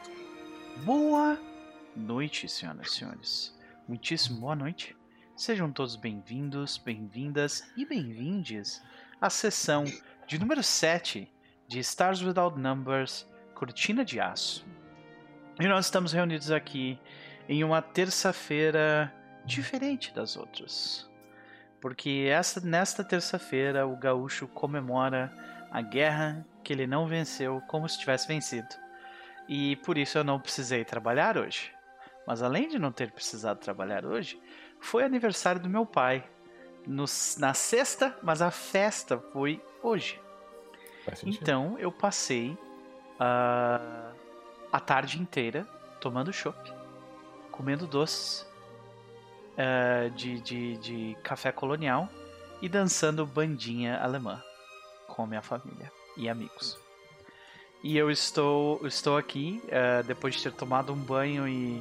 Boa noite, senhoras e senhores. Muitíssimo boa noite. Sejam todos bem-vindos, bem-vindas e bem-vindes à sessão de número 7 de Stars Without Numbers, Cortina de Aço. E nós estamos reunidos aqui em uma terça-feira diferente das outras. Porque nesta terça-feira o gaúcho comemora a guerra que ele não venceu como se tivesse vencido. E por isso eu não precisei trabalhar hoje. Mas além de não ter precisado trabalhar hoje, foi aniversário do meu pai. Na sexta, mas a festa foi hoje. Então eu passei a tarde inteira tomando chopp, comendo doces de café colonial e dançando bandinha alemã com a minha família e amigos. E eu estou aqui, depois de ter tomado um banho e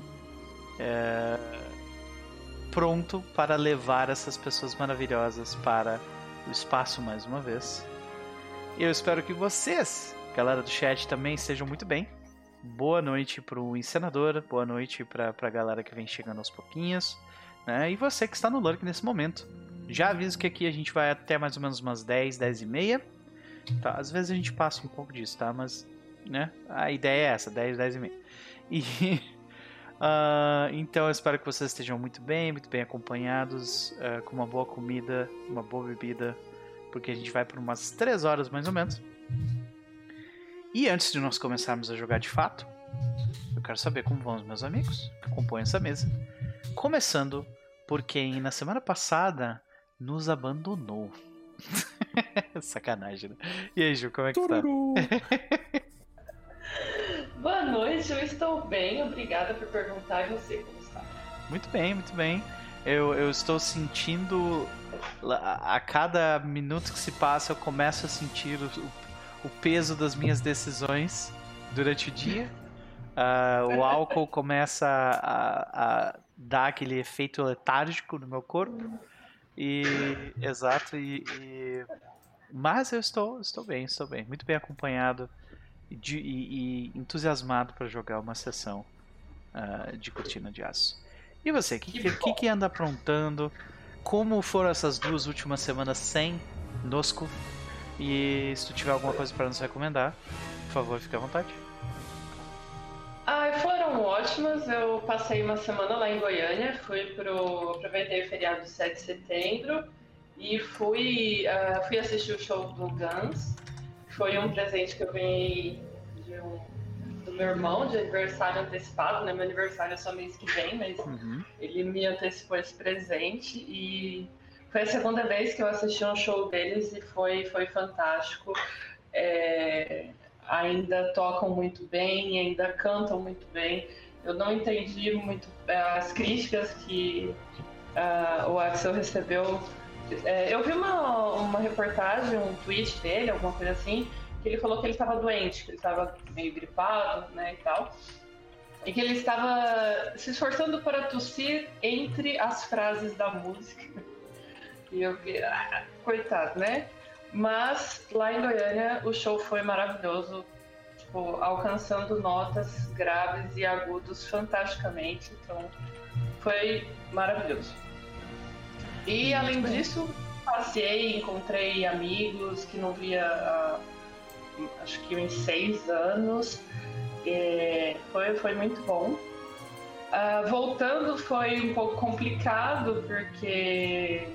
pronto para levar essas pessoas maravilhosas para o espaço mais uma vez. Eu espero que vocês, galera do chat, também estejam muito bem. Boa noite para o encenador, boa noite para a galera que vem chegando aos pouquinhos, né? E você que está no lurk nesse momento. Já aviso que aqui a gente vai até mais ou menos umas 10, 10 e meia. Tá, às vezes a gente passa um pouco disso, tá? Mas, né? A ideia é essa, 10, 10 e meia. E então eu espero que vocês estejam muito bem acompanhados, com uma boa comida, uma boa bebida, porque a gente vai por umas 3 horas mais ou menos. E antes de nós começarmos a jogar de fato, eu quero saber como vão os meus amigos que compõem essa mesa. Começando por quem na semana passada nos abandonou. Sacanagem, né? E aí, Ju, como é que tá? Boa noite, eu estou bem, obrigada por perguntar, e você como está? Muito bem, muito bem. Eu estou sentindo, a cada minuto que se passa, eu começo a sentir o peso das minhas decisões durante o dia. O álcool começa a dar aquele efeito letárgico no meu corpo. Exato, mas eu estou bem, muito bem acompanhado e entusiasmado para jogar uma sessão de Cortina de Aço. E você, o que anda aprontando? Como foram essas 2 últimas semanas sem Nosco? E se tu tiver alguma coisa para nos recomendar, por favor, fique à vontade. Foram ótimas, eu passei uma semana lá em Goiânia, aproveitei o feriado do 7 de setembro e fui assistir o show do Guns. Foi um presente que eu ganhei do meu irmão, de aniversário antecipado, né? Meu aniversário é só mês que vem, mas ele me antecipou esse presente e foi a segunda vez que eu assisti um show deles e foi fantástico. Ainda tocam muito bem, ainda cantam muito bem. Eu não entendi muito as críticas que o Axel recebeu. Eu vi uma reportagem, um tweet dele, alguma coisa assim, que ele falou que ele estava doente, que ele estava meio gripado, né, e tal. E que ele estava se esforçando para tossir entre as frases da música. E eu fiquei, coitado, né? Mas lá em Goiânia o show foi maravilhoso, tipo, alcançando notas graves e agudos fantasticamente, então foi maravilhoso. E além disso, passei, encontrei amigos que não via há acho que uns 6 anos, foi muito bom. Voltando foi um pouco complicado porque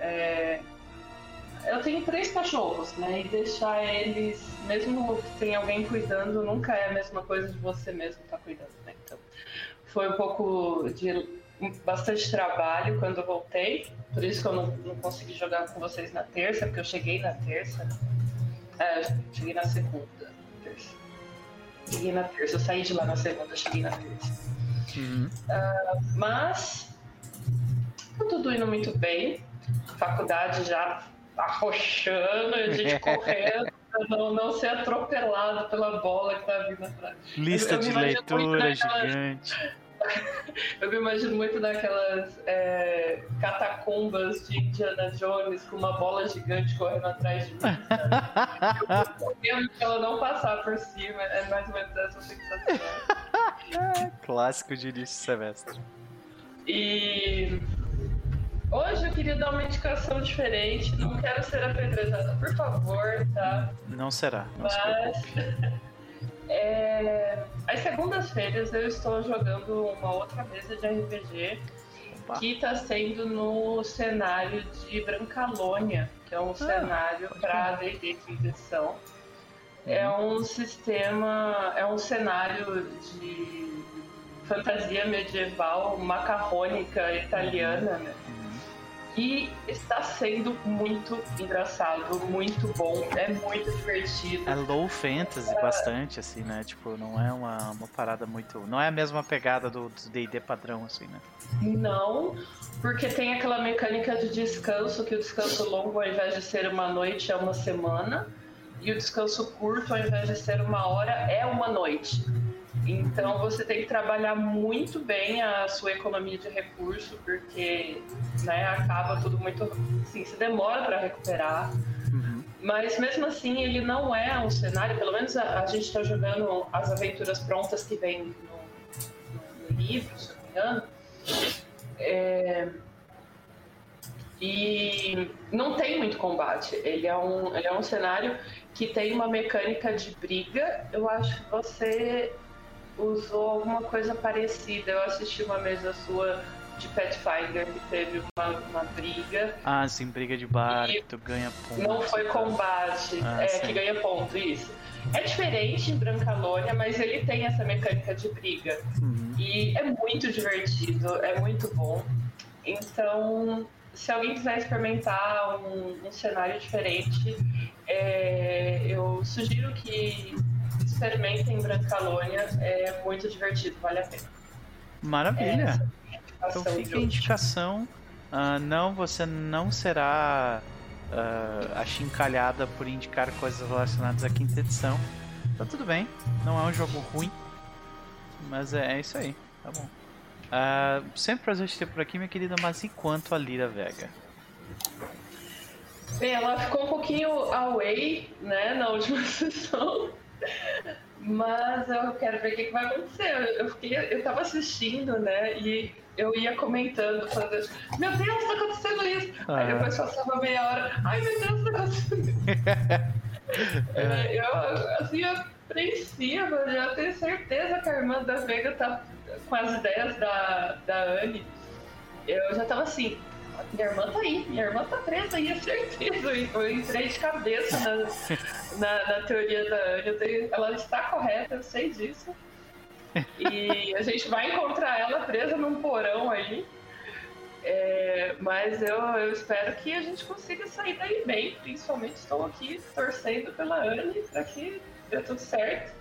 eu tenho 3 cachorros, né? E deixar eles, mesmo sem alguém cuidando, nunca é a mesma coisa de você mesmo estar cuidando, né? Então, foi um pouco de bastante trabalho quando eu voltei. Por isso que eu não consegui jogar com vocês na terça, porque eu cheguei na terça. Cheguei na segunda. Cheguei na terça. Eu saí de lá na segunda, cheguei na terça. Mas tá tudo indo muito bem. A faculdade já arrochando, a gente correndo pra não ser atropelado pela bola que tá vindo atrás. Lista de leitura gigante. Eu me imagino muito naquelas catacumbas de Indiana Jones com uma bola gigante correndo atrás de mim. Eu tô correndo pra ela não passar por cima, é mais ou menos essa sensação. Clássico de início de semestre. E hoje eu queria dar uma indicação diferente. Não quero ser apedrejada, por favor, tá? Não será, não se Mas preocupe. às segundas-feiras eu estou jogando uma outra mesa de RPG Opa. que está sendo no cenário de Brancalônia, que é um cenário para D&D quinta edição. É um sistema, é um cenário de fantasia medieval macarrônica italiana, né? E está sendo muito engraçado, muito bom, é muito divertido. É low fantasy bastante, assim, né? Tipo, não é uma parada muito... Não é a mesma pegada do D&D padrão, assim, né? Não, porque tem aquela mecânica de descanso, que o descanso longo, ao invés de ser uma noite, é uma semana. E o descanso curto, ao invés de ser uma hora, é uma noite. Então você tem que trabalhar muito bem a sua economia de recurso, porque, né, acaba tudo muito... Assim, se demora para recuperar. Mas mesmo assim ele não é um cenário, pelo menos a gente está jogando as aventuras prontas que vem no livro, se eu não me engano. E não tem muito combate. Ele é um cenário que tem uma mecânica de briga. Eu acho que você usou alguma coisa parecida. Eu assisti uma mesa sua de Pathfinder que teve uma briga. Ah, sim, briga de bar, que tu ganha ponto. Não foi combate, que ganha ponto, isso. É diferente em Brancalônia, mas ele tem essa mecânica de briga. E é muito divertido, é muito bom. Então, se alguém quiser experimentar um cenário diferente, eu sugiro que experimentem Brancalônia, é muito divertido, vale a pena. Maravilha! Então fica a indicação. Não, você não será achincalhada por indicar coisas relacionadas à quinta edição. Tá tudo bem, não é um jogo ruim, mas é isso aí, tá bom. Sempre prazer te ter por aqui, minha querida, mas e quanto a Lyra Vega? Bem, ela ficou um pouquinho away, né, na última sessão. Mas eu quero ver o que vai acontecer. Eu tava assistindo, né? E eu ia comentando, falando, meu Deus, tá acontecendo isso. Aí depois passava meia hora, ai meu Deus, tá acontecendo isso. Eu, assim, apreensiva, já tenho certeza que a irmã da Vega tá com as ideias da Anne. Eu já tava assim, minha irmã tá aí, minha irmã tá presa aí, é certeza. Eu entrei de cabeça na teoria da Anne. Ela está correta, eu sei disso. E a gente vai encontrar ela presa num porão aí. Mas eu espero que a gente consiga sair daí bem. Principalmente estou aqui torcendo pela Anne para que dê tudo certo.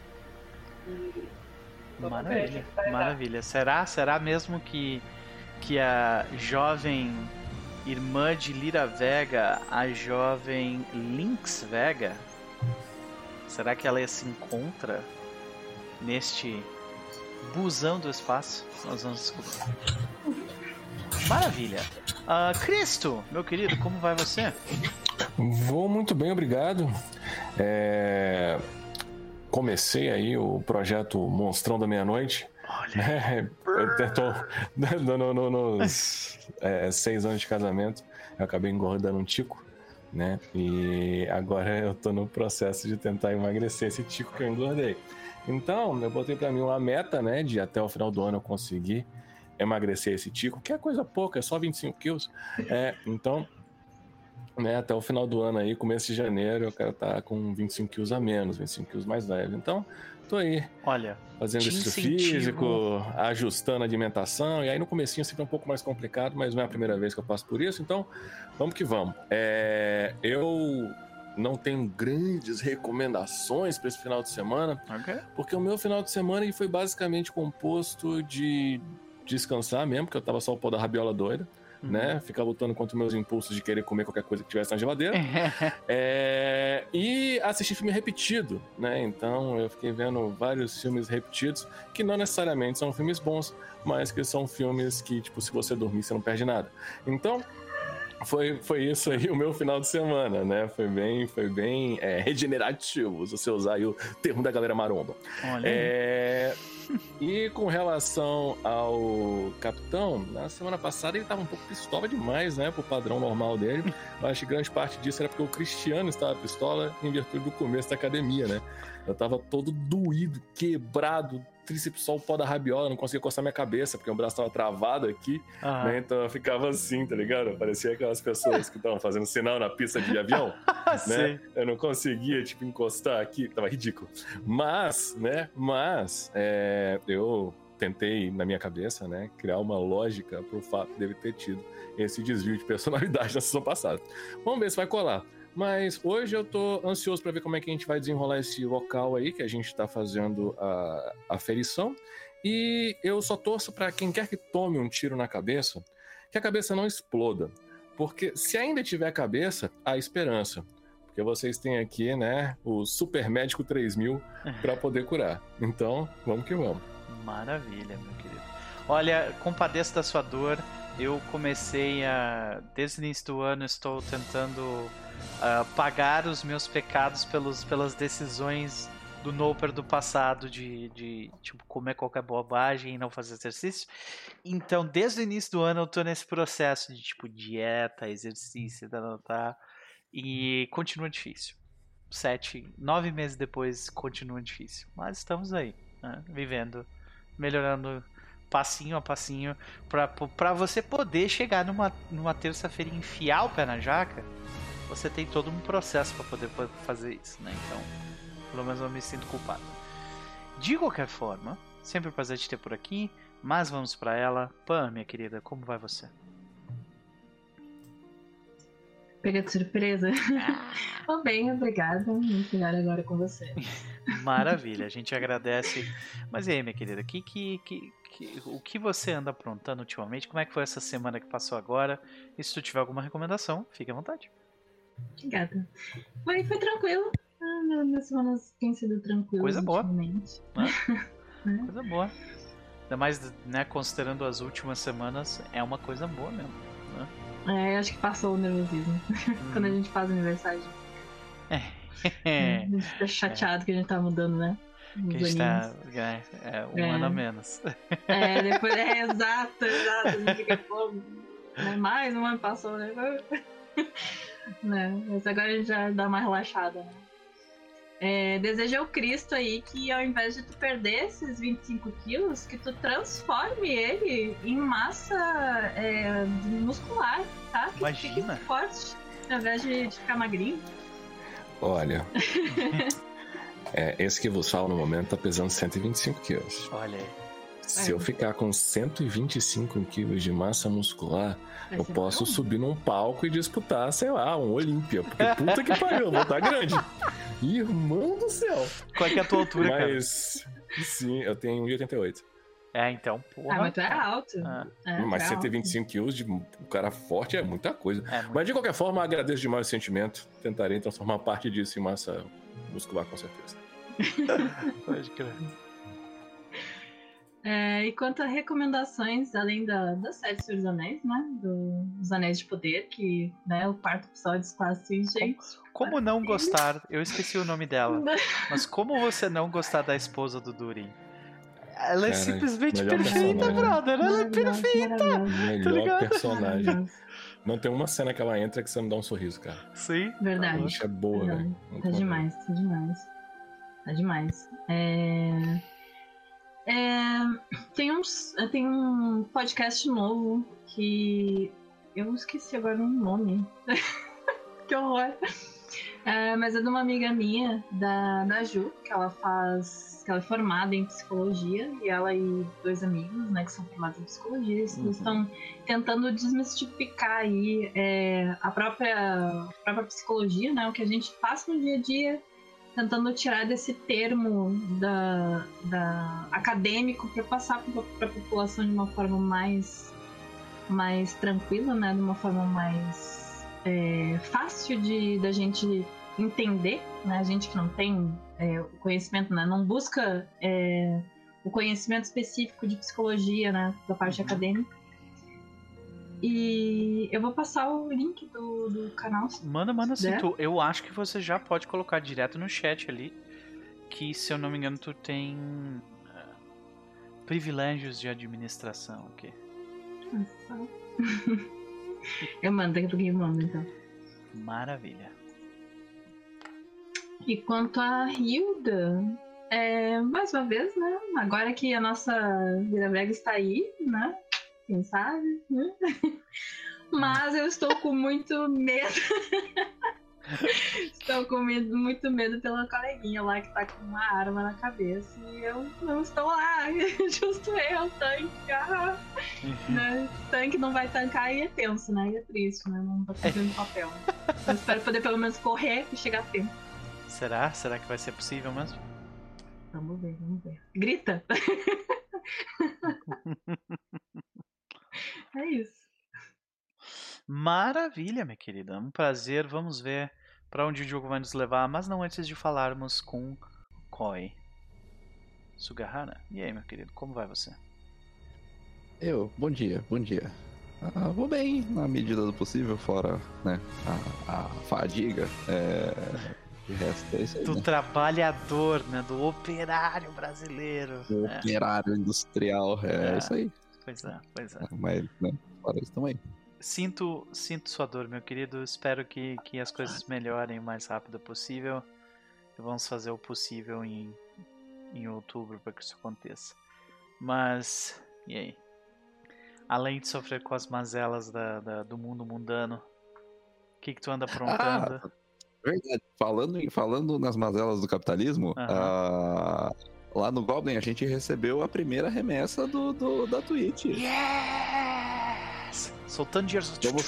Maravilha, maravilha. Será mesmo que a jovem irmã de Lyra Vega, a jovem Lynx Vega, será que ela se encontra neste busão do espaço? Nós vamos descobrir. Maravilha. Cristo, meu querido, como vai você? Vou muito bem, obrigado. Comecei aí o projeto Monstrão da Meia-Noite. Olha, eu até tô nos 6 anos de casamento, eu acabei engordando um tico, né? E agora eu tô no processo de tentar emagrecer esse tico que eu engordei. Então, eu botei pra mim uma meta, né? De até o final do ano eu conseguir emagrecer esse tico, que é coisa pouca, é só 25 quilos. Então, né, até o final do ano aí, começo de janeiro, eu quero estar com 25 quilos a menos, 25 quilos mais leve. Então, tô aí, fazendo exercício físico, ajustando a alimentação, e aí no comecinho sempre é um pouco mais complicado, mas não é a primeira vez que eu passo por isso, então vamos que vamos. Eu não tenho grandes recomendações para esse final de semana, porque o meu final de semana ele foi basicamente composto de descansar mesmo, porque eu tava só o pó da rabiola doida. Né? Ficar lutando contra meus impulsos de querer comer qualquer coisa que tivesse na geladeira. E assistir filme repetido, né? Então eu fiquei vendo vários filmes repetidos que não necessariamente são filmes bons, mas que são filmes que, tipo, se você dormir, você não perde nada. Então foi isso aí o meu final de semana, né? Foi bem regenerativo, se você usar aí o termo da galera maromba. E com relação ao capitão, na semana passada ele tava um pouco pistola demais, né? Pro padrão normal dele. Eu acho que grande parte disso era porque o Cristiano estava pistola em virtude do começo da academia, né? Eu tava todo doído, quebrado, tríceps só o pó da rabiola, não conseguia coçar minha cabeça, porque o braço tava travado aqui, né? Então eu ficava assim, tá ligado? Parecia aquelas pessoas que estavam fazendo sinal na pista de avião, né? Eu não conseguia, tipo, encostar aqui, tava ridículo. Mas, né? Eu tentei, na minha cabeça, né, criar uma lógica pro fato dele ter tido esse desvio de personalidade na sessão passada. Vamos ver se vai colar. Mas hoje eu tô ansioso para ver como é que a gente vai desenrolar esse local aí, que a gente tá fazendo a aferição. E eu só torço para quem quer que tome um tiro na cabeça, que a cabeça não exploda. Porque se ainda tiver cabeça, há esperança. Porque vocês têm aqui, né, o Super Médico 3000 para poder curar. Então, vamos que vamos. Maravilha, meu querido. Olha, compadeço da sua dor. Eu comecei desde o início do ano, estou tentando pagar os meus pecados pelas decisões do Noper do passado de tipo, comer qualquer bobagem e não fazer exercício. Então, desde o início do ano eu tô nesse processo de tipo dieta, exercício, tá? E continua difícil. 9 meses depois continua difícil. Mas estamos aí, né? Vivendo, melhorando passinho a passinho pra você poder chegar numa terça-feira e enfiar o pé na jaca. Você tem todo um processo para poder fazer isso, né? Então, pelo menos eu me sinto culpado. De qualquer forma, sempre um prazer te ter por aqui, mas vamos para ela. Pam, minha querida, como vai você? Pega de surpresa. Tô bem, obrigada. Muito melhor agora com você. Maravilha, a gente agradece. Mas e aí, minha querida, o que você anda aprontando ultimamente? Como é que foi essa semana que passou agora? E se tu tiver alguma recomendação, fique à vontade. Obrigada. Foi tranquilo. Minhas semanas têm sido tranquilas. Coisa boa. Ultimamente. Coisa boa. Ainda mais, né, considerando as últimas semanas, é uma coisa boa mesmo, né? Acho que passou o nervosismo. Quando a gente faz aniversário. A gente fica chateado que a gente tá mudando, né? Que a gente tá um ano a menos. Depois exato. A gente fica, pô, mais um ano passou, né? Mas agora a gente já dá uma relaxada, né? Desejo ao Cristo aí que ao invés de tu perder esses 25 quilos, que tu transforme ele em massa muscular, tá? Que imagina. Fique muito forte, ao invés de ficar magrinho. Olha, esse que vos falo no momento tá pesando 125 quilos. Olha aí. Se eu ficar com 125 quilos de massa muscular, eu posso subir num palco e disputar, sei lá, um Olímpia. Porque puta que pariu, eu vou estar grande. Irmão do céu. Qual é que é a tua altura, cara? Mas, sim, eu tenho 1,88. Então, porra. Mas tu é alto. Mas 125 quilos de um cara forte é muita coisa. Mas de qualquer forma, agradeço demais o sentimento. Tentarei transformar parte disso em massa muscular, com certeza. Pode crer. E quanto a recomendações, além da série Senhor dos Anéis, né? Dos Anéis de Poder, que, né, o quarto episódio está assim, gente. Como não gostar? Eu esqueci o nome dela. Mas como você não gostar da esposa do Durin? Ela é simplesmente perfeita, brother. Ela é perfeita. Melhor personagem. Não tem uma cena que ela entra que você não dá um sorriso, cara. Sim. Verdade. Isso é boa, velho. Tá demais. Tem um podcast novo que eu esqueci agora o nome. Que horror. Mas é de uma amiga minha, da Ju, que ela é formada em psicologia, e ela e 2 amigos, né, que são formados em psicologia, eles estão tentando desmistificar aí a própria psicologia, né, o que a gente passa no dia a dia, tentando tirar desse termo da acadêmico para passar para a população de uma forma mais tranquila, né, de uma forma mais fácil da gente entender, né, a gente que não tem o conhecimento, né, não busca o conhecimento específico de psicologia, né, da parte acadêmica. E eu vou passar o link do canal. Manda sim. Eu acho que você já pode colocar direto no chat ali, que se eu não me engano tu tem privilégios de administração aqui. Nossa. Eu mando aqui pro Game Manda, então. Maravilha. E quanto a Hilda, mais uma vez, né? Agora que a nossa Vira-Vega está aí, né? Quem sabe, né? Mas eu estou com muito medo. Estou com muito medo pela coleguinha lá que tá com uma arma na cabeça. E eu não estou lá. Justo eu, tanque. Né? Tanque não vai tancar e é tenso, né? E é triste, né? Não tá fazendo papel. Eu espero poder pelo menos correr e chegar a tempo. Será? Será que vai ser possível mesmo? Vamos ver, vamos ver. Grita! É isso. Maravilha, minha querida. Um prazer. Vamos ver para onde o jogo vai nos levar. Mas não antes de falarmos com Koi. Sugahara. E aí, meu querido, como vai você? Bom dia, bom dia. Vou bem, na medida do possível, fora, né, a fadiga. De resto é isso aí, Do né? trabalhador, né? Do operário brasileiro. O operário industrial, isso aí. Pois é. Mas, né, fora isso também. Sinto sua dor, meu querido. Espero que as coisas melhorem o mais rápido possível. E vamos fazer o possível em outubro para que isso aconteça. Mas, e aí? Além de sofrer com as mazelas do mundo mundano, o que tu anda aprontando? Verdade. Falando nas mazelas do capitalismo, lá no Goblin a gente recebeu a primeira remessa da Twitch. Yes! Soltando dinheiro.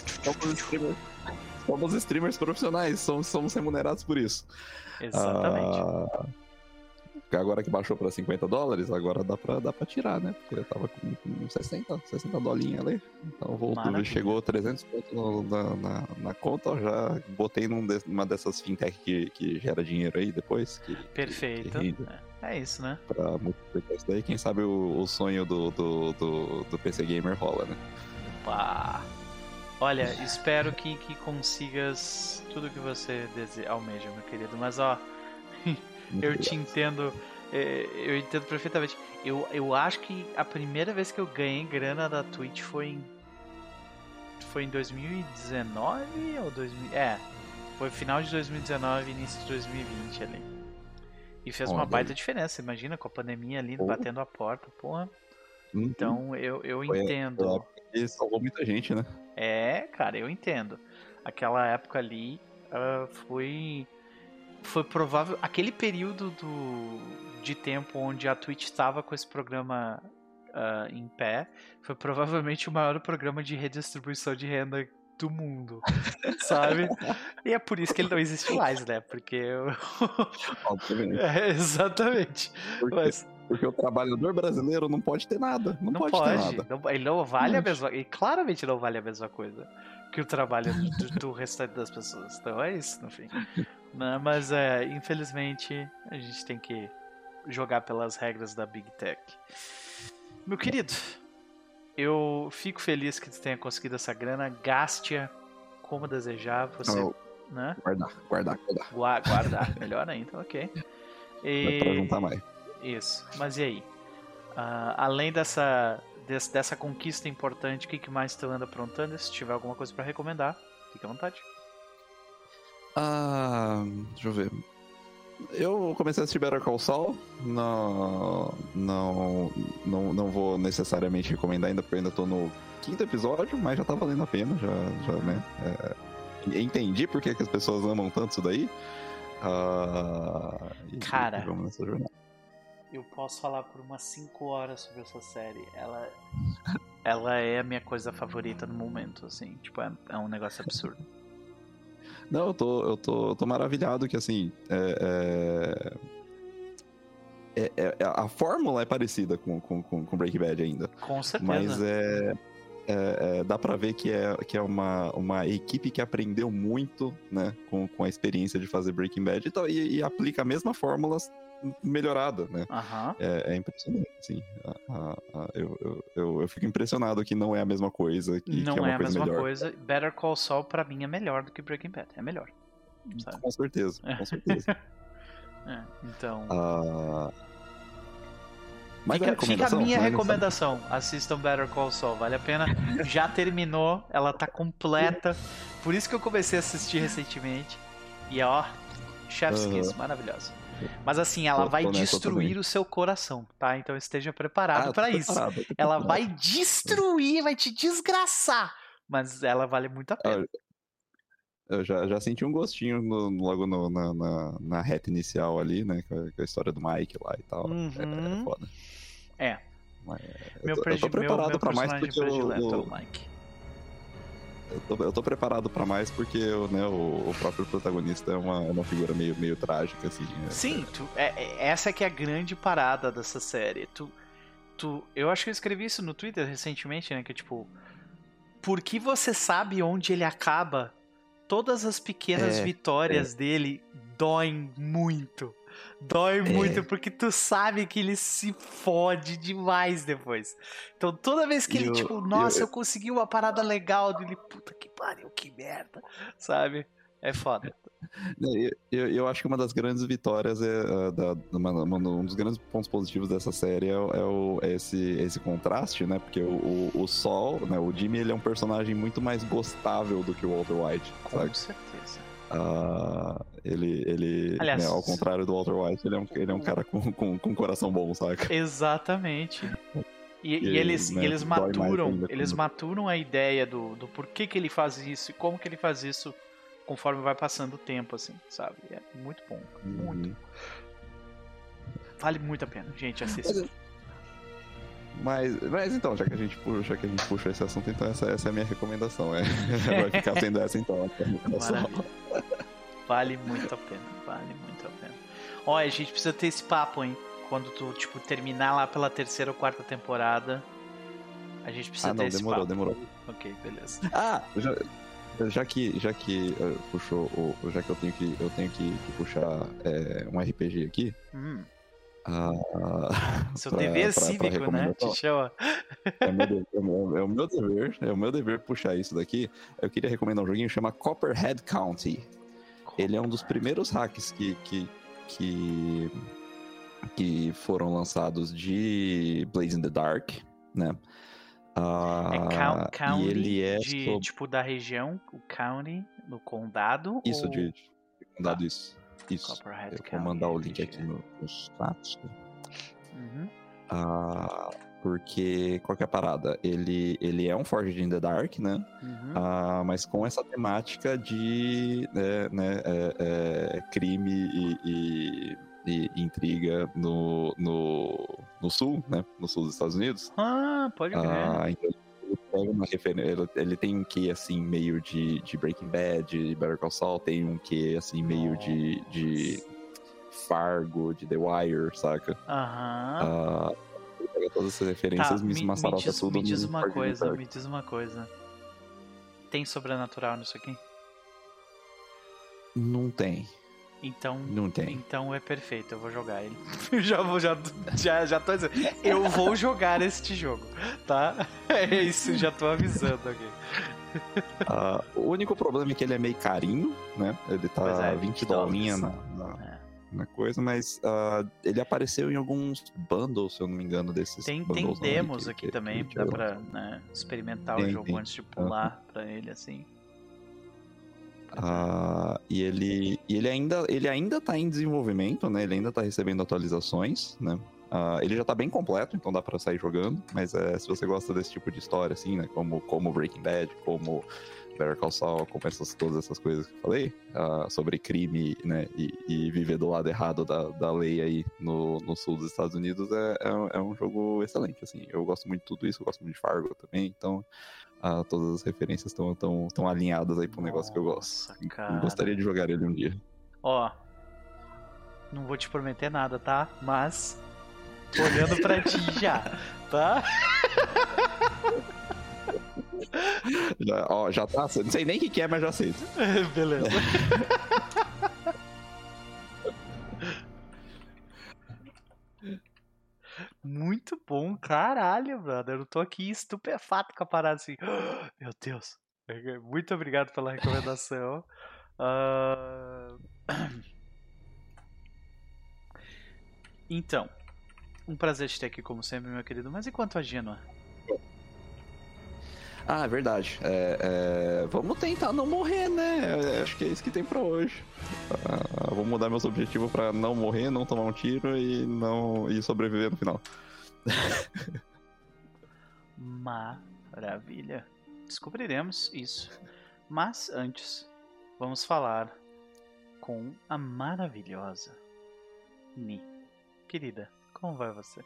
Somos streamers profissionais, somos remunerados por isso. Exatamente. Agora que baixou pra $50, agora dá pra tirar, né? Porque eu tava com 60 dolinhas ali. Então voltou, chegou 300 pontos na conta, já botei numa dessas fintech que gera dinheiro aí depois. Perfeito. É isso, né? Pra multiplicar isso daí, quem sabe o sonho do PC Gamer rola, né? Opa! Olha, espero que consigas tudo que você almeja, meu querido. Mas ó, eu te entendo, eu entendo perfeitamente. Eu acho que a primeira vez que eu ganhei grana da Twitch foi em 2019 ou 2000? Foi final de 2019, início de 2020 ali. E fez uma baita diferença, imagina, com a pandemia ali batendo a porta, porra. Então eu entendo. E salvou muita gente, né? Cara, eu entendo. Aquela época ali foi provável. Aquele período de tempo onde a Twitch estava com esse programa em pé foi provavelmente o maior programa de redistribuição de renda do mundo, sabe? E é por isso que ele não existe mais, né? Porque Obviamente. Exatamente. Porque o trabalhador brasileiro não pode ter nada. Não pode ter nada. Ele não vale a mesma. E claramente não vale a mesma coisa que o trabalho do restante das pessoas. Então é isso, no fim. Mas infelizmente a gente tem que jogar pelas regras da Big Tech. Meu querido, eu fico feliz que tu tenha conseguido essa grana. Gaste-a como desejar. Você, né? Guardar. Melhor ainda, ok. Pra juntar mais. Isso. Mas e aí? Além dessa conquista importante, o que mais tu anda aprontando? Se tiver alguma coisa pra recomendar, fique à vontade. Deixa eu ver. Eu comecei a assistir Better Call Saul. Não vou necessariamente recomendar ainda, porque eu ainda tô no 5º episódio, mas já tá valendo a pena, já né? Entendi por que as pessoas amam tanto isso daí. Cara, vamos nessa jornada. Eu posso falar por umas 5 horas sobre essa série. Ela é a minha coisa favorita no momento, assim. Tipo, é um negócio absurdo. Não, eu tô maravilhado que, assim, a fórmula é parecida com Breaking Bad ainda. Com certeza. Mas dá pra ver que é uma equipe que aprendeu muito, né, com a experiência de fazer Breaking Bad e tal, e aplica a mesma fórmula melhorada, né? É impressionante, assim. Eu fico impressionado que não é a mesma coisa. Não é a mesma coisa. Better Call Saul, pra mim, é melhor do que Breaking Bad. É melhor. Sabe? Com certeza, com certeza. Então... Mas Fica a recomendação, minha né? recomendação. Assistam Better Call Saul, vale a pena. Já terminou, ela tá completa. Por isso que eu comecei a assistir recentemente. E ó, chef's kiss, maravilhosa. Mas assim, ela vai tô nessa destruir também. o seu coração, tá? Então esteja preparado eu tô pra isso. preparado, eu tô Ela preparado. vai destruir, vai te desgraçar. Mas ela vale muito a pena. Eu já senti um gostinho logo na reta inicial ali, né? Com a história do Mike lá e tal. É foda. É. Mas Meu eu tô preparado meu pra mais personagem porque predileto é o Mike. eu tô preparado pra mais porque né, o próprio protagonista é uma figura meio trágica, assim. Sim, essa que é a grande parada dessa série. Eu acho que eu escrevi isso no Twitter recentemente, né? Que tipo, porque você sabe onde ele acaba, todas as pequenas vitórias dele doem muito. Dói muito porque tu sabe que ele se fode demais depois. Então toda vez que ele, tipo, nossa, eu consegui uma parada legal dele, puta que pariu, que merda, sabe? É foda. Eu acho que uma das grandes vitórias um dos grandes pontos positivos dessa série é esse contraste, né? Porque o Sol, né? O Jimmy, ele é um personagem muito mais gostável do que o Walter White, sabe? Com certeza. Aliás, né, ao contrário do Walter White, ele é um cara com coração bom, saca? Exatamente. E eles maturam a ideia do porquê que ele faz isso e como que ele faz isso conforme vai passando o tempo, assim, sabe? É muito bom, muito. Vale muito a pena, gente, assista. Mas então, já que a gente puxa esse assunto, então essa é a minha recomendação. Vai ficar sendo essa então. Maravilha. Vale muito a pena, vale muito a pena. Olha, a gente precisa ter esse papo, hein? Quando tu, tipo, terminar lá pela 3ª ou 4ª temporada, a gente precisa ter esse papo. Demorou. Ok, beleza. Já que puxou, já que eu tenho que puxar um RPG aqui. Seu dever cívico, né? Te chama. É o meu dever puxar isso daqui. Eu queria recomendar um joguinho que chama Copperhead County. Ele é um dos primeiros hacks que foram lançados de Blaze in the Dark, né? County e ele é tipo da região, o county, no condado? Isso, ou... de condado, isso. Copperhead Eu vou mandar o link aqui no chat. Porque, qual que é a parada? Ele é um Forged in the Dark, né? Mas com essa temática de crime e intriga no sul, né? No sul dos Estados Unidos. Pode crer. Então ele pega uma referência. Ele tem um quê, assim, meio de Breaking Bad, de Better Call Saul, tem um quê, assim, meio de Fargo, de The Wire, saca? Ele pega todas essas referências, mascarota tudo. Me diz uma coisa. Tem sobrenatural nisso aqui? Não tem. Então, não tem. Então é perfeito, eu vou jogar ele. já tô dizendo. Eu vou jogar este jogo, tá? É isso, já tô avisando aqui. O único problema é que ele é meio carinho, né? Ele tá $20 na coisa, mas ele apareceu em alguns bundles, se eu não me engano, desses tem demos aqui também, dá pra experimentar o jogo antes de pular pra ele, assim. E ele ainda tá em desenvolvimento, né? Ele ainda tá recebendo atualizações, né? Ele já tá bem completo, então dá pra sair jogando. Mas se você gosta desse tipo de história, assim, né? Como Breaking Bad, como Better Call Saul, como todas essas coisas que eu falei, sobre crime, né? E viver do lado errado da lei aí no sul dos Estados Unidos, é um jogo excelente, assim. Eu gosto muito de tudo isso, eu gosto muito de Fargo também, então... todas as referências estão alinhadas aí pro negócio que eu gosto. Gostaria de jogar ele um dia. Não vou te prometer nada, tá? Mas olhando pra ti já, tá? Já tá, não sei nem o que é, mas já aceito. Beleza. Muito bom, caralho, brother. Eu tô aqui estupefato com a parada assim. Meu Deus. Muito obrigado pela recomendação. Então, Um prazer te ter aqui, como sempre, meu querido. Mas e quanto a Gênua? Ah, é verdade. Vamos tentar não morrer, né? Acho que é isso que tem pra hoje. Vou mudar meus objetivos pra não morrer, não tomar um tiro e sobreviver no final. Maravilha. Descobriremos isso. Mas antes, vamos falar com a maravilhosa Ni. Querida, como vai você?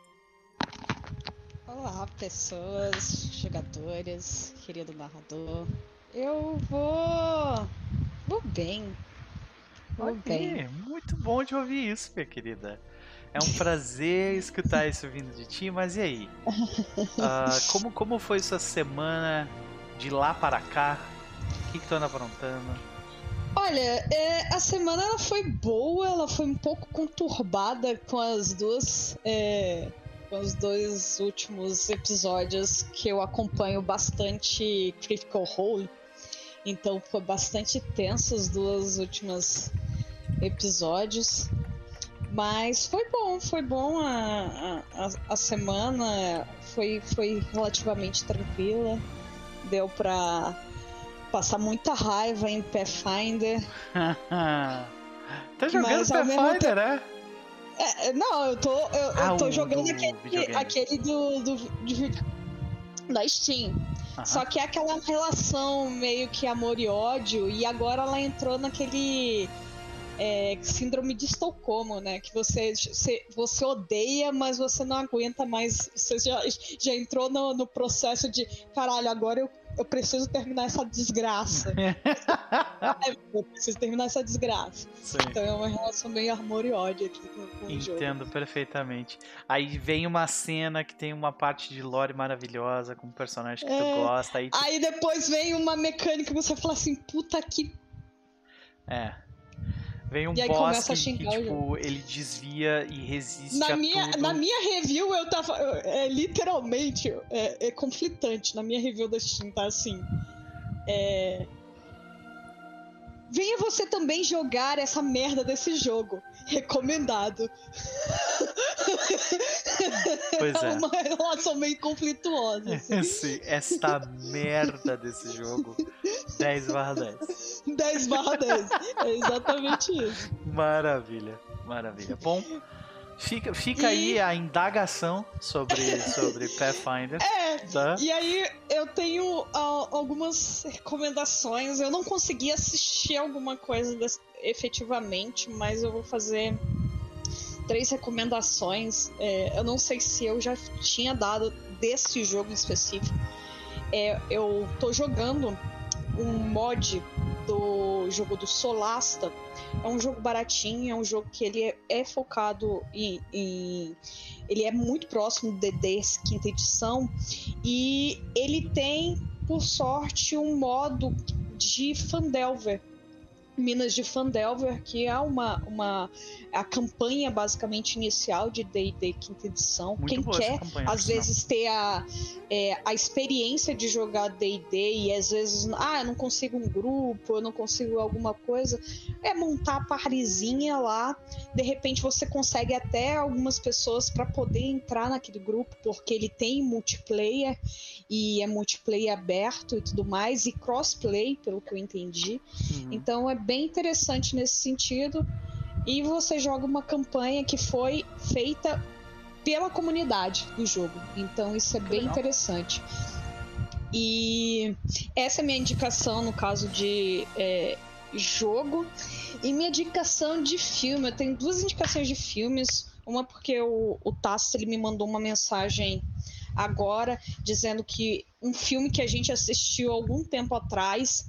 Olá, pessoas, jogadores, querido narrador. Eu vou bem. Vou bem. Muito bom de ouvir isso, minha querida. É um prazer escutar isso vindo de ti, mas e aí? Como foi sua semana de lá para cá? O que tu anda aprontando? Olha, a semana ela foi boa, ela foi um pouco conturbada com com os dois últimos episódios que eu acompanho bastante Critical Role. Então foi bastante tenso os dois últimos episódios. Mas foi bom a semana, foi relativamente tranquila, deu pra passar muita raiva em Pathfinder. Tá jogando Pathfinder, né? Não, eu tô jogando aquele da Steam. Só que é aquela relação meio que amor e ódio, e agora ela entrou naquele síndrome de Estocolmo, né? Que você odeia, mas você não aguenta mais. Você já entrou no processo de caralho, agora eu preciso terminar essa desgraça. Eu preciso terminar essa desgraça. Sim. Então é uma relação meio amor e ódio aqui com o jogo. Entendo perfeitamente. Aí vem uma cena que tem uma parte de lore maravilhosa com um personagem que tu gosta. Aí depois vem uma mecânica que você fala assim, puta que... Vem um boss que tipo, ele desvia e resiste a tudo. Na minha review, eu tava... literalmente, conflitante. Na minha review da Steam, tá assim... Venha você também jogar essa merda desse jogo. Recomendado. Pois é. Uma relação meio conflituosa. Assim. Sim, esta merda desse jogo. 10/10. 10/10. É exatamente isso. Maravilha. Bom, fica aí a indagação sobre Pathfinder. Tá? E aí eu tenho algumas recomendações. Eu não consegui assistir alguma coisa efetivamente, mas eu vou fazer 3 recomendações. Eu não sei se eu já tinha dado desse jogo em específico. Eu tô jogando um mod do jogo do Solasta. É um jogo baratinho, é um jogo que ele é focado ele é muito próximo do D&D 5ª edição, e ele tem, por sorte, um modo de Phandelver, Minas de Phandelver, que é a campanha basicamente inicial de D&D 5ª edição. Muito quem quer, às vezes, ter a experiência de jogar D&D e às vezes, eu não consigo um grupo, eu não consigo alguma coisa, montar a partyzinha lá. De repente você consegue até algumas pessoas para poder entrar naquele grupo, porque ele tem multiplayer e é multiplayer aberto e tudo mais, e crossplay, pelo que eu entendi. Então é bem interessante nesse sentido. E você joga uma campanha que foi feita pela comunidade do jogo. Então isso é bem interessante. E essa é a minha indicação no caso de jogo. E minha indicação de filme, eu tenho 2 indicações de filmes. Uma porque o Tassi, ele me mandou uma mensagem agora dizendo que um filme que a gente assistiu algum tempo atrás,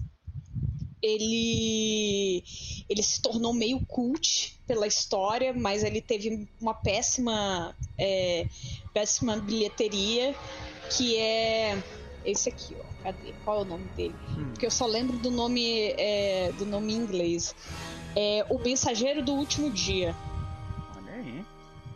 ele se tornou meio cult pela história, mas ele teve uma péssima bilheteria, que é esse aqui, ó. Cadê? Qual é o nome dele? Porque eu só lembro do nome em inglês. O Mensageiro do Último Dia. Olha aí.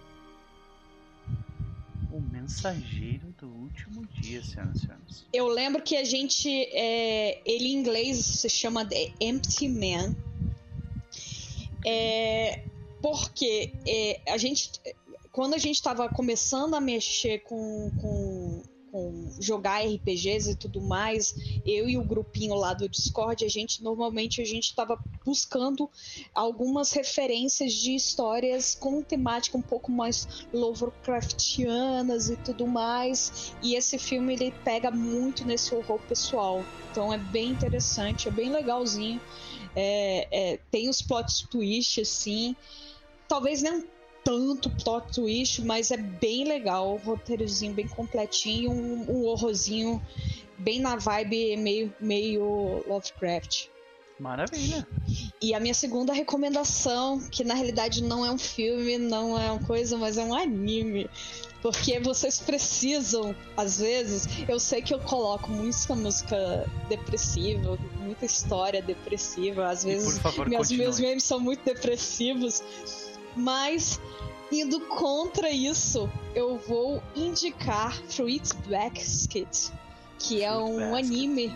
O Mensageiro do Último Dia, senhoras e senhores. Eu lembro que a gente... ele em inglês se chama The Empty Man. Porque a gente... quando a gente estava começando a mexer com jogar RPGs e tudo mais, eu e o grupinho lá do Discord, normalmente a gente estava buscando algumas referências de histórias com temática um pouco mais Lovecraftianas e tudo mais, e esse filme ele pega muito nesse horror pessoal, então é bem interessante, é bem legalzinho, tem os plot twists assim, talvez não tanto plot twist, mas é bem legal, o roteirozinho bem completinho, um horrorzinho bem na vibe meio Lovecraft. Maravilha. E a minha segunda recomendação, que na realidade não é um filme, não é uma coisa, mas é um anime. Porque vocês precisam, às vezes, eu sei que eu coloco muita música depressiva, muita história depressiva, às vezes por favor, meus continue. memes são muito depressivos, mas indo contra isso, eu vou indicar Fruits Basket, que é um anime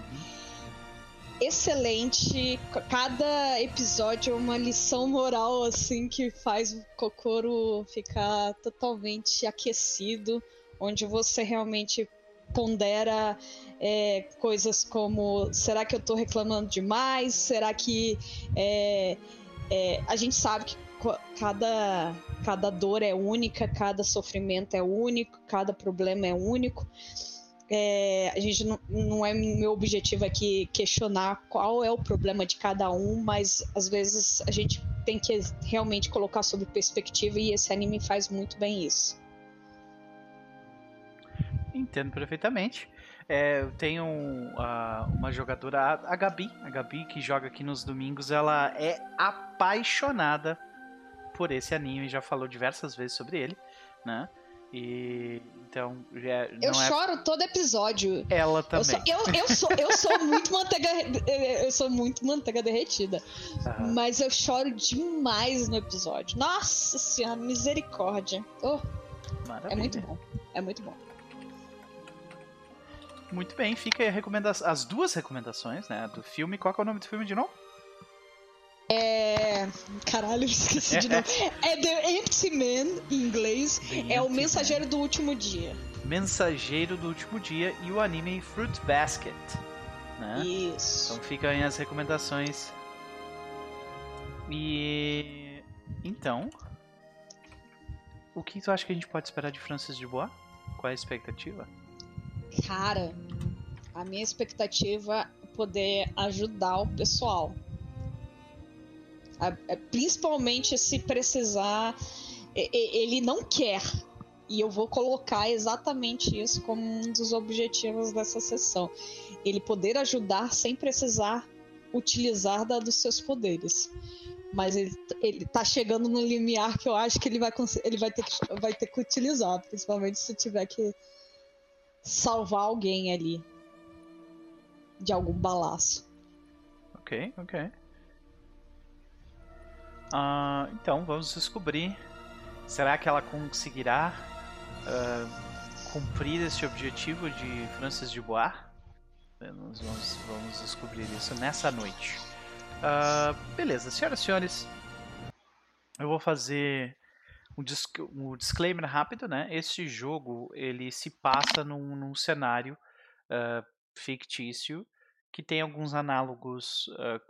excelente. Cada episódio é uma lição moral assim que faz o Kokoro ficar totalmente aquecido, onde você realmente pondera coisas como: será que eu tô reclamando demais? Será que a gente sabe que cada dor é única, cada sofrimento é único, cada problema é único. A gente não é meu objetivo aqui questionar qual é o problema de cada um, mas às vezes a gente tem que realmente colocar sob perspectiva, e esse anime faz muito bem isso. Entendo perfeitamente. Eu tenho uma jogadora, a Gabi, que joga aqui nos domingos, ela é apaixonada por esse anime, já falou diversas vezes sobre ele, né? E então eu choro todo episódio. Ela também. Eu sou muito manteiga. Eu sou muito manteiga derretida. Mas eu choro demais no episódio. Nossa senhora, misericórdia. É muito bom. É muito bom. Muito bem, fica aí as duas recomendações, né? Do filme. Qual que é o nome do filme de novo? Caralho, esqueci de novo. É The Empty Man, em inglês. O Mensageiro do Último Dia. Mensageiro do Último Dia, e o anime Fruit Basket, né? Isso. Então ficam aí as recomendações. E então, o que tu acha que a gente pode esperar de Francis Dubois? Qual é a expectativa? Cara, a minha expectativa é poder ajudar o pessoal. Principalmente se precisar. Ele não quer, e eu vou colocar exatamente isso como um dos objetivos dessa sessão: ele poder ajudar sem precisar utilizar dos seus poderes. Mas ele tá chegando no limiar que eu acho que ele vai ter que utilizar, principalmente se tiver que salvar alguém ali de algum balaço. Ok. Então, vamos descobrir. Será que ela conseguirá cumprir esse objetivo de Francis Dubois? Nós vamos descobrir isso nessa noite. Beleza, senhoras e senhores, eu vou fazer um disclaimer rápido, né? Esse jogo ele se passa num cenário fictício que tem alguns análogos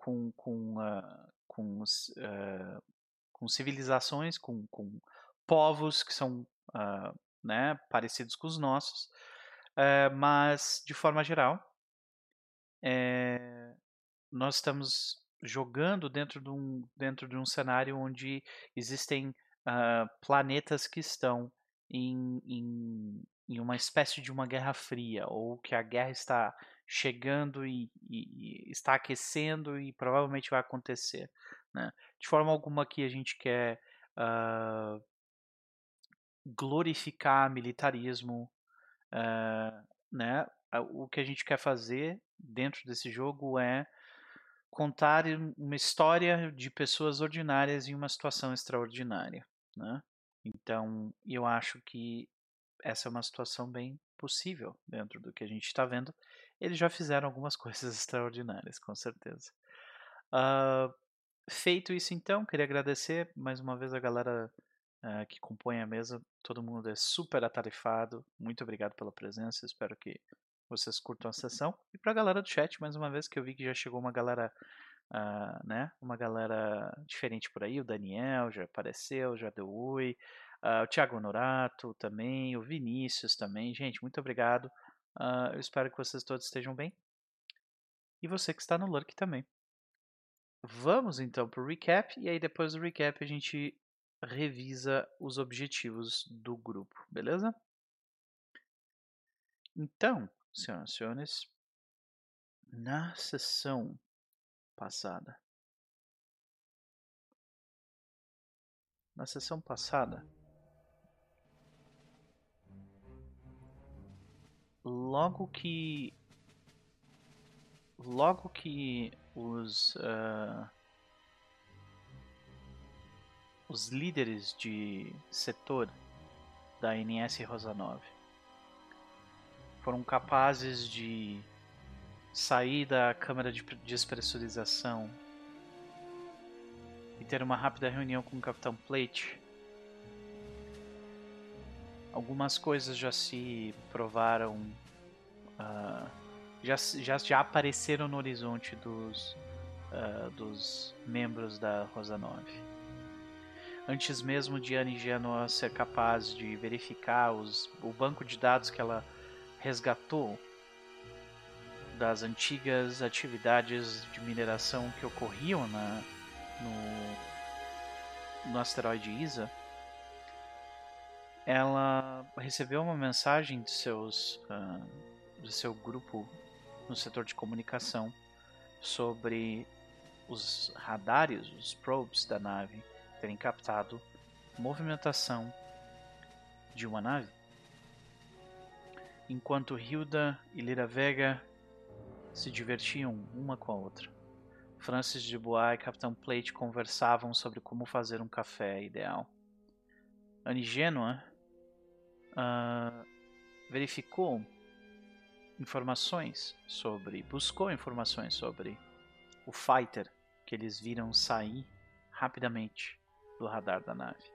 com civilizações, com povos que são né, parecidos com os nossos, mas de forma geral nós estamos jogando dentro de um cenário onde existem planetas que estão em uma espécie de uma guerra fria, ou que a guerra está chegando e está aquecendo e provavelmente vai acontecer, né? De forma alguma aqui a gente quer glorificar militarismo, né? O que a gente quer fazer dentro desse jogo é contar uma história de pessoas ordinárias em uma situação extraordinária, né? Então, eu acho que essa é uma situação bem possível dentro do que a gente está vendo. Eles já fizeram algumas coisas extraordinárias, com certeza. Feito isso, então, queria agradecer mais uma vez a galera que compõem a mesa. Todo mundo é super atarefado. Muito obrigado pela presença. Espero que vocês curtam a sessão. E para a galera do chat, mais uma vez, que eu vi que já chegou uma galera, né? Uma galera diferente por aí. O Daniel já apareceu, já deu oi. O Thiago Honorato também. O Vinícius também. Gente, muito obrigado. Eu espero que vocês todos estejam bem. E você que está no Lurk também. Vamos então para o recap. E aí depois do recap a gente revisa os objetivos do grupo, beleza? Então, senhoras e senhores, na sessão passada, logo que os líderes de setor da NS Rosa 9 foram capazes de sair da câmara de despressurização e ter uma rápida reunião com o Capitão Plate, algumas coisas já se provaram, já apareceram no horizonte dos membros da Rosa 9. Antes mesmo de Annie Genoa ser capaz de verificar o banco de dados que ela resgatou das antigas atividades de mineração que ocorriam no asteroide Isa, ela recebeu uma mensagem do seu grupo no setor de comunicação sobre os radares, os probes da nave terem captado movimentação de uma nave, enquanto Hilda e Lyra Vega se divertiam uma com a outra. Francis Dubois e Capitão Plate conversavam sobre como fazer um café ideal. Annie Genoa buscou informações sobre o fighter que eles viram sair rapidamente do radar da nave.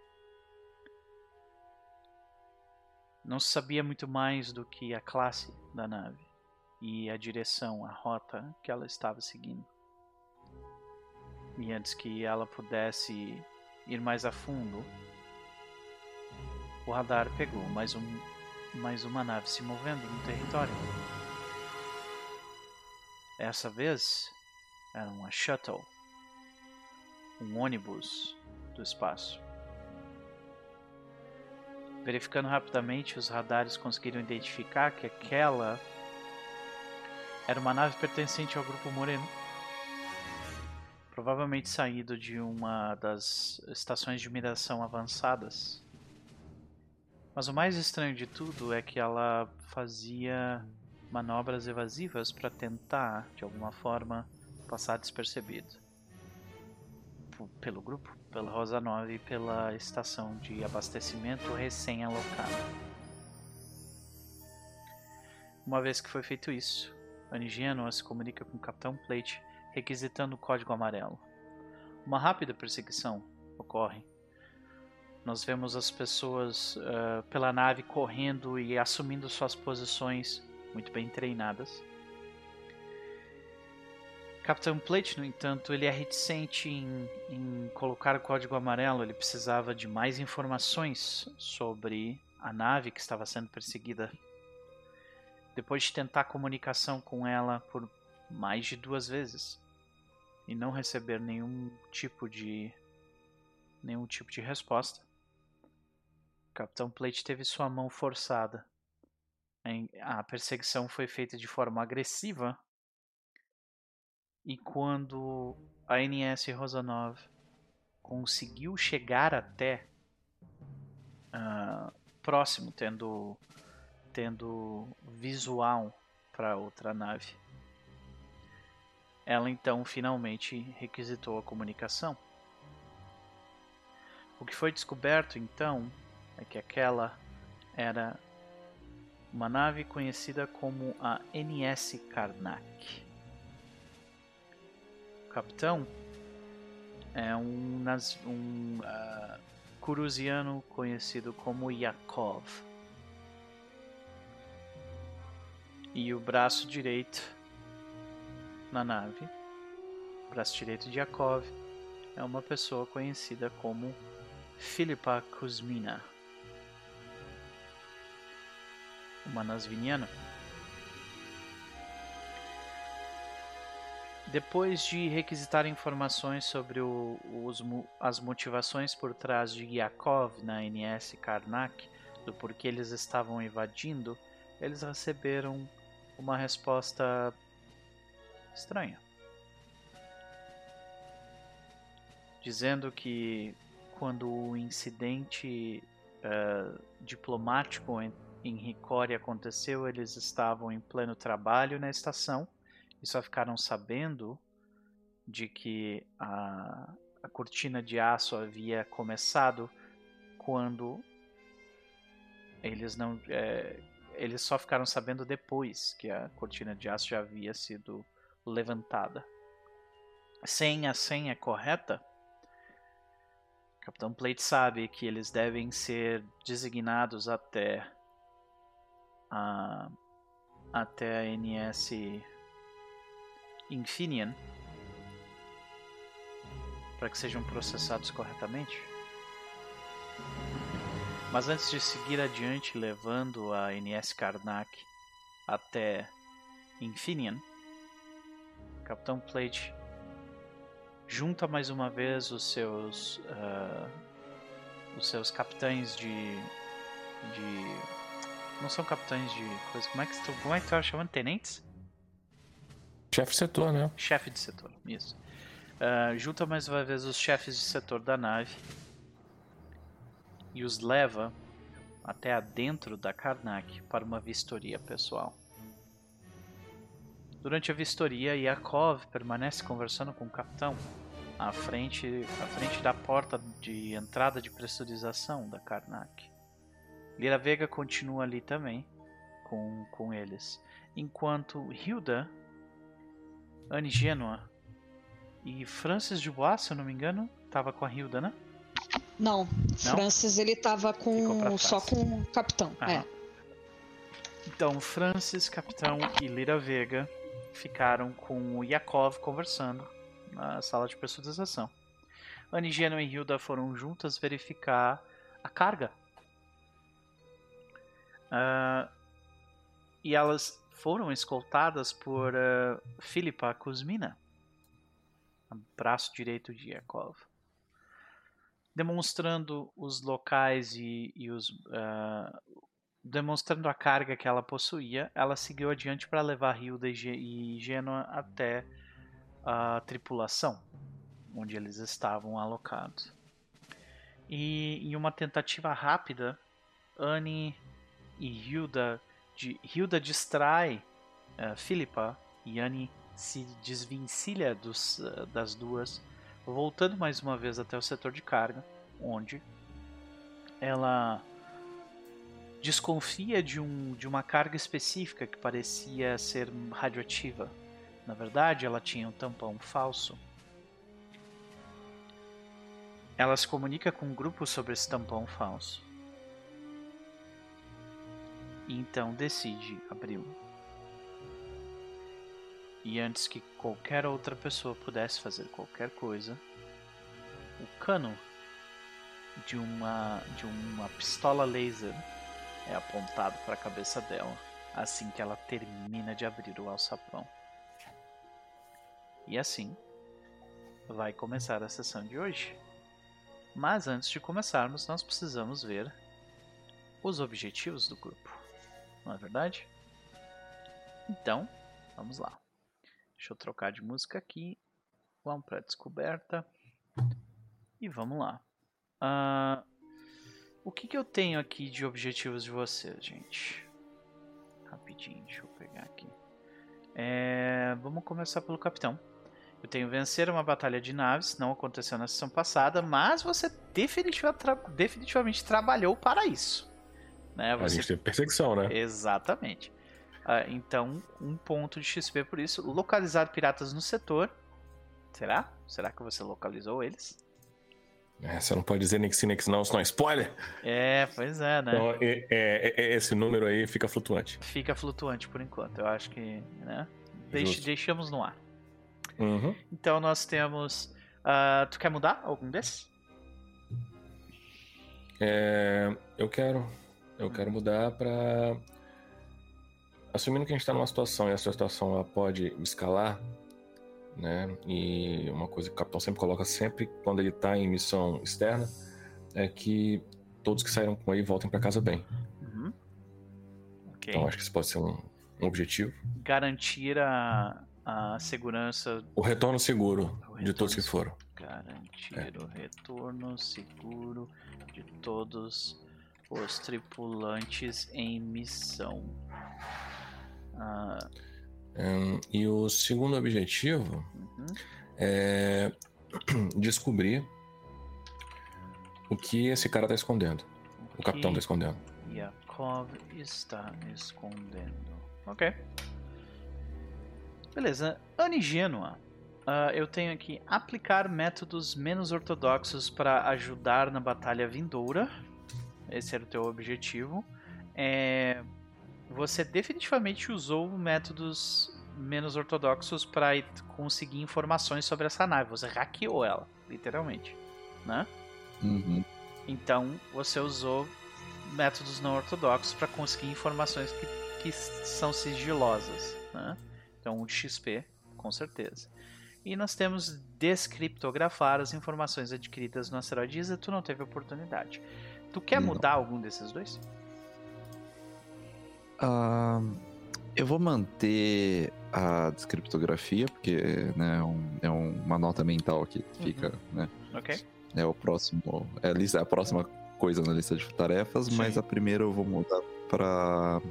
Não se sabia muito mais do que a classe da nave e a direção, a rota que ela estava seguindo. E antes que ela pudesse ir mais a fundo, o radar pegou mais uma nave se movendo no território. Essa vez era uma shuttle, um ônibus do espaço. Verificando rapidamente, os radares conseguiram identificar que aquela era uma nave pertencente ao Grupo Moreno, provavelmente saído de uma das estações de mineração avançadas. Mas o mais estranho de tudo é que ela fazia manobras evasivas para tentar, de alguma forma, passar despercebido pelo grupo, pela Rosa 9 e pela estação de abastecimento recém-alocada. Uma vez que foi feito isso, Annie Genoa se comunica com o Capitão Plate requisitando o código amarelo. Uma rápida perseguição ocorre. Nós vemos as pessoas pela nave correndo e assumindo suas posições muito bem treinadas. Capitão Plate, no entanto, ele é reticente em colocar o código amarelo. Ele precisava de mais informações sobre a nave que estava sendo perseguida. Depois de tentar comunicação com ela por mais de 2 vezes e não receber nenhum tipo de resposta, Capitão Plate teve sua mão forçada. A perseguição foi feita de forma agressiva. E quando a NS Rosa 9 conseguiu chegar até próximo, tendo visual para outra nave, ela então finalmente requisitou a comunicação. O que foi descoberto então é que aquela era uma nave conhecida como a NS Karnak. O capitão é um curusiano conhecido como Yakov. E o braço direito na nave, o braço direito de Yakov, é uma pessoa conhecida como Filipa Kuzmina, uma nasviniana. Depois de requisitar informações sobre as motivações por trás de Yakov na NS Karnak, do porquê eles estavam invadindo, eles receberam uma resposta estranha, dizendo que quando o incidente diplomático em Ricória aconteceu, eles estavam em pleno trabalho na estação e só ficaram sabendo de que a cortina de aço havia começado quando eles não... eles só ficaram sabendo depois que a cortina de aço já havia sido levantada. Sem a senha correta, Capitão Plate sabe que eles devem ser designados até a NS Infineon para que sejam processados corretamente. Mas antes de seguir adiante levando a NS Karnak até Infineon, Capitão Plate junta mais uma vez os seus capitães de não são capitães de coisa, como é que tu estava chamando? Tenentes? Chefe de setor, né? Chefe de setor, isso. Junta mais uma vez os chefes de setor da nave e os leva até adentro da Karnak para uma vistoria pessoal. Durante a vistoria, Yakov permanece conversando com o capitão à frente da porta de entrada de pressurização da Karnak. Lyra Vega continua ali também com eles, enquanto Hilda, Anne Genoa e Francis Dubois, se eu não me engano, estava com a Hilda, né? Não, Francis ele tava só com o capitão. Então, Francis, capitão e Lyra Vega ficaram com o Yakov conversando na sala de pressurização. Anne Genoa e Hilda foram juntas verificar a carga. E elas foram escoltadas por Filipa Kuzmina, braço direito de Yakov. Demonstrando os locais demonstrando a carga que ela possuía, ela seguiu adiante para levar Hilda e Genoa até a tripulação, onde eles estavam alocados. E em uma tentativa rápida, Anne e Hilda distrai Filipa e Anne se desvencilha das duas, voltando mais uma vez até o setor de carga, onde ela desconfia de uma carga específica que parecia ser radioativa. Na verdade, ela tinha um tampão falso. Ela se comunica com um grupo sobre esse tampão falso. E então decide abri-lo. E antes que qualquer outra pessoa pudesse fazer qualquer coisa, o cano de uma pistola laser é apontado para a cabeça dela assim que ela termina de abrir o alçapão. E assim vai começar a sessão de hoje. Mas antes de começarmos, nós precisamos ver os objetivos do grupo, não é verdade? Então, vamos lá. Deixa eu trocar de música aqui. Vamos para a descoberta. E vamos lá. O que eu tenho aqui de objetivos de vocês, gente? Rapidinho, deixa eu pegar aqui. Vamos começar pelo capitão. Eu tenho vencer uma batalha de naves, não aconteceu na sessão passada, mas você definitivamente trabalhou para isso. Né? A gente teve perseguição, né? Exatamente. Então, 1 ponto de XP por isso. Localizar piratas no setor. Será? Será que você localizou eles? Você não pode dizer nem que sim, nem que não, senão é spoiler. Pois é, né? Então, esse número aí fica flutuante. Fica flutuante por enquanto. Eu acho que, né? Justo. Deixamos no ar. Uhum. Então nós temos... tu quer mudar algum desses? Eu quero mudar pra... Assumindo que a gente tá numa situação e essa situação ela pode escalar, né? E uma coisa que o capitão sempre coloca quando ele tá em missão externa é que todos que saíram com ele voltem pra casa bem. Uhum. Ok. Então acho que isso pode ser um objetivo. Garantir a segurança... O retorno seguro de todos que foram. Garantir o retorno seguro de todos os tripulantes em missão. E o segundo objetivo é descobrir o que esse cara tá escondendo. O capitão tá escondendo. Yakov está escondendo. Ok. Beleza. Anigênua. Eu tenho aqui aplicar métodos menos ortodoxos para ajudar na batalha vindoura. Esse era o teu objetivo. Você definitivamente usou métodos menos ortodoxos para conseguir informações sobre essa nave. Você hackeou ela, literalmente, né? Uhum. Então você usou métodos não ortodoxos para conseguir informações que são sigilosas, né? Então 1 de XP, com certeza. E nós temos descriptografar as informações adquiridas no asteroide Isa. Tu não teve oportunidade. Tu quer mudar algum desses dois? Eu vou manter a descriptografia, porque né, é uma nota mental que fica, né? Ok. É o próximo. É a próxima coisa na lista de tarefas, Sim. mas a primeira eu vou mudar pra.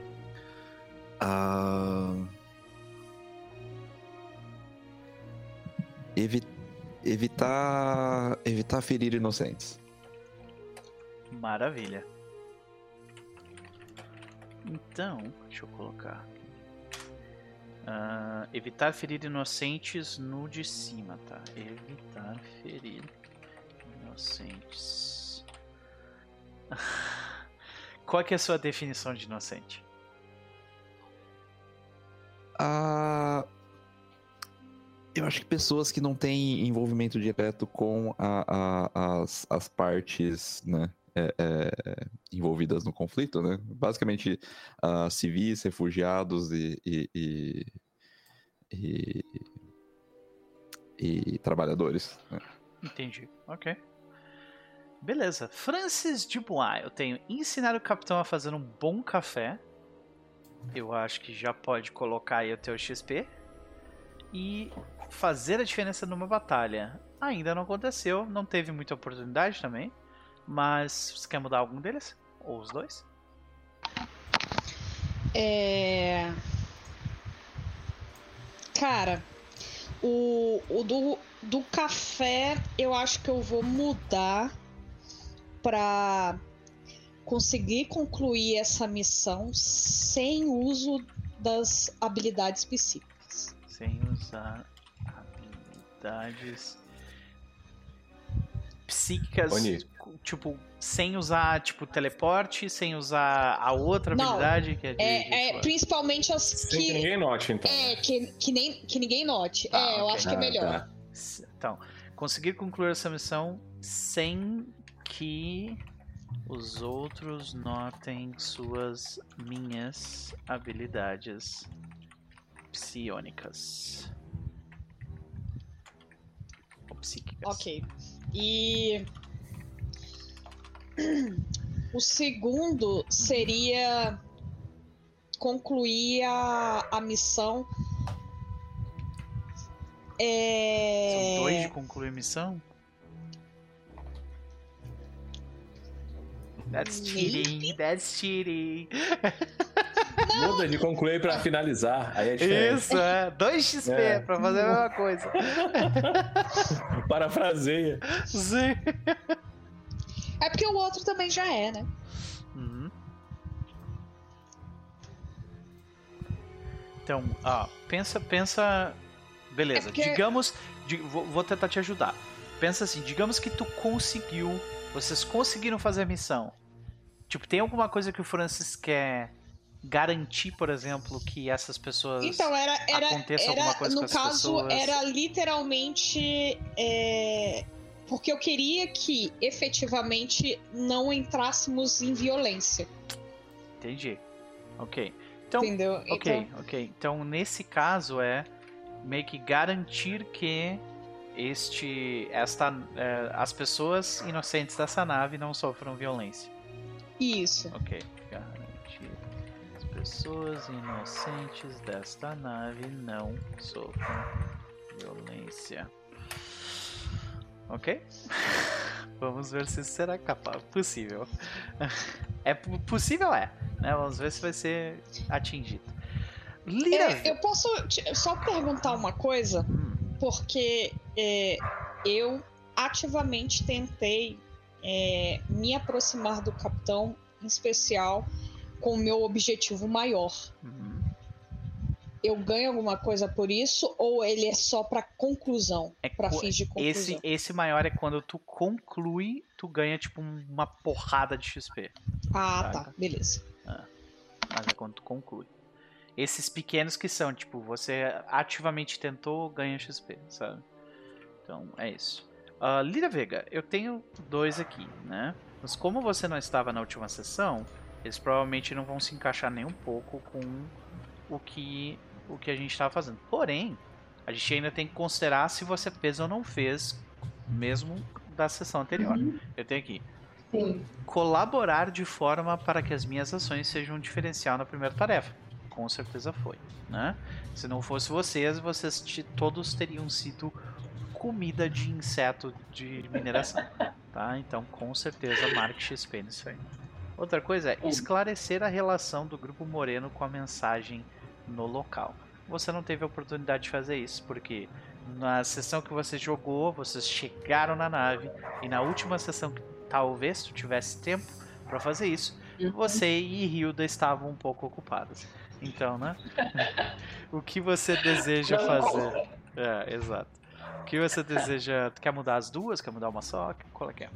Evitar ferir inocentes. Maravilha. Então, deixa eu colocar aqui. Evitar ferir inocentes no de cima, tá? Evitar ferir inocentes. Qual que é a sua definição de inocente? Eu acho que pessoas que não têm envolvimento direto com as partes, né, envolvidas no conflito, né? Basicamente, civis, refugiados e trabalhadores. Né? Entendi. Ok. Beleza. Francis Dubois. Eu tenho ensinar o capitão a fazer um bom café. Eu acho que já pode colocar aí o teu XP. E fazer a diferença numa batalha. Ainda não aconteceu. Não teve muita oportunidade também. Mas você quer mudar algum deles? Ou os dois? Cara, o do café eu acho que eu vou mudar pra conseguir concluir essa missão sem uso das habilidades psíquicas. Sem usar habilidades psíquicas, Oni. tipo, sem usar tipo teleporte, sem usar a outra habilidade que é de principalmente as Sem que ninguém note, então. que ninguém note. Eu ok. acho que é melhor. Tá. Então, conseguir concluir essa missão sem que os outros notem minhas habilidades psionicas. Ou psíquicas. Ok. E o segundo seria concluir a missão. São 2 de concluir missão? That's cheating, that's cheating. Muda de concluir pra finalizar. Aí é diferente. Isso, 2 XP pra fazer a mesma coisa. Parafraseia. Sim. É porque o outro também já é, né? Uhum. Então, pensa. Beleza, É porque... digamos. Vou tentar te ajudar. pensa assim, digamos que vocês conseguiram fazer a missão. Tipo, tem alguma coisa que o Francis quer garantir, por exemplo, que essas pessoas Então, aconteça alguma coisa no com essas caso, pessoas? era literalmente porque eu queria que efetivamente não entrássemos em violência. Entendi. Ok. Então, Entendeu? ok. Então, nesse caso, é meio que garantir que as pessoas inocentes dessa nave não sofram violência. Isso. Ok. Garantir que as pessoas inocentes desta nave não sofram violência. Ok? Vamos ver se isso será possível. Possível, né? Vamos ver se vai ser atingido. Eu posso só perguntar uma coisa? Porque eu ativamente tentei me aproximar do capitão, em especial com o meu objetivo maior. Eu ganho alguma coisa por isso ou ele é só para conclusão, para fins de conclusão? Esse maior é quando tu conclui, tu ganha tipo uma porrada de XP. Ah, tá, beleza. Mas é quando tu conclui. Esses pequenos que são, tipo, você ativamente tentou, ganha XP, sabe? Então, é isso. Lira Vega, eu tenho 2 aqui, né? Mas como você não estava na última sessão, eles provavelmente não vão se encaixar nem um pouco com o que a gente estava fazendo. Porém, a gente ainda tem que considerar se você fez ou não fez, mesmo da sessão anterior. Eu tenho aqui. Sim. Colaborar de forma para que as minhas ações sejam um diferencial na primeira tarefa. Com certeza foi, né? Se não fosse vocês todos teriam sido comida de inseto de mineração, tá? Então, com certeza, marque XP nisso aí. Outra coisa é esclarecer a relação do Grupo Moreno com a mensagem no local. Você não teve a oportunidade de fazer isso, porque na sessão que você jogou, vocês chegaram na nave, e na última sessão, talvez tu tivesse tempo para fazer isso, você e Hilda estavam um pouco ocupadas. Então, né? O que você deseja fazer? Exato. O que você deseja? Tu quer mudar as duas? Quer mudar uma só? Qual é que é?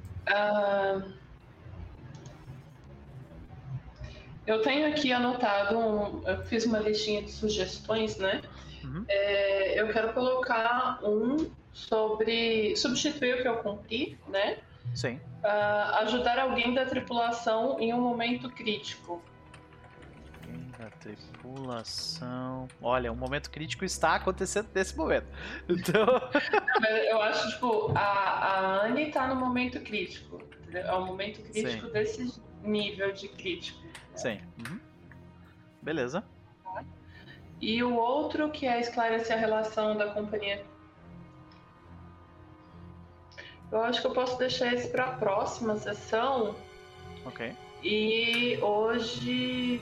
Eu tenho aqui anotado, eu fiz uma listinha de sugestões, né? Eu quero colocar sobre substituir o que eu cumpri, né? Sim. Ajudar alguém da tripulação em um momento crítico. Da tripulação. Olha, um momento crítico está acontecendo nesse momento. Então. Eu acho, tipo, a Annie tá no momento crítico. É um momento crítico desse nível de crítico. Sim. Beleza. E o outro que é esclarecer a relação da companhia. Eu acho que eu posso deixar esse para a próxima sessão. Ok. E hoje.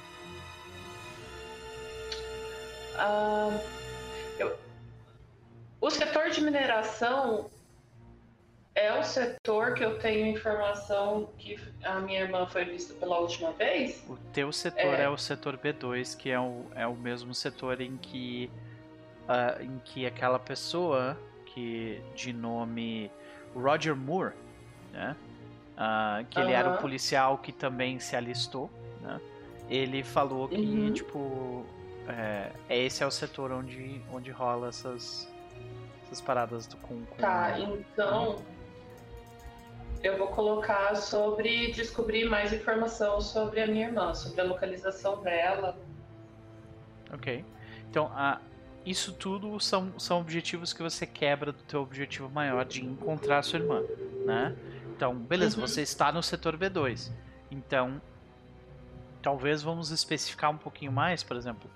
O setor de mineração é o setor que eu tenho informação que a minha irmã foi vista pela última vez? O teu setor é o setor B2, que é o mesmo setor em que aquela pessoa que de nome Roger Moore, né? Que ele era o policial que também se alistou, né? Ele falou que tipo esse é o setor onde rola essas paradas com Tá, então eu vou colocar sobre descobrir mais informação sobre a minha irmã, sobre a localização dela. Ok. Então, isso tudo são objetivos que você quebra do teu objetivo maior de encontrar sua irmã, né? Então, beleza, você está no setor B2. Então, talvez vamos especificar um pouquinho mais, por exemplo,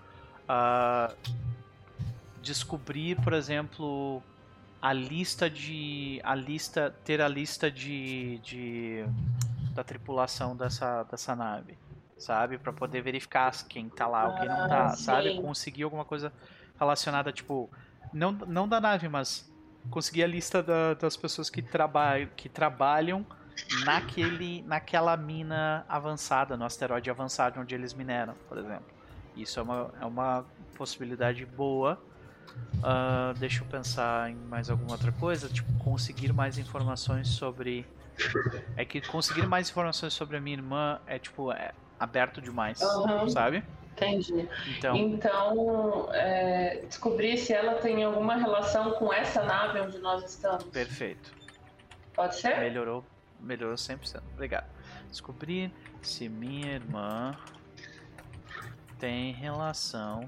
descobrir, por exemplo, a lista da tripulação dessa nave, sabe? Para poder verificar quem tá lá ou quem não tá, sabe? Conseguir alguma coisa relacionada, tipo, não da nave, mas conseguir a lista das pessoas que trabalham naquela mina avançada, no asteroide avançado onde eles mineram, por exemplo. Isso é uma possibilidade boa Deixa eu pensar em mais alguma outra coisa. Tipo, conseguir mais informações sobre... É que conseguir mais informações sobre a minha irmã é, tipo, aberto demais, sabe? Entendi. Então, Descobrir se ela tem alguma relação com essa nave onde nós estamos. perfeito. Pode ser? Melhorou 100%. Obrigado. Descobrir se minha irmã tem relação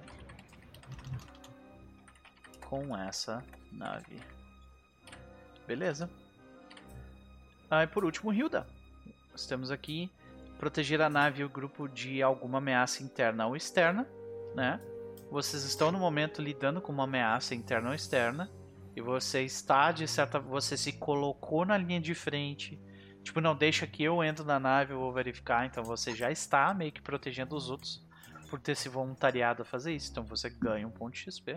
com essa nave. Beleza. E por último, Hilda. Nós temos aqui proteger a nave e o grupo de alguma ameaça interna ou externa, né? Vocês estão no momento lidando com uma ameaça interna ou externa e você você se colocou na linha de frente. Tipo, não deixa que eu entro na nave, eu vou verificar. Então você já está meio que protegendo os outros por ter se voluntariado a fazer isso. Então você ganha um ponto de XP.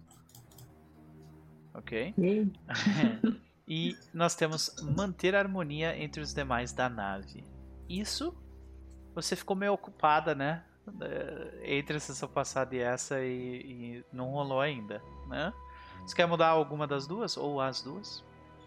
Ok? E nós temos manter a harmonia entre os demais da nave. Isso, você ficou meio ocupada, né? Entre a sessão passada e essa e não rolou ainda, né? Você quer mudar alguma das duas? Ou as duas?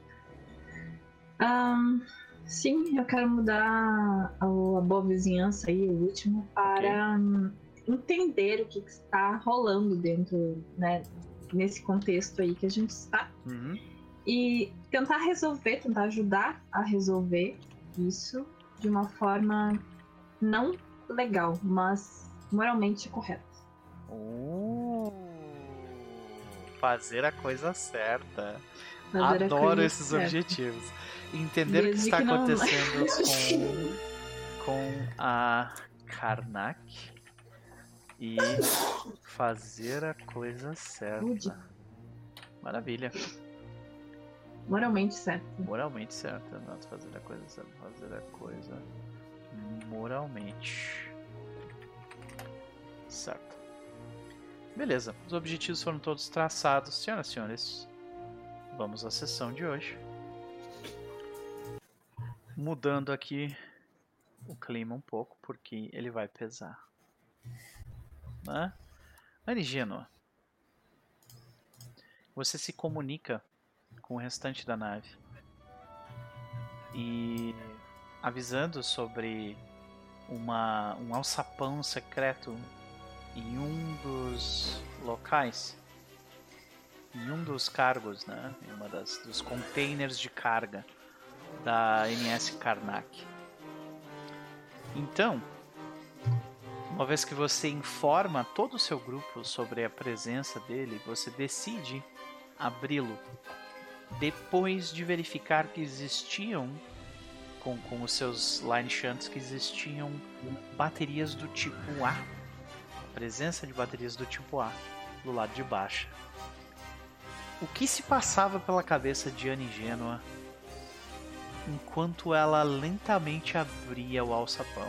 Sim, eu quero mudar a boa vizinhança aí, o último, para entender o que está rolando dentro, né? Nesse contexto aí que a gente está. E tentar ajudar a resolver isso de uma forma não legal, mas moralmente correta. Fazer a coisa certa. Adoro esses objetivos. Entender o que está acontecendo com a Karnak e fazer a coisa certa. Maravilha. Moralmente certo. Moralmente certa. Não fazer a coisa certa. Fazer a coisa moralmente certo. Beleza. Os objetivos foram todos traçados. Senhoras e senhores, vamos à sessão de hoje. Mudando aqui o clima um pouco, porque ele vai pesar. Né? Anigênua, você se comunica com o restante da nave e avisando sobre um alçapão secreto em um dos locais, em um dos cargos, né? Em uma dos containers de carga da MS Karnak. Então, uma vez que você informa todo o seu grupo sobre a presença dele, você decide abri-lo depois de verificar que existiam, com os seus line shunts, que existiam baterias do tipo A. A presença de baterias do tipo A do lado de baixo. O que se passava pela cabeça de Anigênua enquanto ela lentamente abria o alçapão?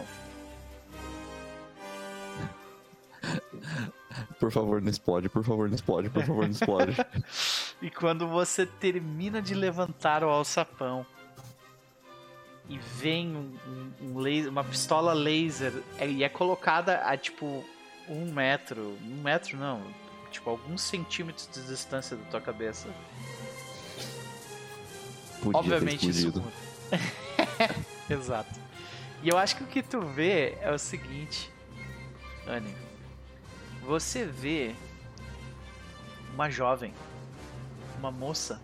Por favor, não explode, por favor, não explode, por favor, não explode. E quando você termina de levantar o alçapão e vem uma pistola laser e é colocada a tipo 1 metro, não, tipo alguns centímetros de distância da tua cabeça. Podia obviamente isso muda. Exato. E eu acho que o que tu vê é o seguinte, Annie. Você vê uma jovem, uma moça.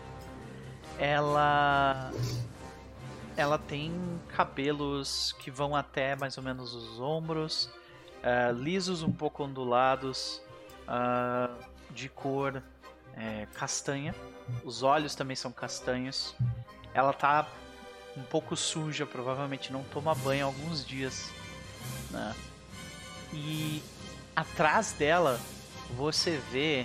Ela tem cabelos que vão até mais ou menos os ombros, lisos, um pouco ondulados, de cor castanha. Os olhos também são castanhos. Ela tá um pouco suja, provavelmente não toma banho há alguns dias, né? E atrás dela você vê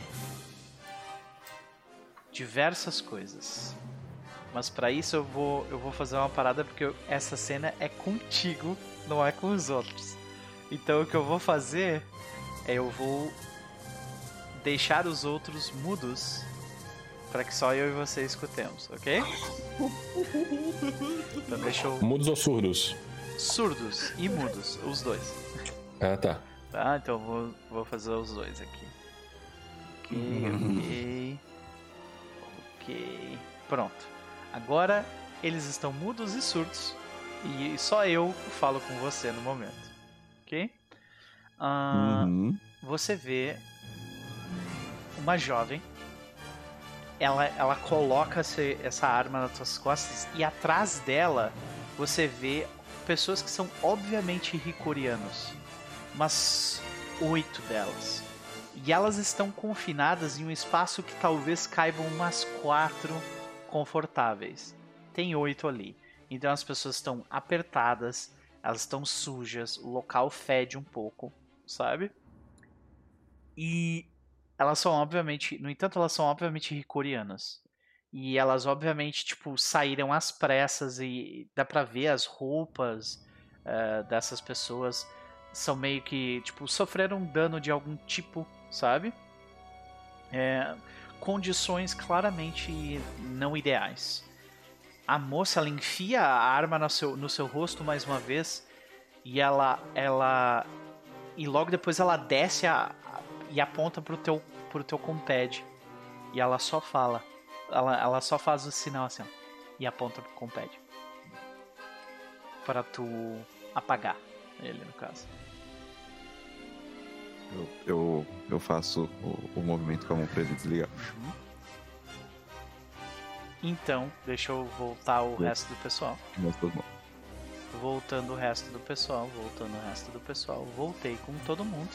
diversas coisas. Mas pra isso eu vou fazer uma parada, porque essa cena é contigo, não é com os outros. Então o que eu vou fazer é eu vou deixar os outros mudos para que só eu e você escutemos, ok? Então deixa eu... Mudos ou surdos? Surdos e mudos, os dois. Ah, tá. Tá, então eu vou fazer os dois aqui. Ok. Pronto. Agora eles estão mudos e surdos. E só eu falo com você no momento. Ok? Você vê uma jovem. Ela coloca essa arma nas suas costas. E atrás dela você vê pessoas que são obviamente Hikorianos. Mas 8 delas. E elas estão confinadas em um espaço que talvez caibam umas 4 confortáveis. Tem 8 ali. Então as pessoas estão apertadas, elas estão sujas, o local fede um pouco, sabe? E elas são obviamente, no entanto, elas são obviamente Hikorianas. E elas obviamente, tipo, saíram às pressas e dá pra ver as roupas dessas pessoas são meio que, tipo, sofreram dano de algum tipo, sabe? Condições claramente não ideais. A moça, ela enfia a arma no seu rosto mais uma vez e e logo depois ela desce e aponta pro teu compad. E ela só fala, ela só faz o sinal assim, ó, e aponta pro compad para tu apagar ele, no caso. Eu faço o movimento com a mão presa e desligar. Então, deixa eu voltar o resto do pessoal. Voltando o resto do pessoal. Voltei com todo mundo.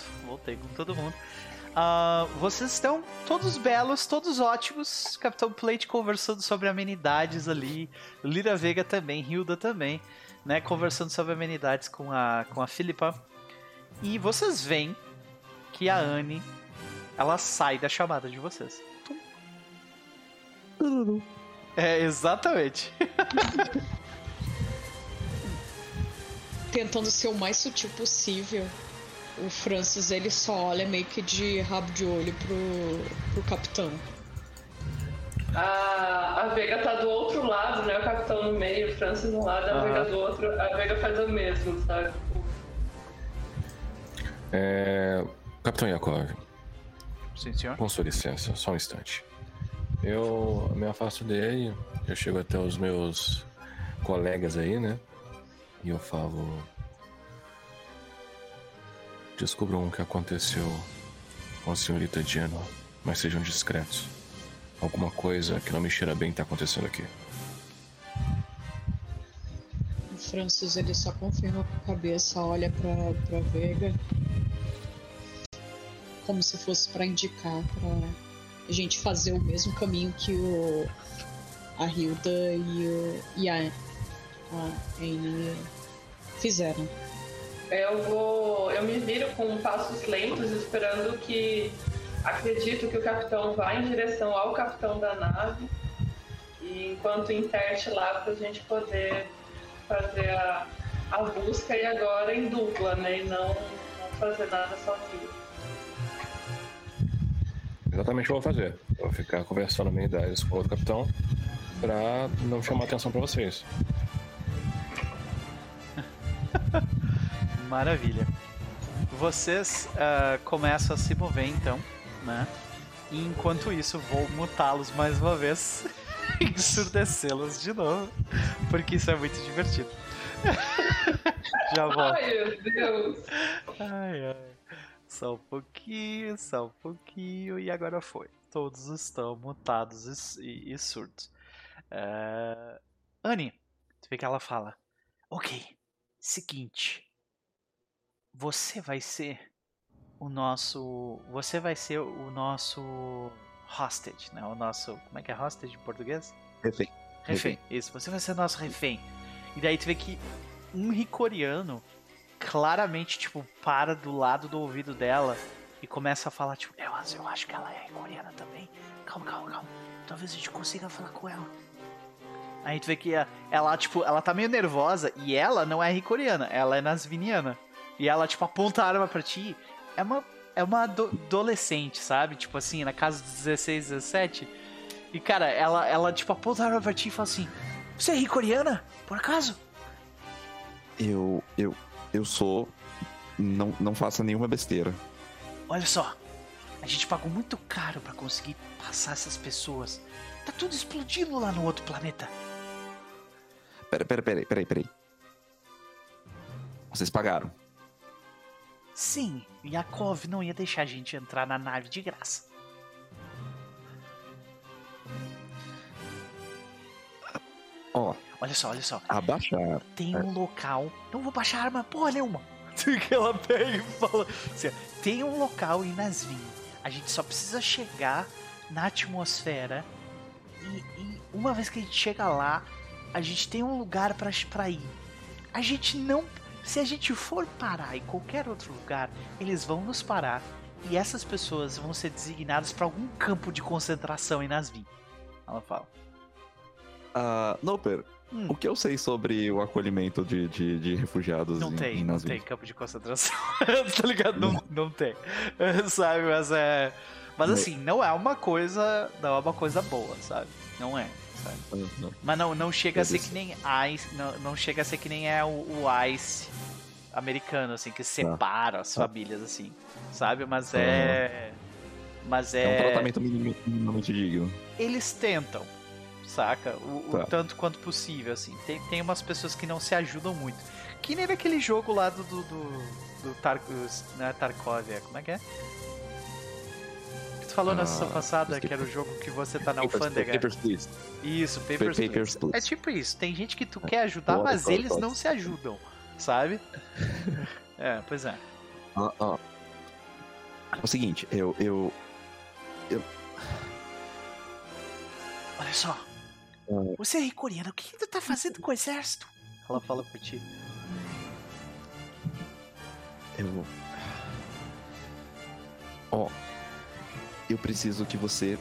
Vocês estão todos belos, todos ótimos. Capitão Plate conversando sobre amenidades ali. Lyra Vega também, Hilda também, né? Conversando sobre amenidades com a Philippa. E vocês veem que a Annie, ela sai da chamada de vocês. Exatamente. Tentando ser o mais sutil possível, o Francis, ele só olha meio que de rabo de olho pro capitão. A Vega tá do outro lado, né? O capitão no meio, o Francis no lado, a Vega do outro. A Vega faz o mesmo, sabe? Capitão Yakov. Sim, senhor. Com sua licença, só um instante. Eu me afasto dele, eu chego até os meus colegas aí, né? E eu falo... Descubram o que aconteceu com a senhorita Diana, mas sejam discretos. Alguma coisa que não me cheira bem tá acontecendo aqui. O Francis, ele só confirma com a cabeça, olha pra Vega, como se fosse pra indicar pra a gente fazer o mesmo caminho que a Hilda e a Annie fizeram. Eu me viro com passos lentos, esperando que... Acredito que o capitão vá em direção ao capitão da nave, e enquanto interte lá pra gente poder fazer a busca, e agora em dupla, né? E não fazer nada sozinho. Exatamente o que eu vou fazer. Eu vou ficar conversando amenidades com o outro capitão pra não chamar atenção pra vocês. Maravilha. Vocês começam a se mover então, né? E enquanto isso vou mutá-los mais uma vez e ensurdecê-los de novo, porque isso é muito divertido. Já volto. Ai, meu Deus! Ai. Só um pouquinho, e agora foi. Todos estão mutados e surdos. Annie, tu vê que ela fala: ok, seguinte, você vai ser o nosso hostage, né? O nosso, como é que é hostage em português? Refém. Isso, você vai ser nosso refém. E daí tu vê que um Hikoriano claramente, tipo, para do lado do ouvido dela e começa a falar, tipo, eu acho que ela é Hikoriana também. Calma. Talvez a gente consiga falar com ela. Aí tu vê que ela, tipo, ela tá meio nervosa e ela não é Hikoriana, ela é Nasviniana. E ela, tipo, aponta a arma pra ti. É uma adolescente, sabe? Tipo assim, na casa dos 16, 17. E, cara, ela tipo, aponta a arma pra ti e fala assim: você é Hikoriana, por acaso? Eu sou... Não faça nenhuma besteira. Olha só, A gente pagou muito caro pra conseguir passar essas pessoas. Tá tudo explodindo lá no outro planeta. Peraí. Vocês pagaram? Sim, Yakov não ia deixar a gente entrar na nave de graça. Ó, Olha só. abaixar. Tem um local. Não vou baixar a arma porra nenhuma. Que ela pega e fala assim, tem um local em Nazvin. A gente só precisa chegar na atmosfera. E uma vez que a gente chega lá, a gente tem um lugar pra ir. A gente não. Se a gente for parar em qualquer outro lugar, eles vão nos parar. E essas pessoas vão ser designadas para algum campo de concentração em Nazvin. Ela fala. Noper, o que eu sei sobre o acolhimento de refugiados Não em tem Nazvin? campo de concentração. Tá ligado? Não tem. Sabe, mas é. Mas assim, não é uma coisa boa, sabe? Não é, sabe? Mas não chega a ser que nem Ice. Não chega a ser que nem é o Ice americano, assim, que separa as famílias, assim. Sabe? Mas é. Mas é. É um tratamento minimamente digno. Eles tentam. Saca? O tanto quanto possível, assim. Tem umas pessoas que não se ajudam muito. Que nem naquele jogo lá do não é Tarkovia, como é que é? Que tu falou na sessão passada, que era o jogo que você tá na alfândega. Papers, Please. Isso, Papers, Please. É tipo isso, tem gente que tu quer ajudar, mas eles não se ajudam, sabe? Pois é. É o seguinte, eu... Olha só. Você é coreano, o que tu tá fazendo com o exército? Ela fala por ti. Eu preciso que você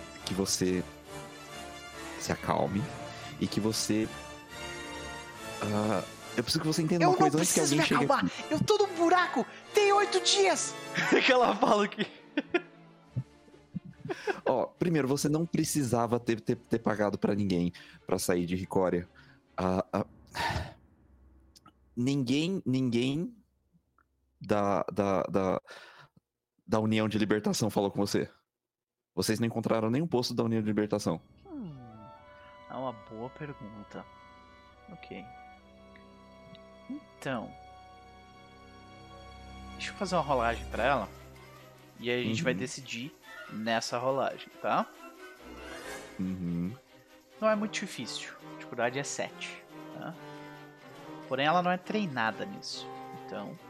se acalme e que você... eu preciso que você entenda uma coisa antes que alguém chegue aqui. Eu tô num buraco, tem 8 dias! Que ela fala aqui. Primeiro, você não precisava ter pagado pra ninguém pra sair de Ricória. Ninguém da União de Libertação falou com você. Vocês não encontraram nenhum posto da União de Libertação. É uma boa pergunta. Ok. Então, deixa eu fazer uma rolagem pra ela. E aí a gente vai decidir nessa rolagem, tá? Não é muito difícil. A dificuldade é 7, tá? Porém, ela não é treinada nisso. Então...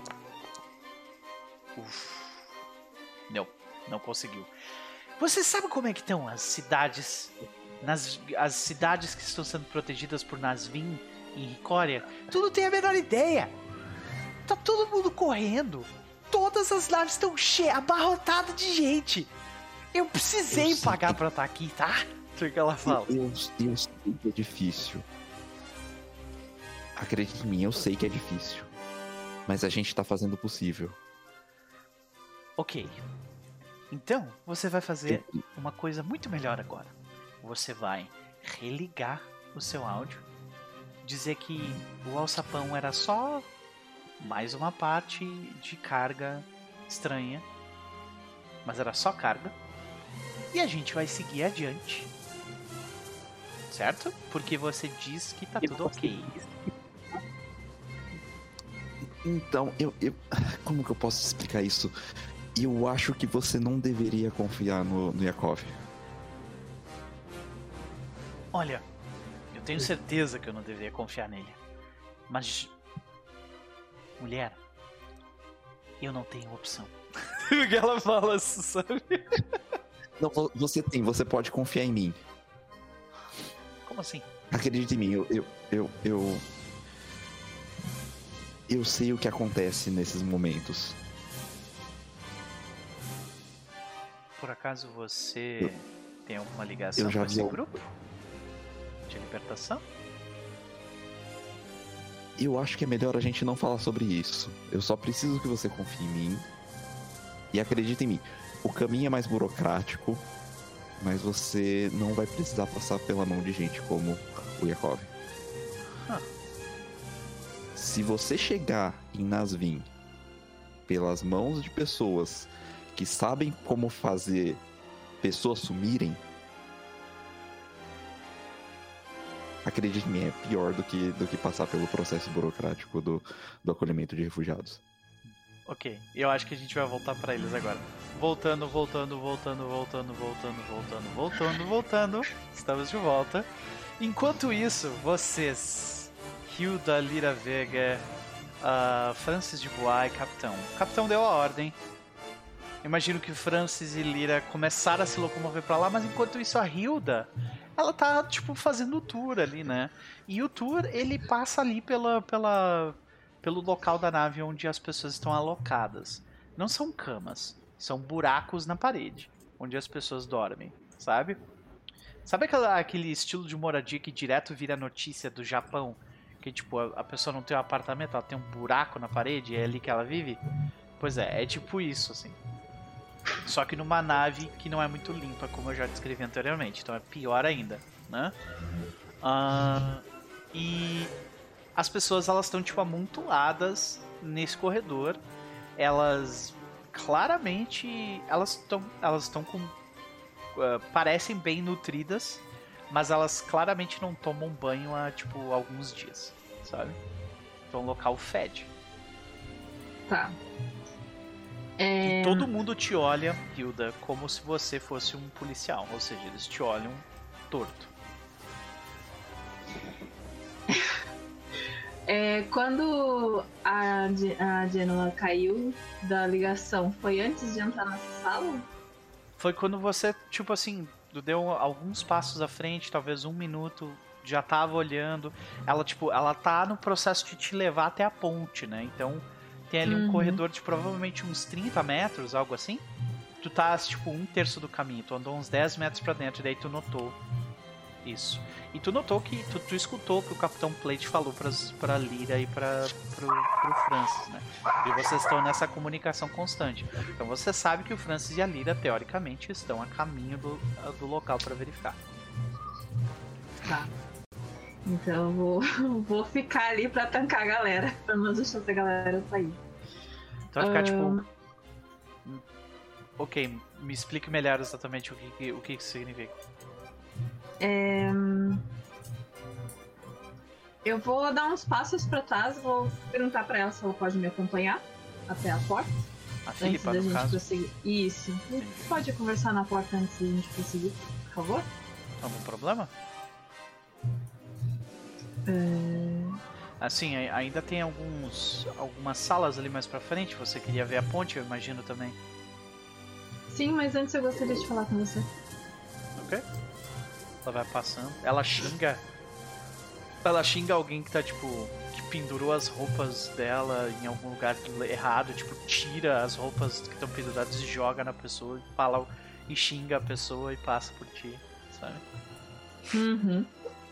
Não conseguiu. Você sabe como é que estão as cidades... As cidades que estão sendo protegidas por Nazvin e Ricória? Tu não tem a menor ideia. Tá todo mundo correndo. Todas as naves estão cheias, abarrotadas de gente. Eu precisei pagar pra estar aqui, tá? O que ela fala? Eu sei que é difícil. Acredite em mim, eu sei que é difícil. Mas a gente tá fazendo o possível. Ok. Então, você vai fazer uma coisa muito melhor agora. Você vai religar o seu áudio. Dizer que o alçapão era só mais uma parte de carga estranha. Mas era só carga. E a gente vai seguir adiante. Certo? Porque você diz que tá tudo ok. Então, como que eu posso explicar isso? Eu acho que você não deveria confiar no Yakov. Olha, eu tenho certeza que eu não deveria confiar nele. Mas... mulher, eu não tenho opção. O que ela fala, sabe? Não, você pode confiar em mim. Como assim? Acredite em mim, eu sei o que acontece nesses momentos. Por acaso você tem alguma ligação com esse grupo? De libertação? Eu acho que é melhor a gente não falar sobre isso. Eu só preciso que você confie em mim. E acredite em mim. O caminho é mais burocrático, mas você não vai precisar passar pela mão de gente como o Yakov. Se você chegar em Nazvin pelas mãos de pessoas que sabem como fazer pessoas sumirem, acredite em mim, é pior do que passar pelo processo burocrático do acolhimento de refugiados. Ok, eu acho que a gente vai voltar pra eles agora. Voltando. Estamos de volta. Enquanto isso, vocês, Hilda, Lyra Vega, Francis de Bois e Capitão. O Capitão deu a ordem. Imagino que Francis e Lyra começaram a se locomover pra lá, mas enquanto isso a Hilda, ela tá, tipo, fazendo o tour ali, né? E o tour, ele passa ali pelo local da nave onde as pessoas estão alocadas. Não são camas, são buracos na parede, onde as pessoas dormem, sabe? Sabe aquele estilo de moradia que direto vira notícia do Japão? Que tipo, a pessoa não tem um apartamento, ela tem um buraco na parede e é ali que ela vive? Pois é tipo isso, assim. Só que numa nave que não é muito limpa, como eu já descrevi anteriormente. Então é pior ainda, né? E as pessoas, elas estão tipo amontoadas nesse corredor. Elas claramente, elas estão com parecem bem nutridas, mas elas claramente não tomam banho há tipo alguns dias, sabe? Então o local fede. Tá. E todo mundo te olha, Hilda, como se você fosse um policial, ou seja, eles te olham torto. Quando a Genoa caiu da ligação, foi antes de entrar nessa sala? Foi quando você, tipo assim, deu alguns passos à frente, talvez 1 minuto, já tava olhando. Ela, tipo, ela tá no processo de te levar até a ponte, né? Então tem ali um corredor de provavelmente uns 30 metros, algo assim. Tu tá, tipo, 1/3 do caminho. Tu andou uns 10 metros pra dentro e daí tu notou isso. E tu notou que tu escutou o que o Capitão Plate falou pra Lyra e pro Francis, né? E vocês estão nessa comunicação constante. Então você sabe que o Francis e a Lyra, teoricamente, estão a caminho do local pra verificar. Tá. Então eu vou ficar ali pra tancar a galera, pra não deixar essa galera sair. Então vai ficar tipo... Ok, me explique melhor exatamente o que isso significa. Eu vou dar uns passos pra trás, vou perguntar pra ela se ela pode me acompanhar até a porta. A Filipa, antes da no gente caso. prosseguir. Isso. Pode conversar na porta antes da gente prosseguir, por favor? Algum problema? Assim, ainda tem algumas salas ali mais pra frente. Você queria ver a ponte, eu imagino também. Sim, mas antes eu gostaria de falar com você. Ok. Ela vai passando. Ela xinga alguém que tá, tipo, que pendurou as roupas dela em algum lugar errado. Tipo, tira as roupas que estão penduradas e joga na pessoa. E xinga a pessoa e passa por ti, sabe? Uhum.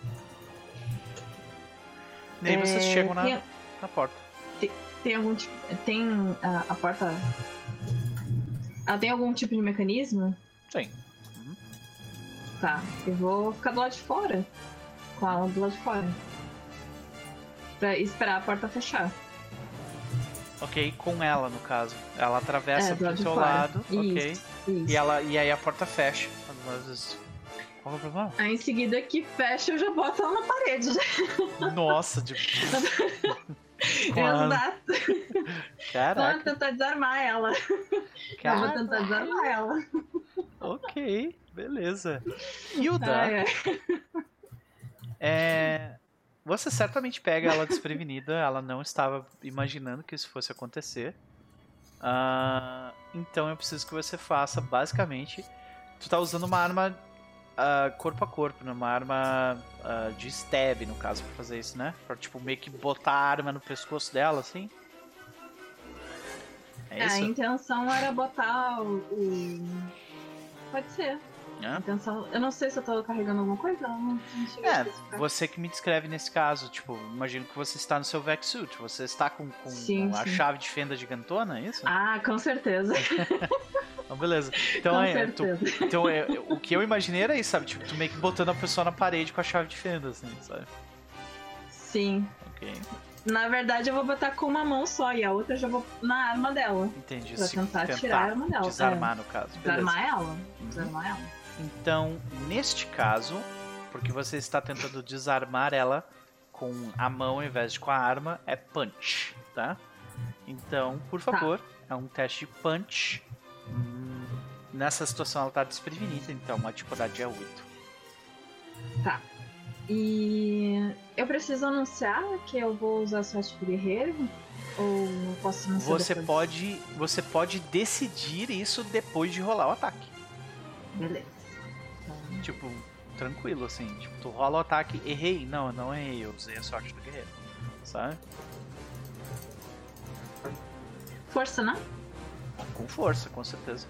E aí vocês chegam na porta. Tem algum tipo... Tem a porta... Ela tem algum tipo de mecanismo? Sim. Tá, eu vou ficar do lado de fora. Com ela do lado de fora. Pra esperar a porta fechar. Ok, com ela no caso. Ela atravessa pro seu fora. lado, Isso, ok. Isso. E aí a porta fecha. Qual é o problema? Aí em seguida que fecha, eu já boto ela na parede. Nossa, de... Exato. Caraca. Vou tentar desarmar ela. Eu vou tentar desarmar ela. Ok, beleza. Hilda, você certamente pega ela desprevenida. Ela não estava imaginando que isso fosse acontecer. Então eu preciso que você faça, basicamente... Tu tá usando uma arma corpo a corpo, né? Uma arma de stab, no caso, pra fazer isso, né? Pra, tipo, meio que botar a arma no pescoço dela, assim. É isso? A intenção era botar Pode ser. A intenção... Eu não sei se eu tô carregando alguma coisa, não cheguei a especificar. Você que me descreve nesse caso, tipo, imagino que você está no seu Vexsuit, você está com sim. A chave de fenda gigantona, é isso? Ah, com certeza. Então, beleza. Então, o que eu imaginei era isso, sabe? Tipo, tu meio que botando a pessoa na parede com a chave de fenda, assim, sabe? Sim. Ok. Na verdade, eu vou botar com uma mão só e a outra eu já vou na arma dela. Entendi. Pra tentar tirar a arma dela. Desarmar, no caso. Desarmar ela. Desarmar ela. Então, neste caso, porque você está tentando desarmar ela com a mão ao invés de com a arma, é punch, tá? Então, por favor, é um teste de punch. Nessa situação ela tá desprevenida, então a dificuldade é 8. Tá. E eu preciso anunciar que eu vou usar sorte do guerreiro? Ou eu posso anunciar Você pode decidir isso depois de rolar o ataque. Beleza. Tipo, tranquilo, assim. Tipo, tu rola o ataque, errei. Não errei, eu usei a sorte do guerreiro. Sabe? Força, né? Com força, com certeza.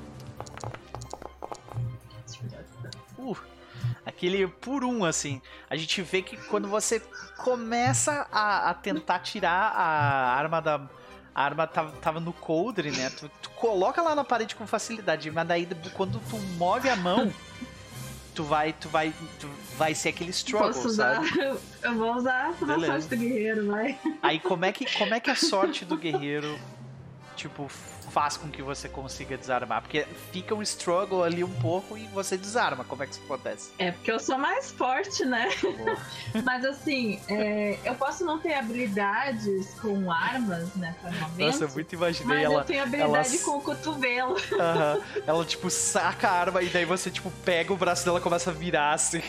Aquele por um, assim. A gente vê que quando você começa a tentar tirar a arma da... A arma tava no coldre, né? Tu coloca lá na parede com facilidade, mas daí quando tu move a mão, tu vai ser aquele struggle, Posso usar? sabe? Eu vou usar toda a sorte do guerreiro, vai. Aí como é que a sorte do guerreiro, tipo, faz com que você consiga desarmar? Porque fica um struggle ali um pouco e você desarma. Como é que isso acontece? É porque eu sou mais forte, né? Mas assim, eu posso não ter habilidades com armas, né? Nossa, eu muito imaginei mas ela... eu tenho habilidade com o cotovelo. Ela, tipo, saca a arma e daí você, tipo, pega o braço dela e começa a virar, assim.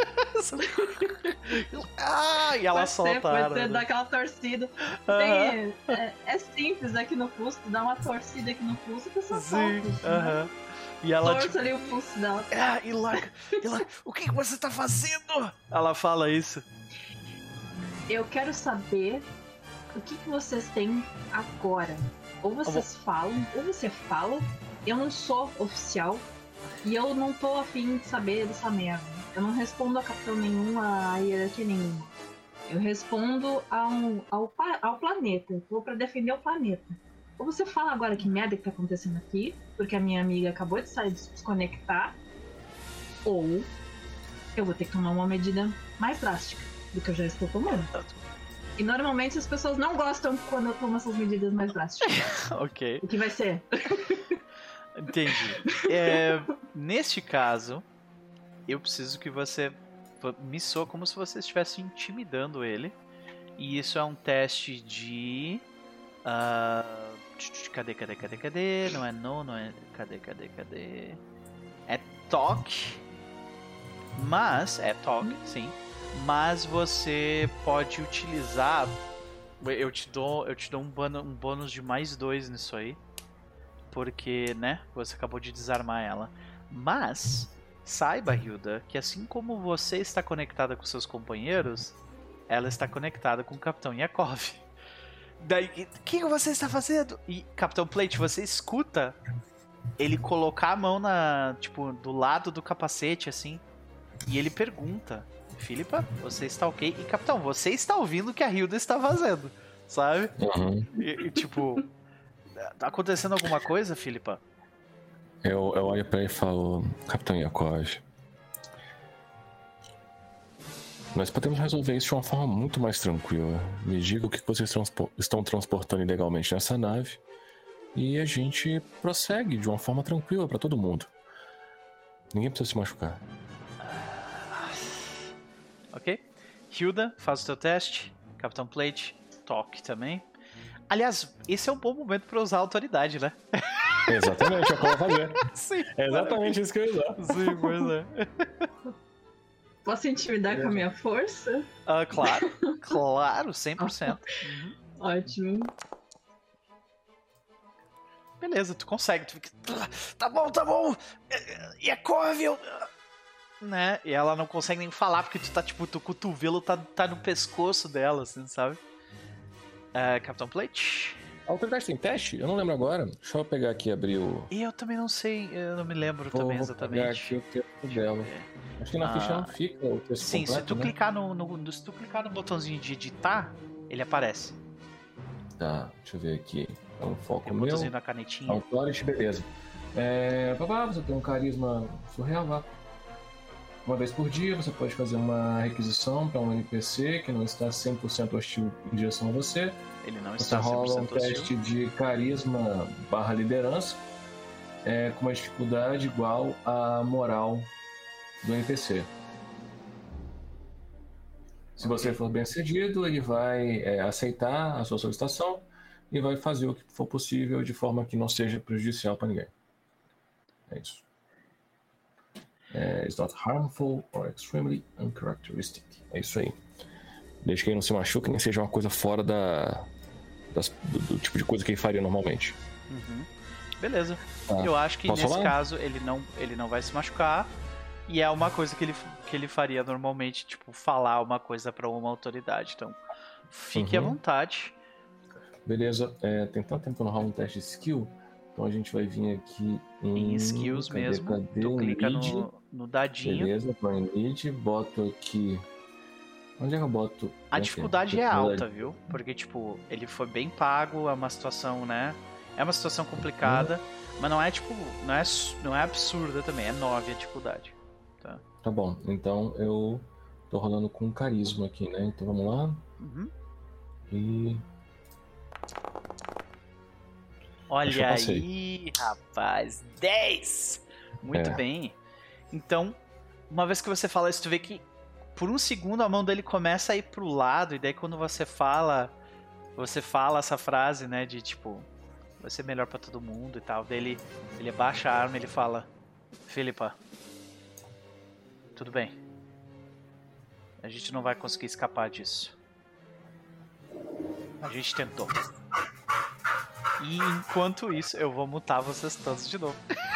E ela solta a arma. Você dá aquela torcida. É simples aqui no pulso, dá uma torcida aqui no pulso e a pessoa solta. E ela, torce tipo, ali o pulso dela. E lá, o que você tá fazendo? Ela fala isso. Eu quero saber o que vocês têm agora. Ou vocês falam, ou você fala. Eu não sou oficial e eu não tô afim de saber dessa merda. Eu não respondo a capitão nenhum, a hierarquia nenhuma. Eu respondo ao planeta. Eu vou pra defender o planeta. Ou você fala agora que merda que tá acontecendo aqui, porque a minha amiga acabou de sair de se desconectar, ou eu vou ter que tomar uma medida mais drástica do que eu já estou tomando. E normalmente as pessoas não gostam quando eu tomo essas medidas mais drásticas. Ok. O que vai ser? Entendi. Neste caso, eu preciso que você me soa como se você estivesse intimidando ele. E isso é um teste de... Cadê? Não é... Cadê? É toque. Mas... É toque, sim. Mas você pode utilizar... Eu te dou um bônus de mais 2 nisso aí. Porque, né? Você acabou de desarmar ela. Mas... Saiba, Hilda, que assim como você está conectada com seus companheiros, ela está conectada com o Capitão Yakov. Daí, o que você está fazendo? E, Capitão Plate, você escuta ele colocar a mão do lado do capacete, assim, e ele pergunta, Philippa, você está ok? E, Capitão, você está ouvindo o que a Hilda está fazendo, sabe? Uhum. E, tipo, tá acontecendo alguma coisa, Philippa? Eu olho pra ele e falo, Capitão Yakov, nós podemos resolver isso de uma forma muito mais tranquila. Me diga o que vocês estão transportando ilegalmente nessa nave e a gente prossegue de uma forma tranquila pra todo mundo. Ninguém precisa se machucar. Ok. Hilda, faz o teu teste. Capitão Plate, toque também. Aliás, esse é um bom momento pra usar a autoridade, né? Exatamente, é o que eu vou fazer. Sim. É exatamente isso que eu ia usar. Sim, pois é. Posso intimidar com a minha força? Claro, 100%. Uhum. Ótimo. Beleza, tu consegue. Tu fica, tá bom. Yakov, né? E ela não consegue nem falar porque tu tá, tipo, teu cotovelo tá no pescoço dela, assim, sabe? Capitão Plate? A autoridade tem teste? Eu não lembro agora. Deixa eu pegar aqui e abrir o... E eu também não sei, eu não me lembro também exatamente. Vou pegar aqui o texto dela. Acho que na ficha não fica o texto sim, completo, se tu né? clicar se tu clicar no botãozinho de editar, ele aparece. Tá, deixa eu ver aqui. É um foco Tem um meu. botãozinho na canetinha. Authority, beleza. Você tem um carisma surreal lá. Uma vez por dia, você pode fazer uma requisição para um NPC que não está 100% hostil em direção a você. Ele não Você está 100% rola um hostil. teste de carisma / liderança com uma dificuldade igual à moral do NPC. Se você for bem sucedido, ele vai aceitar a sua solicitação e vai fazer o que for possível de forma que não seja prejudicial para ninguém. É isso. It's not harmful or extremely uncharacteristic. É isso aí. Desde que ele não se machuque, nem seja uma coisa fora do tipo de coisa que ele faria normalmente. Uhum. Beleza. Ah, Eu acho que posso nesse falar? caso ele não vai se machucar. E é uma coisa que ele faria normalmente, tipo, falar uma coisa pra uma autoridade. Então, fique à vontade. Beleza. Tem tanto tempo que eu não rolo um teste de skill. Então a gente vai vir aqui Em skills mesmo. Tu clica no dadinho. Beleza, põe lead, boto aqui. Onde é que eu boto? A dificuldade é alta, viu? Porque, tipo, ele foi bem pago, é uma situação, né? É uma situação complicada, mas não é, tipo, não é absurda também, é 9 a dificuldade. Tá bom, então eu tô rolando com carisma aqui, né? Então vamos lá. Uhum. E... Olha aí, rapaz, 10! Muito bem. Então, uma vez que você fala isso, tu vê que por um segundo a mão dele começa a ir pro lado, e daí quando você fala essa frase, né, de tipo, vai ser melhor pra todo mundo e tal, daí ele abaixa a arma e ele fala: Philippa, tudo bem. A gente não vai conseguir escapar disso. A gente tentou. E enquanto isso, eu vou mutar vocês todos de novo.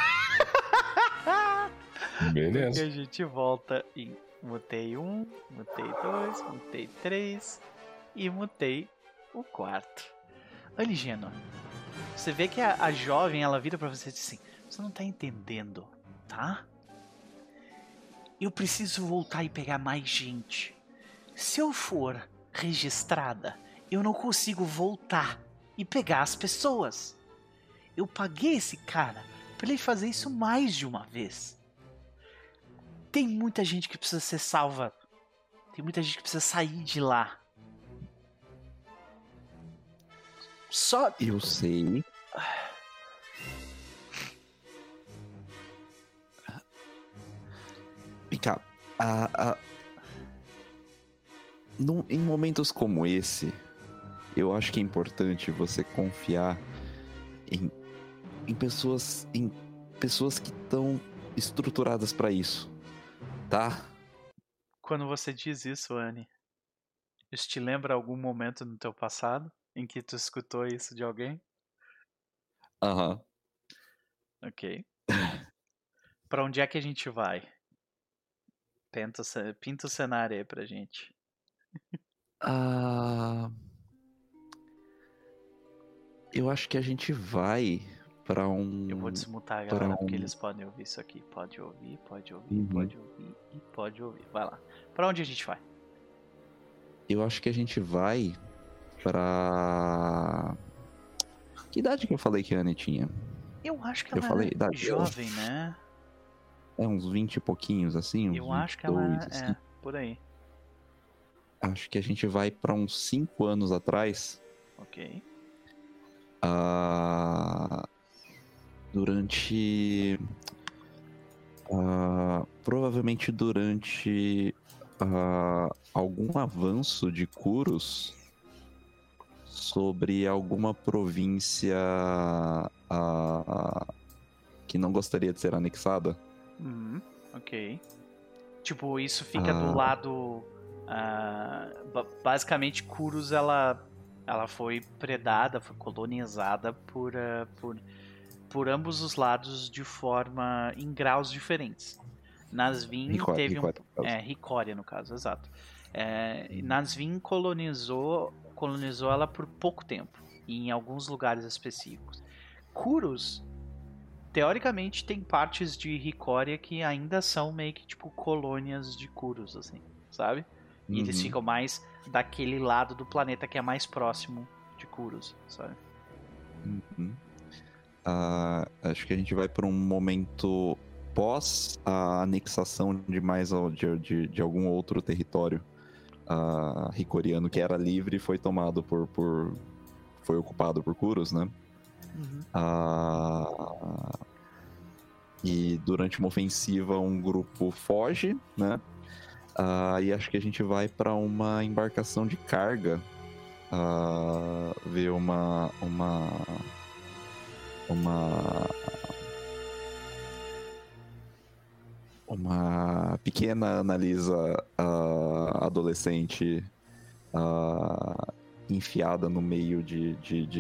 Beleza. E a gente volta em mutei 1, mutei 2, mutei 3 e mutei o 4. Olha, Geno, você vê que a jovem, ela vira pra você e diz assim: você não tá entendendo, tá? Eu preciso voltar e pegar mais gente. Se eu for registrada, eu não consigo voltar e pegar as pessoas. Eu paguei esse cara pra ele fazer isso mais de uma vez. Tem muita gente que precisa ser salva. Tem muita gente que precisa sair de lá. Só... Eu sei. Vem cá. Em momentos como esse, eu acho que é importante você confiar em pessoas que estão estruturadas para isso, tá? Quando você diz isso, Annie, isso te lembra algum momento no teu passado em que tu escutou isso de alguém? Aham. Ok. Pra onde é que a gente vai? Pinta o cenário aí pra gente. Eu acho que a gente vai pra um... Eu vou desmutar a galera porque eles podem ouvir isso aqui. Pode ouvir, pode ouvir, pode ouvir e pode ouvir. Vai lá. Pra onde a gente vai? Eu acho que a gente vai pra... Que idade que eu falei que a Annie tinha? Eu acho que Eu ela falei é idade? jovem, né? É uns 20 e pouquinhos, assim? Uns Eu acho que ela 22, assim. por aí. Acho que a gente vai pra uns 5 anos atrás. Ok. Provavelmente durante algum avanço de Kuros sobre alguma província que não gostaria de ser anexada. Ok. Tipo, isso fica do lado... basicamente, Kuros, ela foi predada, foi colonizada por ambos os lados de forma... em graus diferentes. Nazvin teve Ricória, no caso, exato. Nazvin colonizou ela por pouco tempo, em alguns lugares específicos. Kuros, teoricamente, tem partes de Ricória que ainda são meio que tipo colônias de Kuros, assim, sabe? E eles ficam mais daquele lado do planeta que é mais próximo de Kuros, sabe? Acho que a gente vai para um momento após a anexação de de algum outro território ricoriano que era livre, foi tomado foi ocupado por Kuros, né? E durante uma ofensiva um grupo foge, né? E acho que a gente vai para uma embarcação de carga ver uma pequena Analisa adolescente enfiada no meio de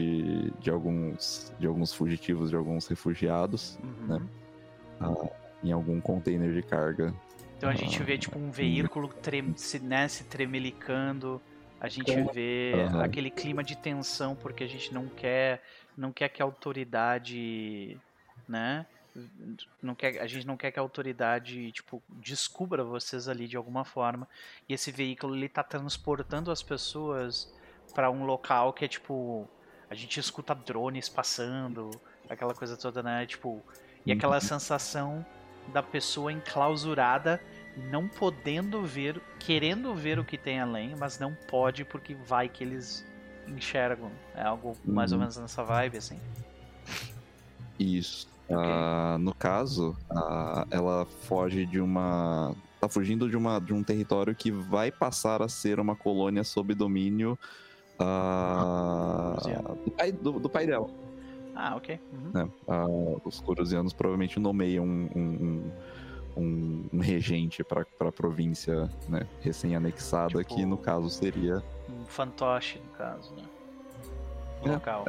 alguns fugitivos, de alguns refugiados, né? Em algum container de carga. Então a gente vê tipo um veículo se tremelicando, a gente vê aquele clima de tensão, porque a gente não quer que a autoridade, né? A gente não quer que a autoridade tipo descubra vocês ali de alguma forma. E esse veículo ele tá transportando as pessoas para um local que é tipo, a gente escuta drones passando, aquela coisa toda, né? Tipo, e aquela sensação da pessoa enclausurada, não podendo ver, querendo ver o que tem além, mas não pode porque vai que eles enxergam. É algo mais ou menos nessa vibe, assim. Isso. No caso, ela foge tá fugindo de um território que vai passar a ser uma colônia sob domínio do pai dela. Ok. Os Kurusianos provavelmente nomeiam um regente para a província, né, recém-anexada, tipo, que no caso seria um fantoche, no caso, né? Local.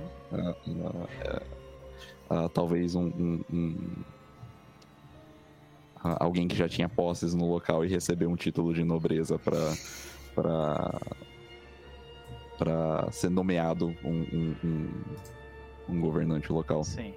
Talvez alguém que já tinha posses no local e recebeu um título de nobreza para ser nomeado um governante local. Sim.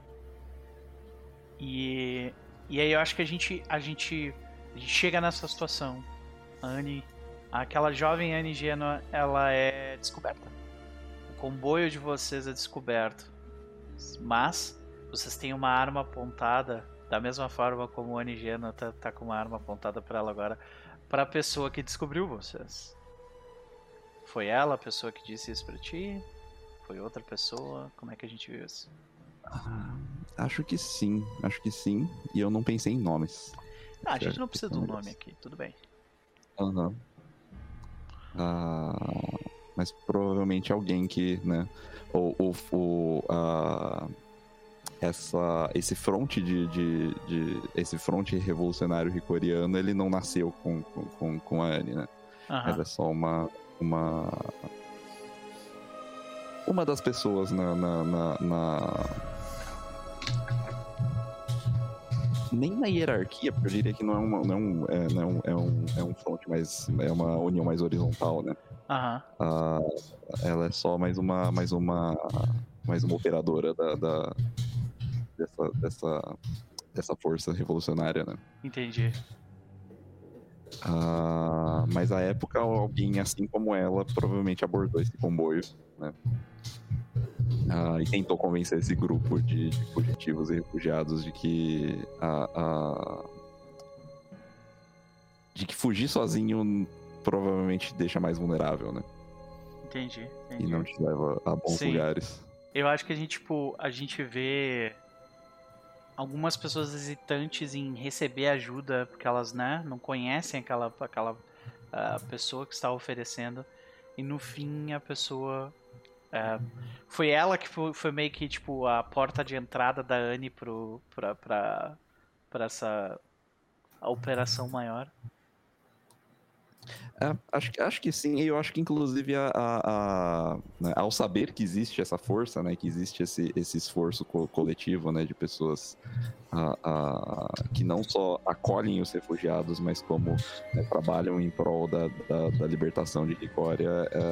E aí eu acho que a gente chega nessa situação. Aquela jovem Annie ingênua, ela é descoberta. O comboio de vocês é descoberto. Mas vocês têm uma arma apontada, da mesma forma como a Annie ingênua tá com uma arma apontada para ela agora, para a pessoa que descobriu vocês. Foi ela a pessoa que disse isso pra ti? Foi outra pessoa? Como é que a gente viu isso? Acho que sim. E eu não pensei em nomes. A gente não precisa do nome aqui, tudo bem. Mas provavelmente alguém que, né? Esse fronte esse fronte revolucionário ricoriano, ele não nasceu com a Annie, né? Ela é só uma das pessoas nem na hierarquia, porque eu diria que não é um front, mas é uma união mais horizontal, né? Ela é só mais uma operadora dessa força revolucionária, né? Entendi. Mas à época alguém assim como ela provavelmente abordou esse comboio, né? E tentou convencer esse grupo de fugitivos e refugiados de que fugir sozinho provavelmente deixa mais vulnerável, né? Entendi. E não te leva a bons lugares. Eu acho que a gente vê algumas pessoas hesitantes em receber ajuda porque elas, né, não conhecem aquela pessoa que está oferecendo, e no fim a pessoa foi ela que foi meio que tipo a porta de entrada da Annie pra essa operação maior. Acho que sim, e eu acho que inclusive né, ao saber que existe essa força, né, que existe esse esforço coletivo, né, de pessoas que não só acolhem os refugiados, mas como, né, trabalham em prol da libertação de Ricória,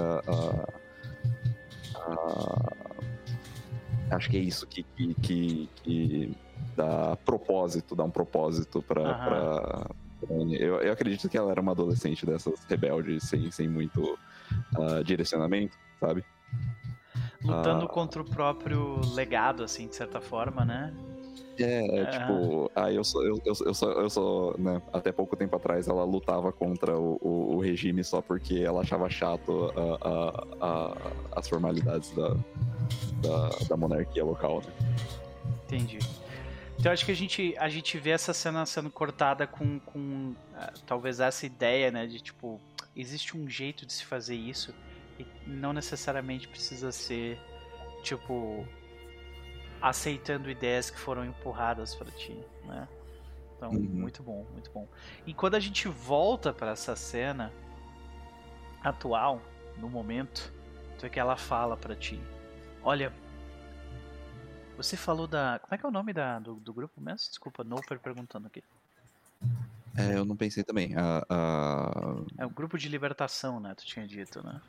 acho que é isso que dá um propósito para eu acredito que ela era uma adolescente dessas rebeldes sem muito direcionamento, sabe? Lutando contra o próprio legado, assim, de certa forma, né? Tipo, aí eu sou, né, até pouco tempo atrás ela lutava contra o regime só porque ela achava chato as formalidades da monarquia local, né? Entendi. Então acho que a gente vê essa cena sendo cortada com talvez essa ideia, né, de tipo, existe um jeito de se fazer isso e não necessariamente precisa ser, tipo, aceitando ideias que foram empurradas para ti, né? Então, muito bom, muito bom. E quando a gente volta para essa cena atual, no momento, tu é que ela fala para ti: olha, você falou da... Como é que é o nome do grupo mesmo? Desculpa, Noper perguntando aqui. Eu não pensei também. É um grupo de libertação, né? Tu tinha dito, né?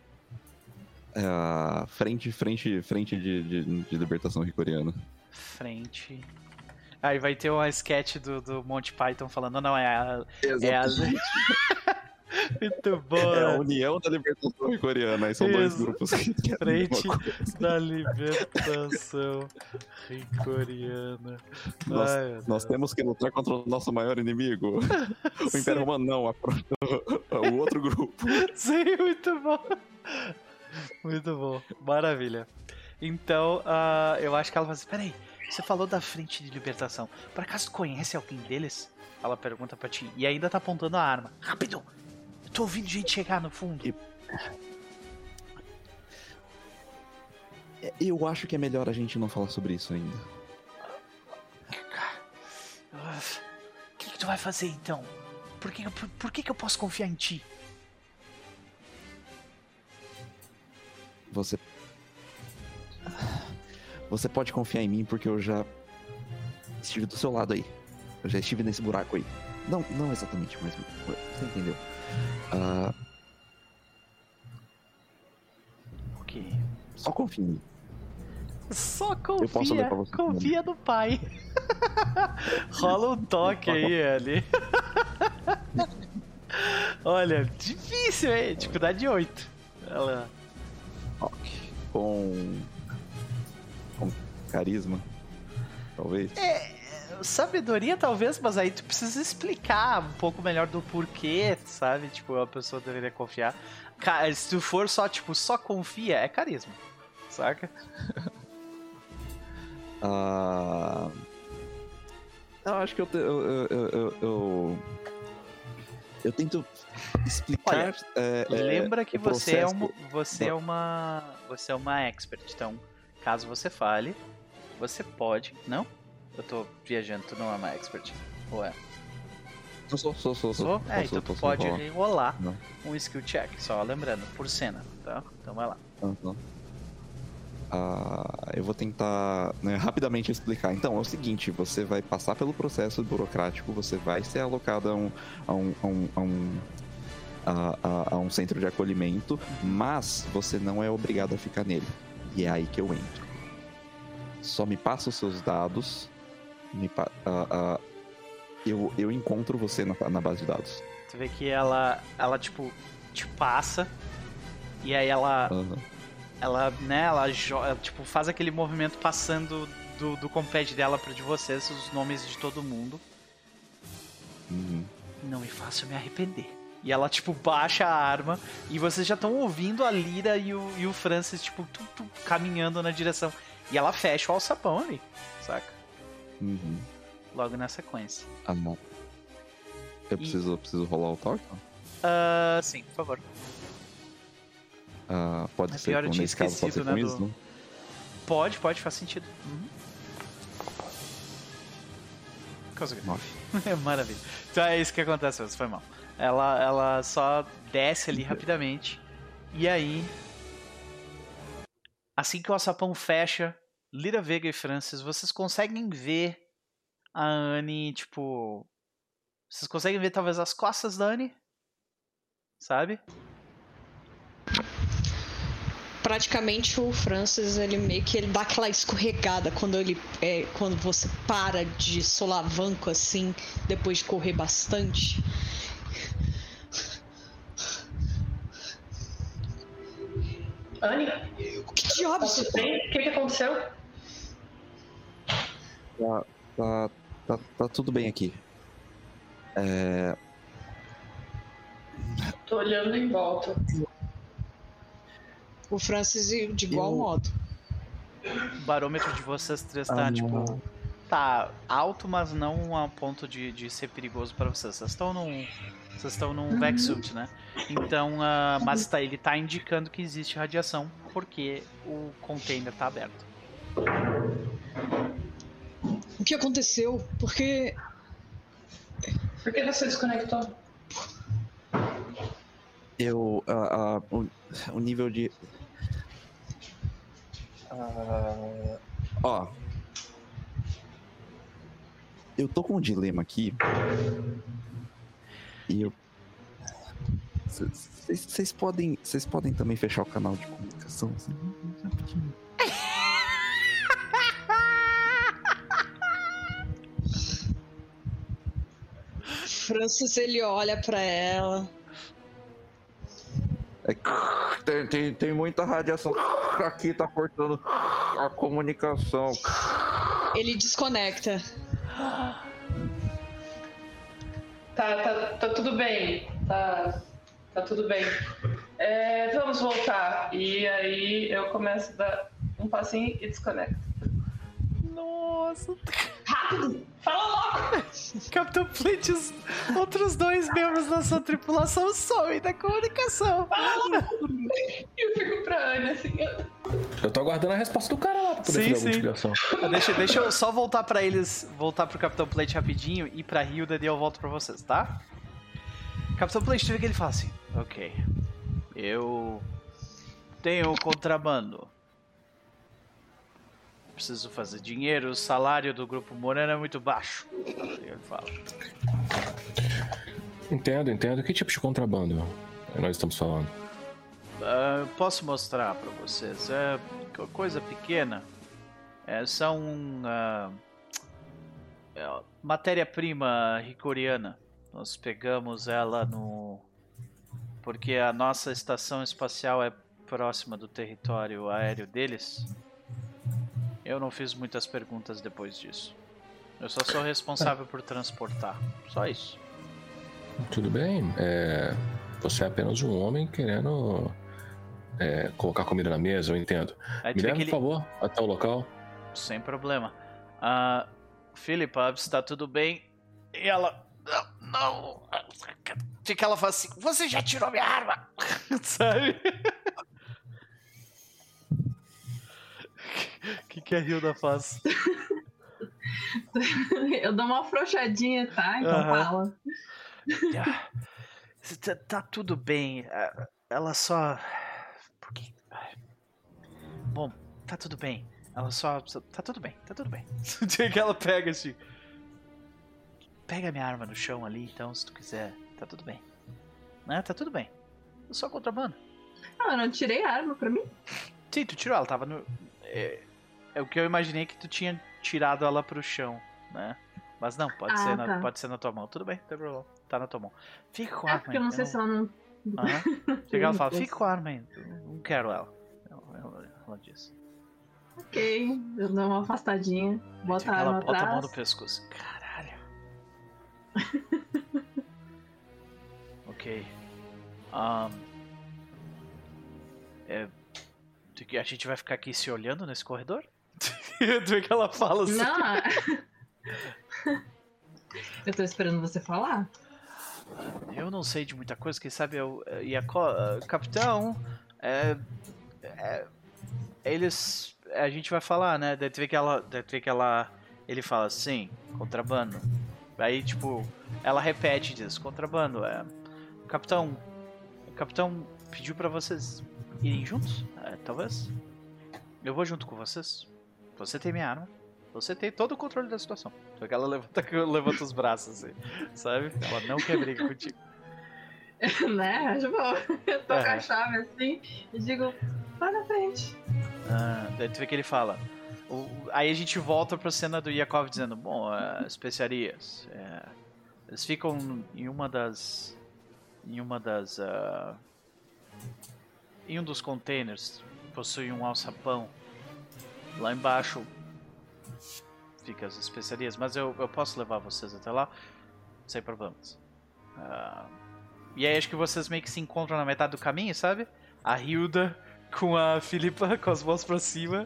Frente de libertação ricoreana. Frente. Aí vai ter uma sketch do Monty Python falando, não, muito bom. É a União da Libertação Ricoreana. Aí são dois grupos que querem Frente da Libertação Ricoreana. Nós temos que lutar contra o nosso maior inimigo. O Império Romano não, o outro grupo. Sim, muito bom. Muito bom, maravilha. Então, eu acho que ela fala assim, peraí, você falou da Frente de Libertação, por acaso tu conhece alguém deles? Ela pergunta pra ti, e ainda tá apontando a arma. Rápido, eu tô ouvindo gente chegar no fundo. Eu acho que é melhor a gente não falar sobre isso ainda. O que tu vai fazer então? Por que eu posso confiar em ti? Você pode confiar em mim porque eu já estive do seu lado aí. Eu já estive nesse buraco aí. Não exatamente, mas você entendeu. Ok. Só confia em mim. Só Eu posso ler pra você. confia no pai. Rola um toque aí, ali. Olha, difícil, hein? Dificuldade de 8. Ela... Ok. Com carisma, talvez. Sabedoria talvez, mas aí tu precisa explicar um pouco melhor do porquê, sabe? Tipo, a pessoa deveria confiar. Se tu for só, tipo, só confia, é carisma, saca? Eu acho que eu tento explicar. Olha, lembra que você é processo... uma expert, então caso você fale, você pode. Não? Eu tô viajando, tu não é uma expert. Ou é? Eu sou. Então tu pode rolar um skill check, só lembrando, por cena, tá? Então vai lá. Eu vou tentar, né, rapidamente explicar. Então, é o seguinte, você vai passar pelo processo burocrático, você vai ser alocado a um centro de acolhimento, mas você não é obrigado a ficar nele. E é aí que eu entro. Só me passa os seus dados, eu encontro você na base de dados. Tu vê que ela tipo, te passa, e aí ela, né, ela tipo, faz aquele movimento passando do compad dela para de vocês, os nomes de todo mundo. Não me faça me arrepender. E ela, tipo, baixa a arma, e vocês já estão ouvindo a Lyra e o Francis, tipo, caminhando na direção. E ela fecha o alçapão ali, saca? Logo na sequência. Não. Eu preciso rolar o toque? Sim, por favor. Pode ser, nesse caso, pode ser com isso, né? Pode, faz sentido. Conseguiu. 9. Maravilha. Então é isso que acontece, foi mal. Ela só desce ali rapidamente. E aí, assim que o alçapão fecha, Lyra, Vega e Francis, vocês conseguem ver a Annie, tipo... Vocês conseguem ver talvez as costas da Annie? Sabe? Praticamente o Francis, ele meio que dá aquela escorregada quando você para de solavanco assim, depois de correr bastante. Annie? O que diabos? O que aconteceu? Tá tudo bem aqui. Tô olhando em volta. O Francis de igual modo. O barômetro de vocês três tá, tipo... Tá alto, mas não a ponto de ser perigoso para vocês. Vocês estão num Vexsuit, né? Então, mas ele tá indicando que existe radiação porque o container tá aberto. O que aconteceu? Por que você desconectou? O nível de... eu tô com um dilema aqui. E eu... Vocês podem também fechar o canal de comunicação? Assim, rapidinho. Francis, ele olha pra ela. Tem muita radiação aqui, tá cortando a comunicação. Ele desconecta. Tá tudo bem. Tá tudo bem. Vamos voltar. E aí eu começo a dar um passinho e desconecto. Nossa! Rápido! Fala logo! Capitão Flint, os outros 2 membros da sua tripulação somem da comunicação. Eu fico pra Anya assim. Eu tô aguardando a resposta do cara lá pra poder fazer alguma explicação. Deixa eu só voltar pra eles, voltar pro Capitão Plate rapidinho e pra Hilda e eu volto pra vocês, tá? Capitão Plate, tu vê que ele fala assim: ok, eu tenho contrabando. Preciso fazer dinheiro, o salário do Grupo Moreno é muito baixo. Ele fala. Entendo. Que tipo de contrabando nós estamos falando? Posso mostrar pra vocês. É coisa pequena. São matéria-prima ricoriana. Nós pegamos ela porque a nossa estação espacial é próxima do território aéreo deles. Eu não fiz muitas perguntas depois disso. Eu só sou responsável por transportar. Só isso. Tudo bem. Você é apenas um homem querendo colocar comida na mesa, eu entendo. Me leve, por favor, até o local. Sem problema. Philippa, está tudo bem? E ela... Não. O que ela faz assim? Você já tirou minha arma! Sabe? O que a Hilda faz? Eu dou uma afrouxadinha, tá? Então fala. Tá tudo bem. Ela só... Bom, tá tudo bem. Ela só... Tá tudo bem. Que ela pega assim... Pega minha arma no chão ali, então, se tu quiser. Tá tudo bem. Tá tudo bem. Eu só contrabando. Eu não tirei a arma pra mim. Sim, tu tirou. Ela tava no... É o que eu imaginei, que tu tinha tirado ela pro chão, né? Mas não, pode ser na tua mão. Tudo bem, não tem problema. Tá na tua mão. Fica com a arma aí. Porque eu não sei se ela não... Ela fala, fica com a arma aí. Não quero ela. Ela diz. Ok, eu dou uma afastadinha. Bota a arma atrás. Bota a mão no pescoço. Caralho. Ok. A gente vai ficar aqui se olhando nesse corredor? Tu vê que ela fala assim. Não. Eu tô esperando você falar. Eu não sei de muita coisa, quem sabe eu e a capitão. Eles. A gente vai falar, né? Deve ver que ela. Ele fala assim, contrabando. Aí, tipo, ela repete e diz, contrabando. O capitão pediu pra vocês irem juntos? Talvez. Eu vou junto com vocês. Você tem minha arma. Você tem todo o controle da situação. Só que ela levanta os braços assim, sabe? Ela não quer briga contigo. Né? Tipo, eu tô com a chave assim e digo, vai na frente. Daí tu vê que ele fala. Aí a gente volta pra cena do Yakov dizendo, bom, especiarias. Eles ficam em um dos containers. Possui um alçapão. Lá embaixo fica as especiarias, mas eu posso levar vocês até lá, sem problemas. E aí acho que vocês meio que se encontram na metade do caminho, sabe? A Hilda com a Filipa com as mãos pra cima.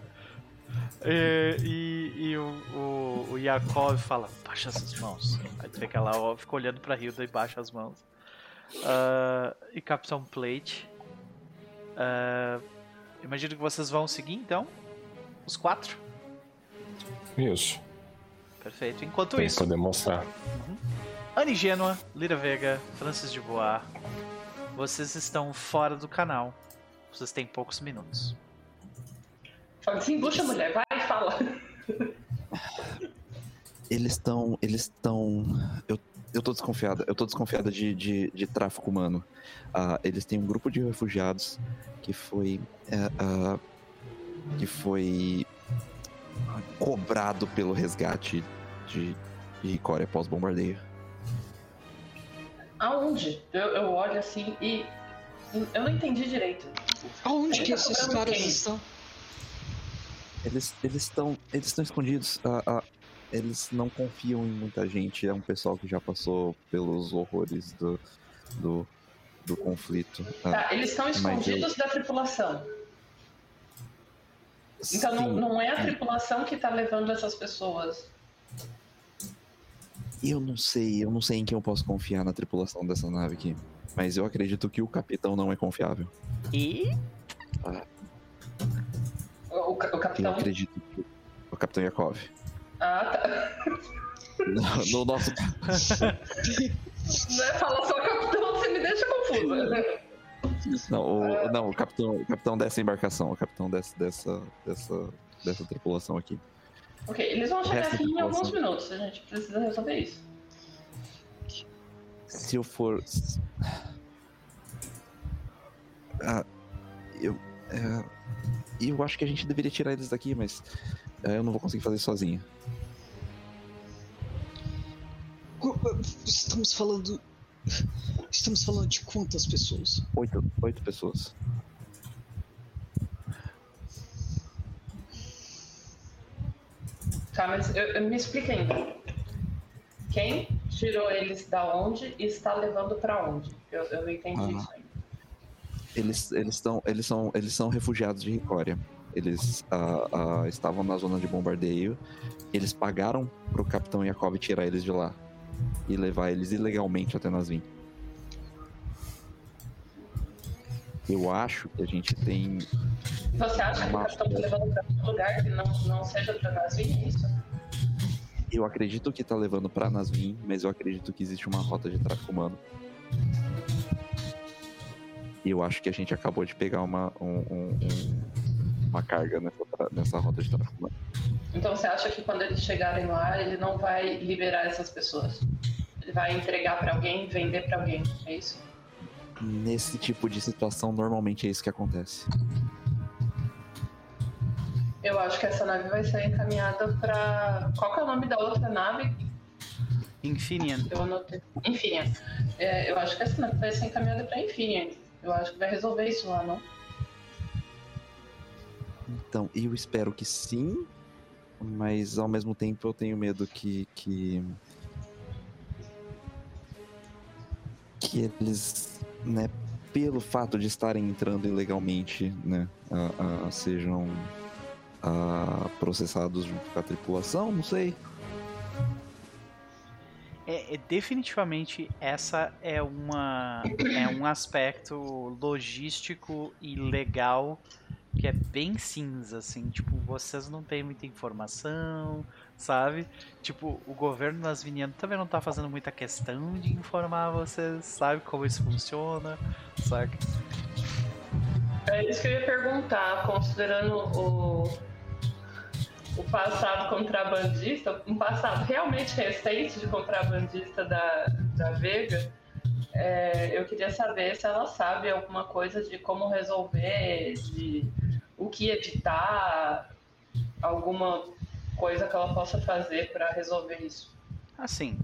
E o Yakov fala, baixa essas mãos. Aí tu vê que ela fica olhando pra Hilda e baixa as mãos. E Capitão Plate. Imagino que vocês vão seguir então. Os 4. Isso. Perfeito. Enquanto Tem isso, que poder mostrar. Anne Gênua, Lira Vega, Francis de Bois, vocês estão fora do canal. Vocês têm poucos minutos. Fala assim, bucha, mulher, vai, fala. Eles estão. Eu tô desconfiada de tráfico humano. Eles têm um grupo de refugiados que foi cobrado pelo resgate de Icória pós-bombardeio. Aonde? Eu olho assim e eu não entendi direito. Aonde que esses caras estão? Eles estão escondidos. Eles não confiam em muita gente. É um pessoal que já passou pelos horrores do conflito. Tá, eles estão escondidos da tripulação. Então não é a tripulação que tá levando essas pessoas. Eu não sei em quem eu posso confiar na tripulação dessa nave aqui. Mas eu acredito que o capitão não é confiável. E? O capitão? Eu acredito que o Capitão Yakov. Ah, tá. No nosso... Não é falar só capitão, você me deixa confusa. Não, o capitão dessa embarcação, o capitão dessa tripulação aqui. Ok, eles vão chegar Resta aqui em tripulação. alguns minutos, a gente precisa resolver isso. Se eu for... Eu acho que a gente deveria tirar eles daqui, mas eu não vou conseguir fazer sozinho. Estamos falando de quantas pessoas? 8 pessoas. Tá, mas me explica ainda. Quem tirou eles da onde e está levando pra onde? Eu não entendi isso ainda. Eles são refugiados de Icória. Eles estavam na zona de bombardeio. Eles pagaram pro Capitão Yakov tirar eles de lá e levar eles ilegalmente até Nazvin. Eu acho que a gente tem... Você acha que o capitão tá levando pra outro lugar que não seja pra Nazvin, é isso? Eu acredito que tá levando pra Nazvin, mas eu acredito que existe uma rota de tráfico humano. E eu acho que a gente acabou de pegar uma carga nessa rota de tráfico humano. Então você acha que quando eles chegarem lá, ele não vai liberar essas pessoas? Ele vai entregar pra alguém, vender pra alguém, é isso? Nesse tipo de situação, normalmente é isso que acontece. Eu acho que essa nave vai ser encaminhada pra... Qual que é o nome da outra nave? Infinian. Eu anotei. Infinian. Eu acho que essa nave vai ser encaminhada pra Infinian. Eu acho que vai resolver isso lá, não? Então, eu espero que sim, mas ao mesmo tempo eu tenho medo que eles, né, pelo fato de estarem entrando ilegalmente, né, sejam processados junto com a tripulação, não sei. Definitivamente essa é um aspecto logístico e legal que é bem cinza, assim, tipo, vocês não têm muita informação, sabe? Tipo, o governo nazviniano também não tá fazendo muita questão de informar vocês, sabe como isso funciona, sabe? É isso que eu ia perguntar, considerando o passado contrabandista, um passado realmente recente de contrabandista da Vega, eu queria saber se ela sabe alguma coisa de como resolver, de o que evitar, alguma coisa que ela possa fazer para resolver isso. Assim,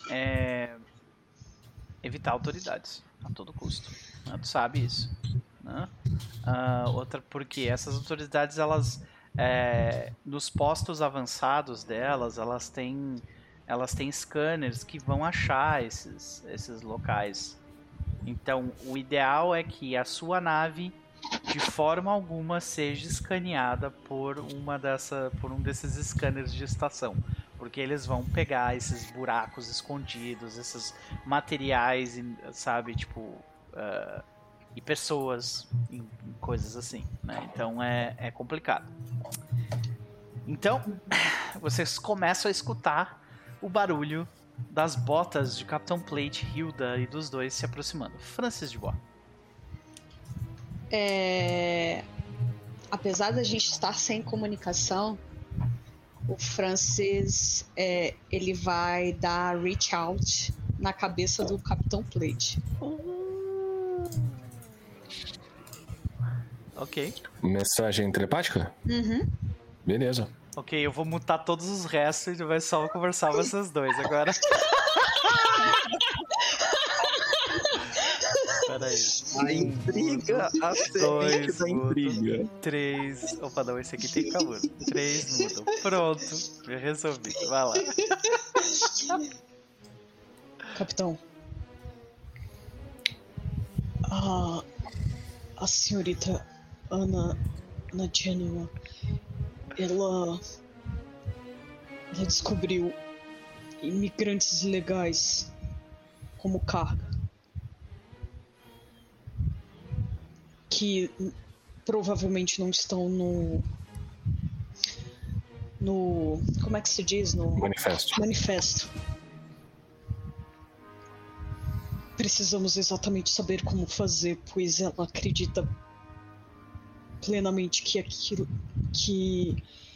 evitar autoridades a todo custo, né? Tu sabe isso, né? Outra, porque essas autoridades elas nos postos avançados delas, elas têm scanners que vão achar esses locais. Então, o ideal é que a sua nave, de forma alguma, seja escaneada por um desses scanners de estação. Porque eles vão pegar esses buracos escondidos, esses materiais, sabe, tipo... e pessoas, em coisas assim, né? Então é complicado. Então, vocês começam a escutar o barulho das botas de Capitão Plate, Hilda e dos dois se aproximando. Francis de Bois. Apesar da gente estar sem comunicação, o Francis ele vai dar reach out na cabeça do Capitão Plate. Ok. Mensagem telepática? Uhum. Beleza. Ok, eu vou mutar todos os restos e vai só conversar com vocês dois agora. Peraí. A intriga, a semente da intriga. 3. Opa, não, esse aqui tem que ficar mudo. 3 mudo. Pronto, já resolvi. Vai lá. Capitão. A senhorita Ana Genoa, ela descobriu imigrantes ilegais como carga, que provavelmente não estão no como é que se diz? No manifesto. Precisamos exatamente saber como fazer, pois ela acredita plenamente que aquilo que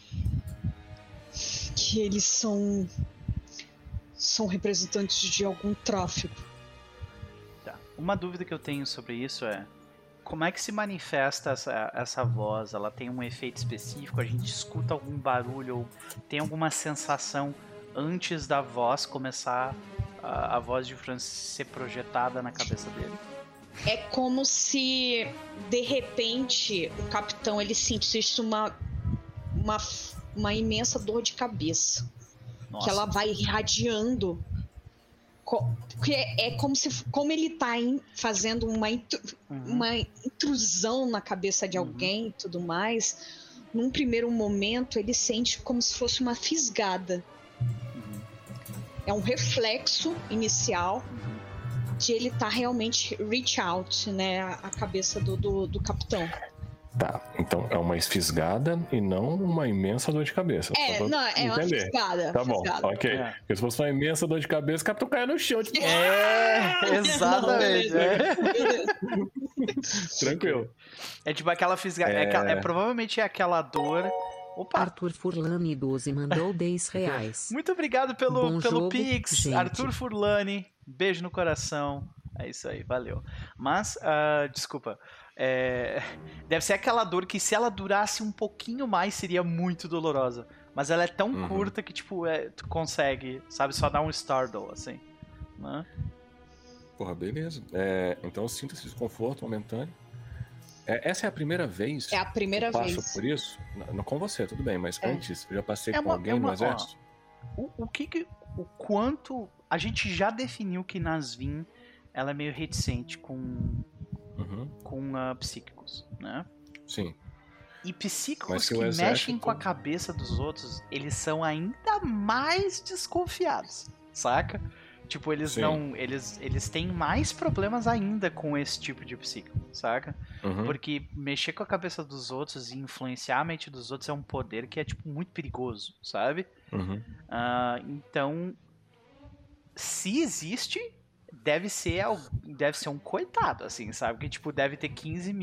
eles são representantes de algum tráfico. Tá. Uma dúvida que eu tenho sobre isso é: como é que se manifesta essa voz? Ela tem um efeito específico? A gente escuta algum barulho ou tem alguma sensação antes da voz começar, a voz de Francis ser projetada na cabeça dele? É como se, de repente, o capitão ele sentisse uma imensa dor de cabeça. Nossa. Que ela vai irradiando. Porque é como ele tá fazendo uma intrusão na cabeça de alguém e tudo mais. Num primeiro momento, ele sente como se fosse uma fisgada. É um reflexo inicial de ele tá realmente reach out, né, a cabeça do capitão. Tá, então é uma esfisgada e não uma imensa dor de cabeça. É uma fisgada. Tá bom, fisgada. ok. Porque se fosse uma imensa dor de cabeça, o capitão caia no chão. Tipo... Exatamente. Tranquilo. É tipo aquela fisgada. Provavelmente é aquela dor. Opa! Arthur Furlani 12 mandou R$10. Muito obrigado pelo jogo, Pix, gente. Arthur Furlani. Beijo no coração. É isso aí, valeu. Mas, desculpa. Deve ser aquela dor que, se ela durasse um pouquinho mais, seria muito dolorosa. Mas ela é tão curta que, tipo, tu consegue, sabe, só dar um startle, assim. Né? Porra, beleza. Então eu sinto esse desconforto momentâneo. Essa é a primeira vez. É a primeira que eu vez. passo por isso? Não com você, tudo bem, mas antes eu já passei com alguém no exército. O quanto. A gente já definiu que Nazvin ela é meio reticente com psíquicos, né? Sim. E psíquicos mas que mexem com a cabeça dos outros, eles são ainda mais desconfiados, saca? Tipo, eles não. Eles têm mais problemas ainda com esse tipo de psíquico, saca? Porque mexer com a cabeça dos outros e influenciar a mente dos outros é um poder que é, tipo, muito perigoso, sabe? Então, se existe, deve ser um coitado, assim, sabe? Que, tipo, deve ter 15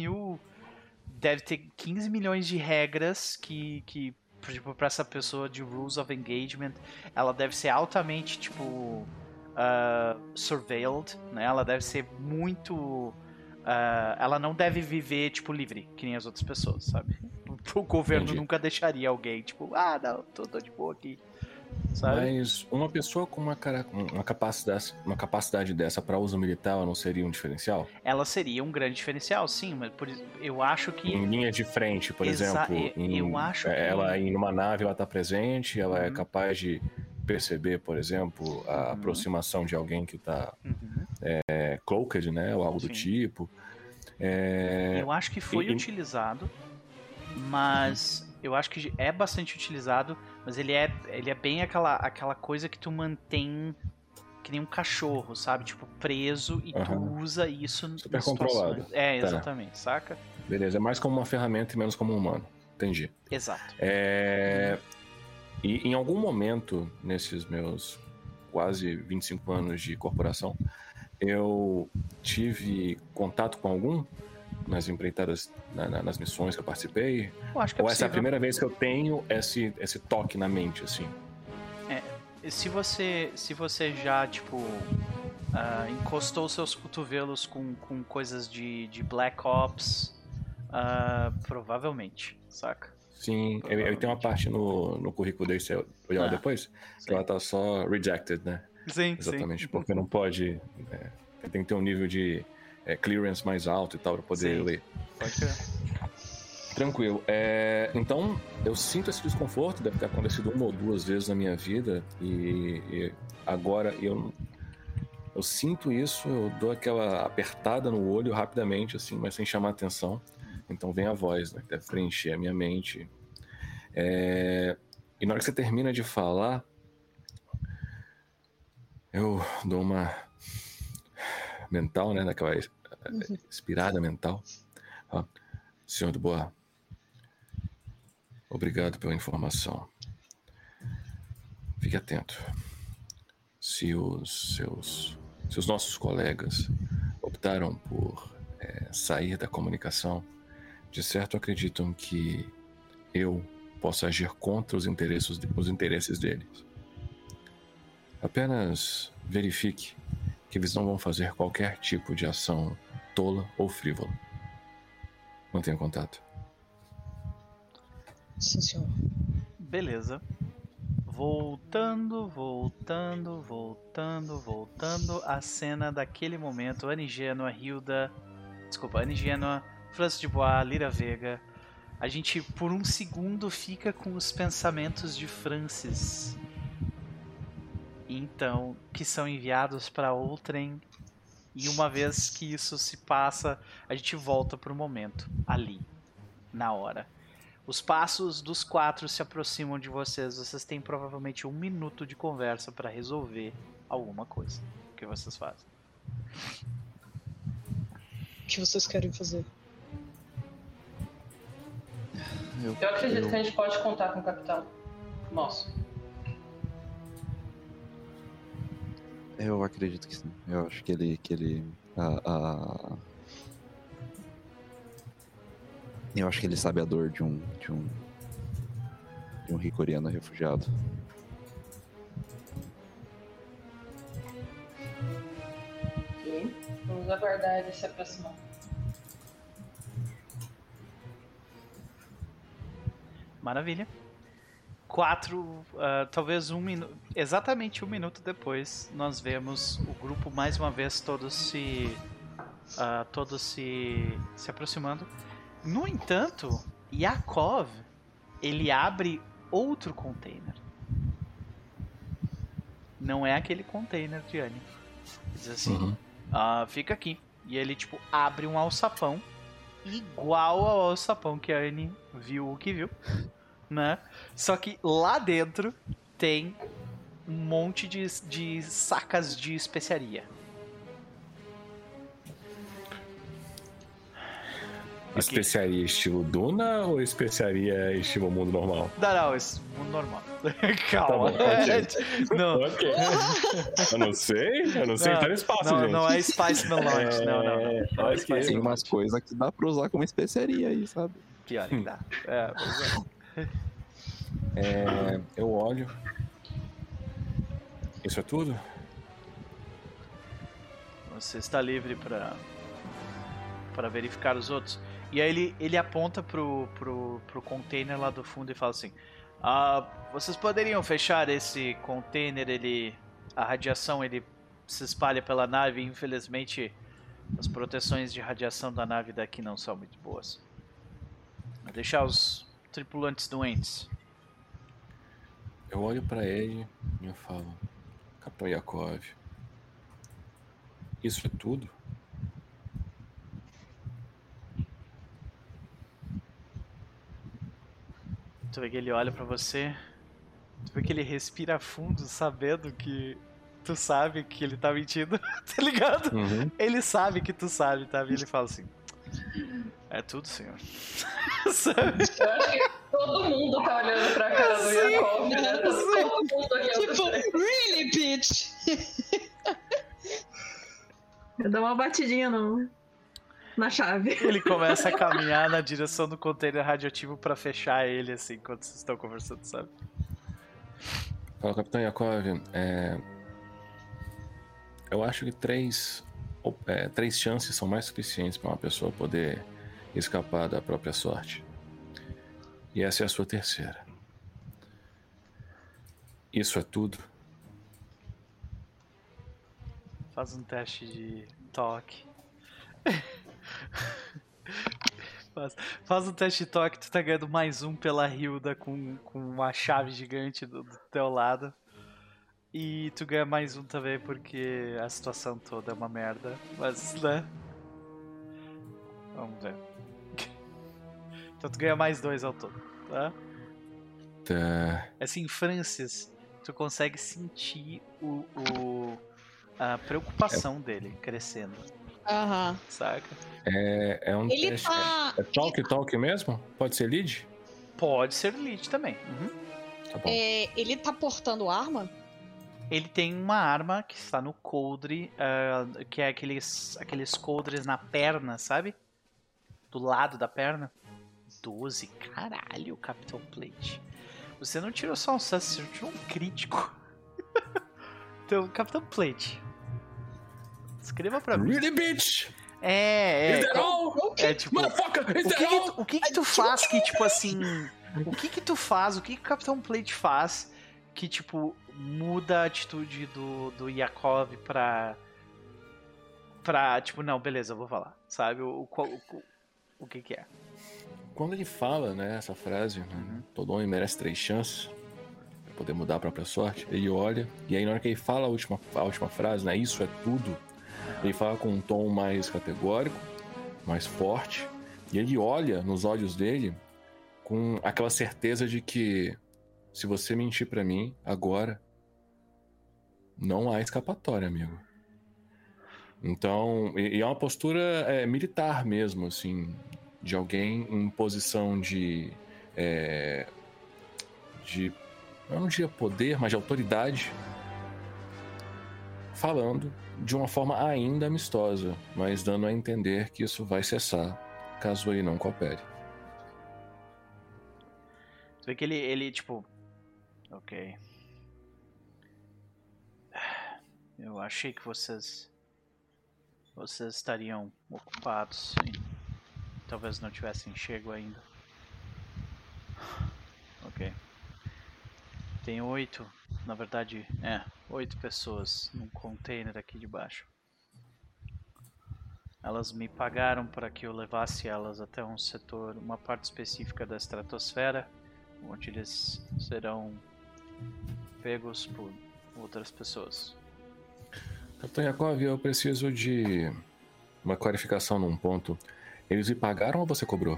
milhões de regras que tipo, pra essa pessoa de Rules of Engagement, ela deve ser altamente, tipo, surveilled, né? Ela deve ser muito... ela não deve viver, tipo, livre, que nem as outras pessoas, sabe? O governo nunca deixaria alguém, tipo, não, tô de boa aqui, sabe? Mas uma pessoa com uma capacidade dessa para uso militar ela não seria um diferencial? Ela seria um grande diferencial, sim, mas eu acho que... Em linha de frente, por exemplo. Eu acho que... Ela em uma nave, ela tá presente, ela é capaz de perceber, por exemplo, a aproximação de alguém que tá cloaked, né? Ou algo do tipo. Eu acho que foi utilizado, mas eu acho que é bastante utilizado, mas ele é bem aquela coisa que tu mantém que nem um cachorro, sabe? Tipo, preso e tu usa isso super controlado. Exatamente, saca? Beleza, é mais como uma ferramenta e menos como um humano. Entendi. Exato. E em algum momento, nesses meus quase 25 anos de corporação, eu tive contato com algum nas empreitadas, nas missões que eu participei? Eu acho que é Ou essa é a possível. primeira vez que eu tenho esse toque na mente, assim? Se você já, tipo, encostou seus cotovelos com coisas de Black Ops, provavelmente, saca? Sim, eu tenho uma parte no currículo dele, você olhar depois, que ela tá só rejected, né? Sim, exatamente, porque não pode... tem que ter um nível de clearance mais alto e tal para poder ler. Pode ser. Tranquilo. Então, eu sinto esse desconforto, deve ter acontecido uma ou duas vezes na minha vida, e agora eu sinto isso, eu dou aquela apertada no olho rapidamente, assim, mas sem chamar atenção. Então vem a voz, né, que deve preencher a minha mente. E na hora que você termina de falar, eu dou uma mental, né, daquela inspirada mental. Senhor Dubois, obrigado pela informação. Fique atento. Se os nossos colegas optaram por sair da comunicação, de certo acreditam que eu posso agir contra os interesses deles. Apenas verifique que eles não vão fazer qualquer tipo de ação tola ou frívola. Mantenha contato. Sim, senhor. Beleza. Voltando a cena daquele momento. Annie Gênua, Hilda... Desculpa, Annie Gênua, Francis Dubois, Lyra Vega. A gente, por um segundo, fica com os pensamentos de Francis. Então, que são enviados para outrem. E uma vez que isso se passa, a gente volta pro momento, ali, na hora. Os passos dos 4 se aproximam de vocês. Vocês têm provavelmente 1 minuto de conversa para resolver alguma coisa. O que vocês fazem? O que vocês querem fazer? Eu acredito que a gente pode contar com o capitão. Nosso. Eu acredito que sim. Eu acho que ele eu acho que ele sabe a dor de um ricoreano refugiado. Ok. Vamos aguardar ele se aproximar. Maravilha. 4, talvez 1 minuto, exatamente 1 minuto depois, nós vemos o grupo mais uma vez todos se aproximando. No entanto, Yakov, ele abre outro container. Não é aquele container de Annie. Ele diz assim, fica aqui. E ele tipo abre um alçapão igual ao alçapão que a Annie viu o que viu, né? Só que lá dentro tem um monte de sacas de especiaria. Especiaria estilo Duna ou especiaria estilo mundo normal? Não, esse mundo normal. Calma. Tá bom, Não. Ok. Eu não sei, tá no espaço, gente. Não é Spice Melange, não é Spice Tem Melange. umas coisas que dá pra usar como especiaria aí, sabe? Pior que dá. Pois é. Eu olho. Isso é tudo? Você está livre para verificar os outros. E aí ele aponta pro container lá do fundo e fala assim: vocês poderiam fechar esse container, a radiação ele se espalha pela nave e infelizmente as proteções de radiação da nave daqui não são muito boas. Vou deixar os tripulantes doentes. Eu olho pra ele e eu falo, Capitão Yakov, isso é tudo? Tu vê que ele olha pra você, tu vê que ele respira fundo, sabendo que tu sabe que ele tá mentindo, tá ligado? Uhum. Ele sabe que tu sabe, tá? E ele fala assim, é tudo, senhor. Sabe? Eu acho que todo mundo tá olhando pra cara do Yakov, né? Todo mundo aqui. Tipo, really, bitch? Eu dou uma batidinha na chave. Ele começa a caminhar na direção do container radioativo pra fechar ele, assim, enquanto vocês estão conversando, sabe? Fala, Capitão Yakov, eu acho que três chances são mais suficientes para uma pessoa poder escapar da própria sorte. E essa é a sua terceira. Isso é tudo? Faz um teste de toque. Faz um teste de toque, tu tá ganhando mais um pela Hilda com uma chave gigante do teu lado. E tu ganha mais um também porque a situação toda é uma merda. Mas, né? Vamos ver. Então tu ganha mais 2 ao todo, tá? Tá. Assim, Francis, tu consegue sentir a preocupação dele crescendo, Aham. saca? É um Ele teste. tá. É talk mesmo? Pode ser lead? Pode ser lead também. Uhum. Tá bom. Ele tá portando arma? Ele tem uma arma que está no coldre, que é aqueles coldres na perna, sabe? Do lado da perna. 12, caralho, Capitão Plate. Você não tirou só um sucesso, você tirou um crítico. Então, Capitão Plate, escreva pra mim. Really, bitch? É Is that all? É tipo, Motherfucker, is that all? o que tu faz que, tipo assim... O que tu faz, o que o Capitão Plate faz que, tipo, muda a atitude do Yakov pra, tipo, não, beleza, eu vou falar, sabe? O que é? Quando ele fala, né, essa frase, todo homem merece 3 chances pra poder mudar a própria sorte, ele olha, e aí na hora que ele fala a última frase, né, isso é tudo, ele fala com um tom mais categórico, mais forte, e ele olha nos olhos dele com aquela certeza de que se você mentir pra mim agora, não há escapatória, amigo. Então, e é uma postura militar mesmo, assim, de alguém em posição de eu não diria poder, mas de autoridade, falando de uma forma ainda amistosa, mas dando a entender que isso vai cessar caso ele não coopere. Tu vê que ele tipo... Ok. Eu achei que vocês estariam ocupados e talvez não tivessem chego ainda. Ok. Tem 8, na verdade, 8 pessoas num container aqui debaixo. Elas me pagaram para que eu levasse elas até um setor, uma parte específica da estratosfera, onde eles serão pegos por outras pessoas. Capitão Yakov, eu preciso de uma clarificação num ponto. Eles lhe pagaram ou você cobrou?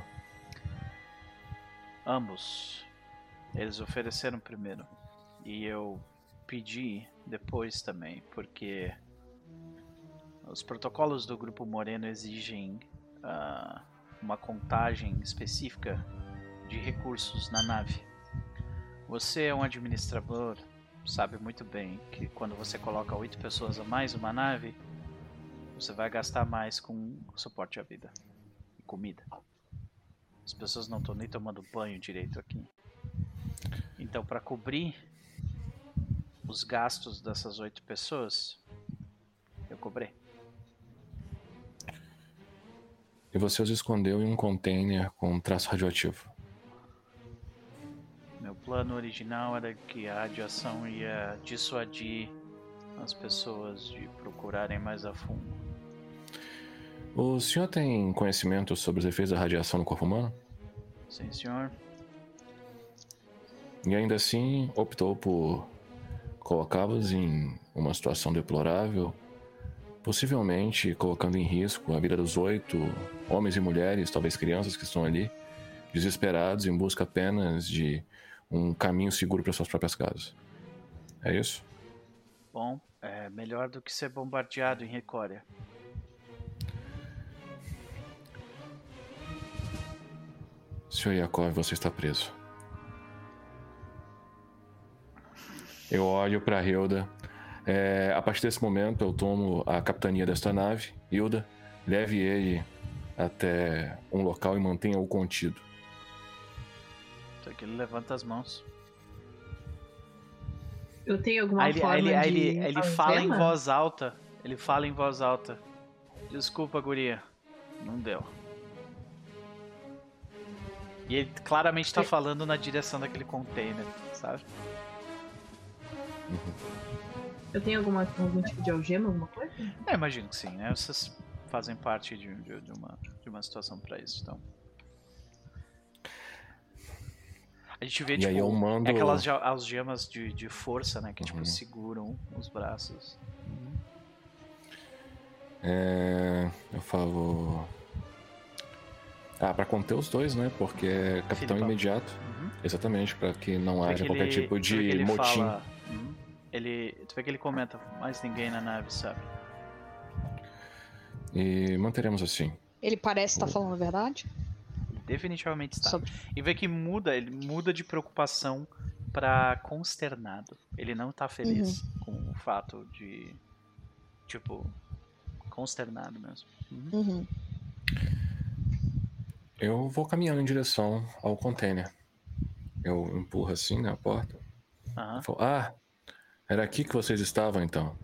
Ambos. Eles ofereceram primeiro. E eu pedi depois também, porque os protocolos do Grupo Moreno exigem uma contagem específica de recursos na nave. Você é um administrador, sabe muito bem que quando você coloca 8 pessoas a mais numa nave, você vai gastar mais com suporte à vida e comida. As pessoas não estão nem tomando banho direito aqui. Então, para cobrir os gastos dessas 8 pessoas, eu cobrei. E você os escondeu em um container com traço radioativo. Meu plano original era que a radiação ia dissuadir as pessoas de procurarem mais a fundo. O senhor tem conhecimento sobre os efeitos da radiação no corpo humano? Sim, senhor. E ainda assim optou por colocá-los em uma situação deplorável, possivelmente colocando em risco a vida dos 8 homens e mulheres, talvez crianças que estão ali, desesperados em busca apenas de um caminho seguro para suas próprias casas. É isso? Bom, é melhor do que ser bombardeado em Recória. Sr. Yakov, você está preso. Eu olho para Hilda. A partir desse momento eu tomo a capitania desta nave. Hilda, leve ele até um local e mantenha-o contido. Então que ele levanta as mãos. Eu tenho alguma forma de... Ele fala em voz alta. Ele fala em voz alta. Desculpa, guria. Não deu. E ele claramente tá falando na direção daquele container, sabe? Eu tenho algum tipo de algema, alguma coisa? Imagino que sim, né? Vocês fazem parte de uma situação pra isso, então. A gente vê, E tipo, aí eu mando... aquelas algemas de força, né? Que, tipo, seguram os braços. Eu falo... pra conter os dois, né? Porque é capitão Filipão. imediato. Exatamente, pra que não haja qualquer tipo Tu vê que de ele motim. fala, tu vê que ele comenta, mais ninguém na nave, sabe? E manteremos assim. Ele parece estar falando a verdade? Ele definitivamente está. Sobre- E vê que ele muda de preocupação pra consternado. Ele não tá feliz com o fato de, tipo, consternado mesmo. Uhum. Eu vou caminhando em direção ao container. Eu empurro assim na porta. Aham. Eu falo, era aqui que vocês estavam então.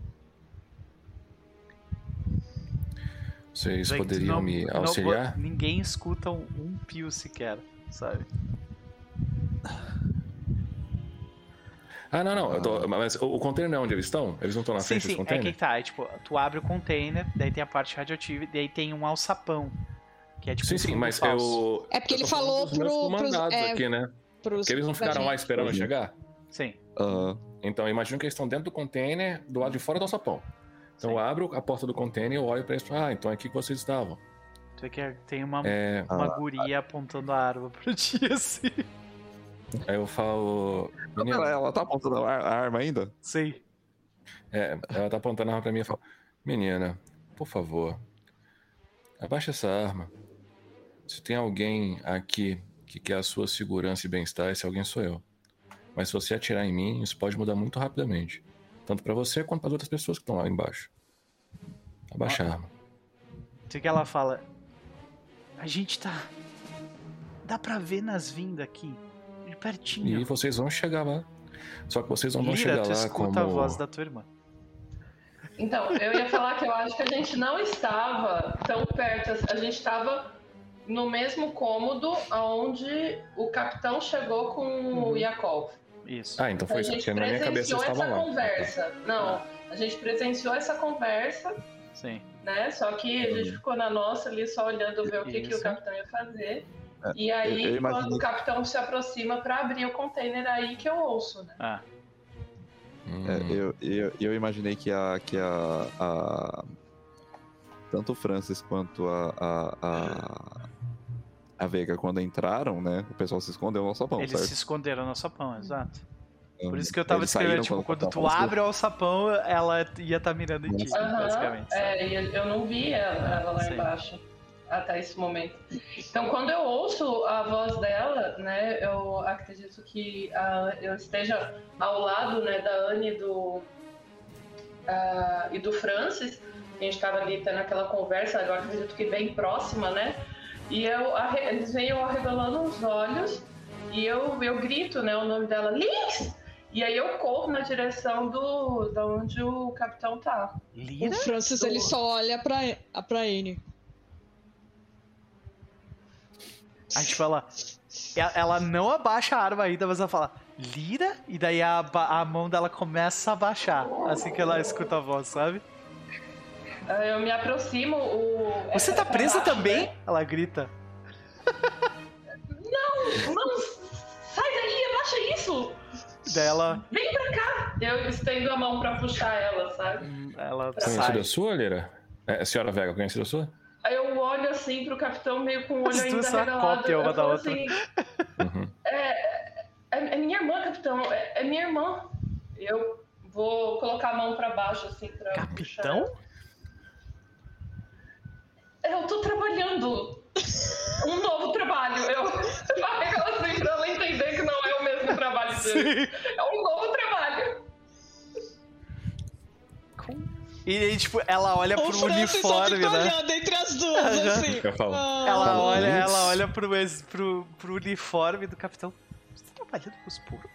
Vocês Vê que tu poderiam me auxiliar? Ninguém escuta um pio sequer, sabe? Não. Mas o container não é onde eles estão? Eles não estão na frente Sim, desse é container? que tá. Tipo, tu abre o container, daí tem a parte radioativa, daí tem um alçapão. Que é tipo Sim, fundo mas falso. É porque eu tô ele falando falou dos meus pros- comandados é, aqui, né? Porque eles não ficaram lá esperando eu chegar? Sim. Então eu imagino que eles estão dentro do container, do lado de fora do alçapão. Então Sim. eu abro a porta do container e eu olho pra eles e falo, então é aqui que vocês estavam. Tu vê que tem uma guria apontando a arma pro ti, assim. Aí eu falo... "Menina, Ela tá apontando a arma ainda? Sim. ela tá apontando a arma pra mim e fala, menina, por favor, abaixa essa arma. Se tem alguém aqui que quer a sua segurança e bem-estar, esse alguém sou eu. Mas se você atirar em mim, isso pode mudar muito rapidamente. Tanto pra você quanto para outras pessoas que estão lá embaixo. Abaixa a arma. Tu vê que ela fala... A gente tá... Dá pra ver nas vindas aqui. De pertinho. E vocês vão chegar lá. Só que vocês não vão Lira, chegar tu lá escuta como... a voz da tua irmã. Então, eu ia falar que eu acho que a gente não estava tão perto. A gente estava no mesmo cômodo onde o capitão chegou com o Yakov. Isso. Então foi A isso, gente porque na minha cabeça presenciou vocês essa estavam lá. conversa. Não, a gente presenciou essa conversa, Sim. né? Só que a gente ficou na nossa ali só olhando ver o que o Isso. capitão ia fazer. E aí, eu imaginei- quando o capitão se aproxima para abrir o container, aí que eu ouço, né? Eu imaginei que tanto o Francis quanto a Vega, quando entraram, né? O pessoal se escondeu no alçapão, Eles certo? se esconderam no alçapão, exato. Então, Por isso que eu tava eles escrevendo, saíram tipo, quando o tu capitão abre o alçapão, ela ia estar mirando em ti, Aham, basicamente. sabe? e eu não vi ela lá Sim. embaixo até esse momento. Então, quando eu ouço a voz dela, né, eu acredito que eu esteja ao lado, né, da Anne e do Francis. A gente estava ali tendo aquela conversa, agora acredito que bem próxima, né? E eles vêm eu arregalando os olhos e eu grito, né, o nome dela, Lynx! E aí eu corro na direção da onde o capitão tá. Lira? O Francis, ele só olha pra Anne. Aí, tipo, ela não abaixa a arma ainda, mas ela fala, Lyra, e daí a mão dela começa a baixar, assim que ela escuta a voz, sabe? Eu me aproximo, Você tá presa também? Ela grita. Não, sai daí, abaixa isso! Daí ela... Vem pra cá! Eu estendo a mão pra puxar ela, sabe? Ela Conhecida sai. sua, Lyra? Senhora Vega, conhecida sua? Aí eu olho assim pro capitão, meio com o olho As duas ainda são a regalado. cópia uma Eu da falo outra. assim, Uhum. é minha irmã, capitão, é minha irmã. Eu vou colocar a mão pra baixo, assim, pra Capitão? puxar. Eu tô trabalhando um novo trabalho. Eu pego ela assim pra ela entender que não é o mesmo trabalho dele. Sim. É um novo trabalho. E aí, tipo, ela olha O pro Francis só uniforme, fica né? olhando entre as duas, Aham. assim. Eu falo. Ela Lynx. olha pro uniforme do capitão. Você tá trabalhando com os porcos?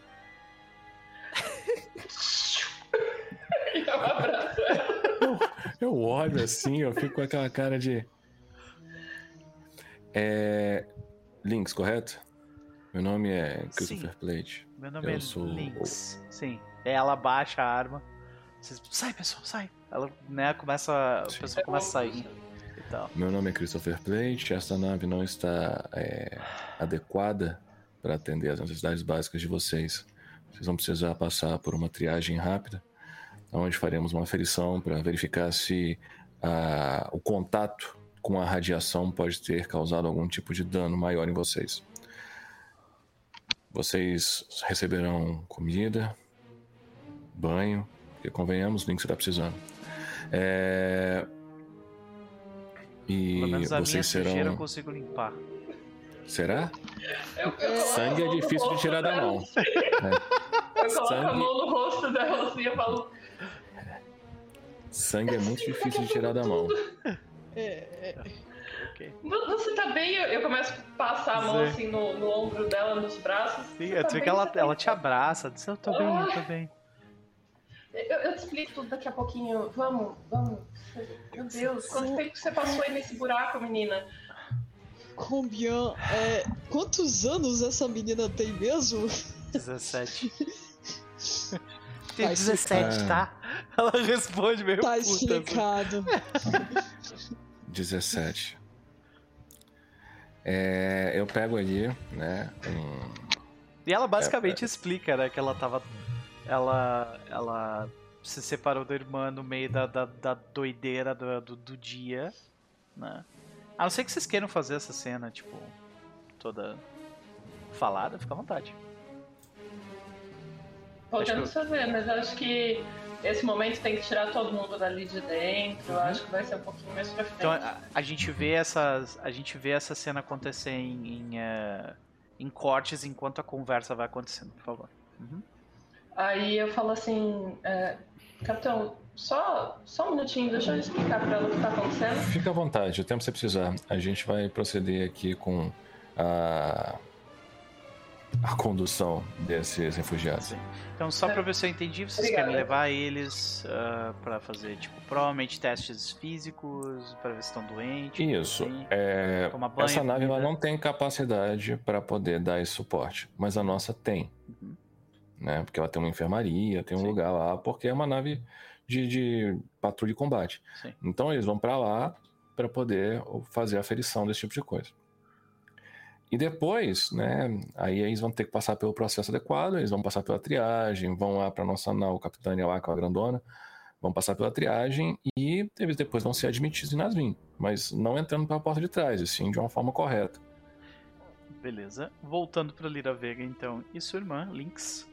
E eu abraço ela. Eu olho assim, eu fico com aquela cara de... Lynx, correto? Meu nome é Christopher Sim. Plate. Meu nome Eu é sou- Lynx. Sim. Ela baixa a arma. Vocês... Sai, pessoal, sai. Ela, né, começa... A Sim. pessoa começa a sair e tal. Meu nome é Christopher Plate. Esta nave não está adequada para atender às necessidades básicas de vocês. Vocês vão precisar passar por uma triagem rápida, onde faremos uma aferição para verificar se o contato com a radiação pode ter causado algum tipo de dano maior em vocês. Vocês receberão comida, banho, porque convenhamos, o Lynx está precisando. E Pelo menos a minha vocês sujeira eu serão... consigo limpar. Será? Eu coloco Sangue a é mão no difícil de rosto tirar da dela. mão. Eu coloco a Sangue- mão no rosto dela assim e falo. Sangue é muito difícil de tirar da mão. Você tá bem? Eu começo a passar a mão Sim. assim no ombro dela, nos braços. Sim, Você eu tá sei bem? que ela Você tá te bem? abraça. Diz, eu tô bem, eu tô bem. Eu te explico tudo daqui a pouquinho. Vamos. Meu Deus, quanto tempo você passou aí nesse buraco, menina? Combian, quantos anos essa menina tem mesmo? 17. Tem Tá 17, tá? Ela responde meio Tá puta. assim. explicado. 17. Eu pego ali, né? E ela basicamente explica, né, que ela tava... Ela se separou da irmã no meio da doideira do dia, né? A não ser que vocês queiram fazer essa cena, tipo, toda falada, fica à vontade. Podemos fazer, mas eu acho que esse momento tem que tirar todo mundo dali de dentro. Eu acho que vai ser um pouquinho mais pra frente. Então a gente vê essa cena acontecer em cortes enquanto a conversa vai acontecendo, por favor. Uhum. Aí eu falo assim, capitão, só um minutinho, deixa eu explicar pra ela o que tá acontecendo. Fica à vontade, o tempo que você precisar. A gente vai proceder aqui com a condução desses refugiados. Sim. Então, só pra ver se eu entendi, vocês Obrigada. querem levar eles pra fazer, tipo, provavelmente testes físicos, pra ver se estão doentes. Isso. assim, É, tomar banho, essa nave ela comida. não tem capacidade para poder dar esse suporte, mas a nossa tem. Uhum. Né? Porque ela tem uma enfermaria, tem um Sim. lugar lá, porque é uma nave de patrulha e combate. Sim. Então eles vão para lá para poder fazer a aferição desse tipo de coisa. E depois, né, aí eles vão ter que passar pelo processo adequado, eles vão passar pela triagem, vão lá para nossa nau, capitânia lá com a grandona, vão passar pela triagem e eles depois vão ser admitidos em Nasvin, mas não entrando pela porta de trás, e sim de uma forma correta. Beleza. Voltando pra Lyra Vega, então. E sua irmã, Lynx?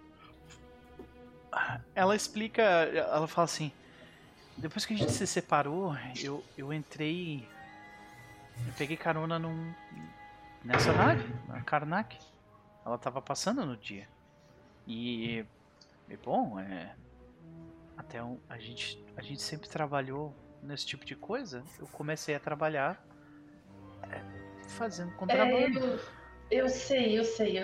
Ela explica... Ela fala assim... Depois que a gente se separou, eu entrei... Eu peguei carona nessa nave, na Karnak. Ela tava passando no dia. E bom, até a gente sempre trabalhou nesse tipo de coisa. Eu comecei a trabalhar fazendo contrabando. Eu sei.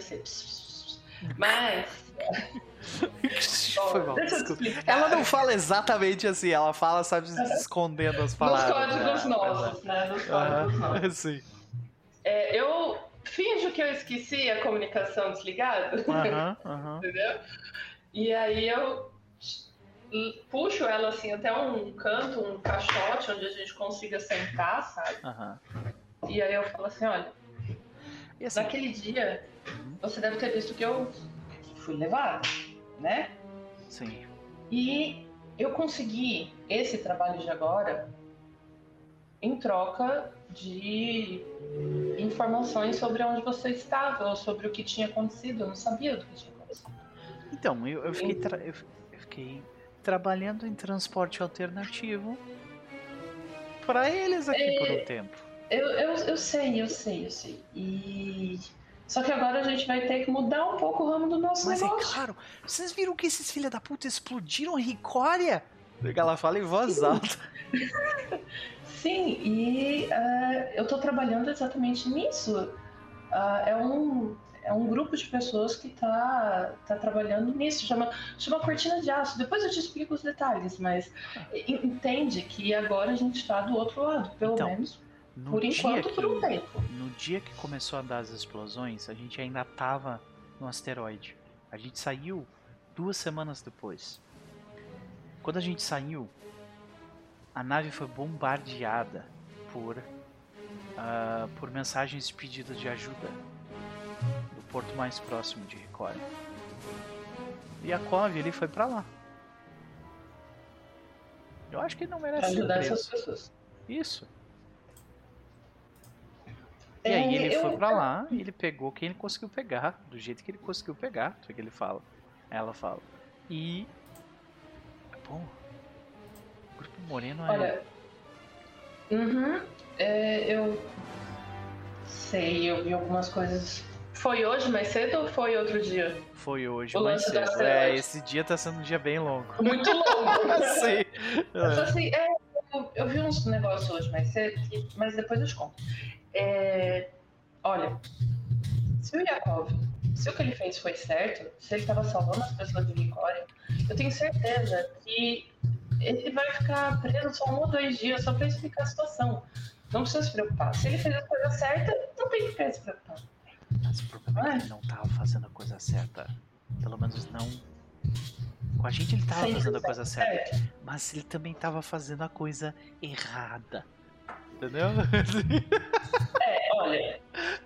Mas... Foi mal, deixa eu te desculpa. explicar. Ela não fala exatamente assim, ela fala, sabe, escondendo as palavras. Nos códigos nossos, né? Nos códigos nossos. Sim. Eu finjo que eu esqueci a comunicação desligada? Aham. Entendeu? E aí eu puxo ela assim até um canto, um caixote onde a gente consiga sentar, sabe? Aham. E aí eu falo assim, olha, E assim, naquele dia você deve ter visto que eu fui levada, né? sim. E eu consegui esse trabalho de agora em troca de informações sobre onde você estava ou sobre o que tinha acontecido. Eu não sabia do que tinha acontecido. Então, eu fiquei trabalhando em transporte alternativo pra eles aqui por um tempo. Eu sei. E só que agora a gente vai ter que mudar um pouco o ramo do nosso Mas é negócio. claro, vocês viram que esses filha da puta explodiram a Ricória? Ela fala em voz alta. Sim, e eu tô trabalhando exatamente nisso. É um grupo de pessoas que tá trabalhando nisso. Chama Cortina de Aço. Depois eu te explico os detalhes, mas entende que agora a gente tá do outro lado, pelo Então, menos No por dia enquanto, por um que- tempo. No dia que começou a dar as explosões, a gente ainda tava no asteroide. A gente saiu 2 semanas depois. Quando a gente saiu, a nave foi bombardeada por mensagens de pedido de ajuda do porto mais próximo de Ricória. E a Cove ele foi pra lá. Eu acho que ele não Pra merece ser ajudar essas preso. pessoas. Isso. E aí ele eu- foi pra lá e ele pegou quem ele conseguiu pegar, do jeito que ele conseguiu pegar, foi o que ele fala. Ela fala. E. Bom. O Grupo Moreno é. Olha, eu sei, eu vi algumas coisas. Foi hoje mais cedo ou foi outro dia? Foi hoje o mais lance do cedo. asteroide. Esse dia tá sendo um dia bem longo. Muito longo. Sim. Mas, assim, eu vi uns negócios hoje mais cedo, mas depois eu te conto. Olha, se o Yakov, se o que ele fez foi certo, se ele estava salvando as pessoas de Vicória, eu tenho certeza que ele vai ficar preso só 1 ou 2 dias só para explicar a situação. Não precisa se preocupar. Se ele fez a coisa certa, não tem que se preocupar. Mas o problema é que ele não tava fazendo a coisa certa. Pelo menos não. Com a gente ele tava Sempre fazendo a coisa certa. certo. Mas ele também tava fazendo a coisa errada. Entendeu? Olha,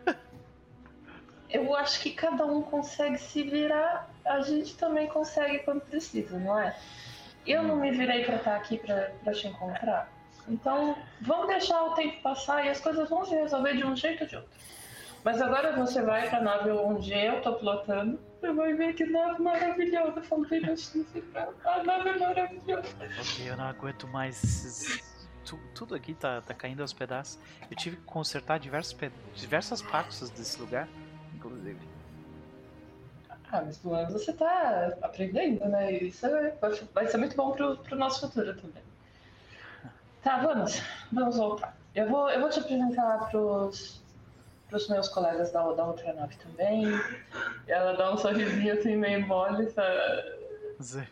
eu acho que cada um consegue se virar, a gente também consegue quando precisa, não é? Eu não me virei pra estar aqui pra te encontrar. Então, vamos deixar o tempo passar e as coisas vão se resolver de um jeito ou de outro. Mas agora você vai pra nave onde eu tô pilotando e vai ver que nave maravilhosa. Eu falo bem baixinho assim, a nave é maravilhosa. Ok, eu não aguento mais esses. Tudo aqui tá caindo aos pedaços. Eu tive que consertar diversas partes desse lugar, inclusive. Mas pelo menos você tá aprendendo, né? Isso vai ser muito bom pro nosso futuro também. Tá, vamos voltar. Eu vou te apresentar pros meus colegas da outra nave também. Ela dá um sorrisinho assim meio mole, sabe?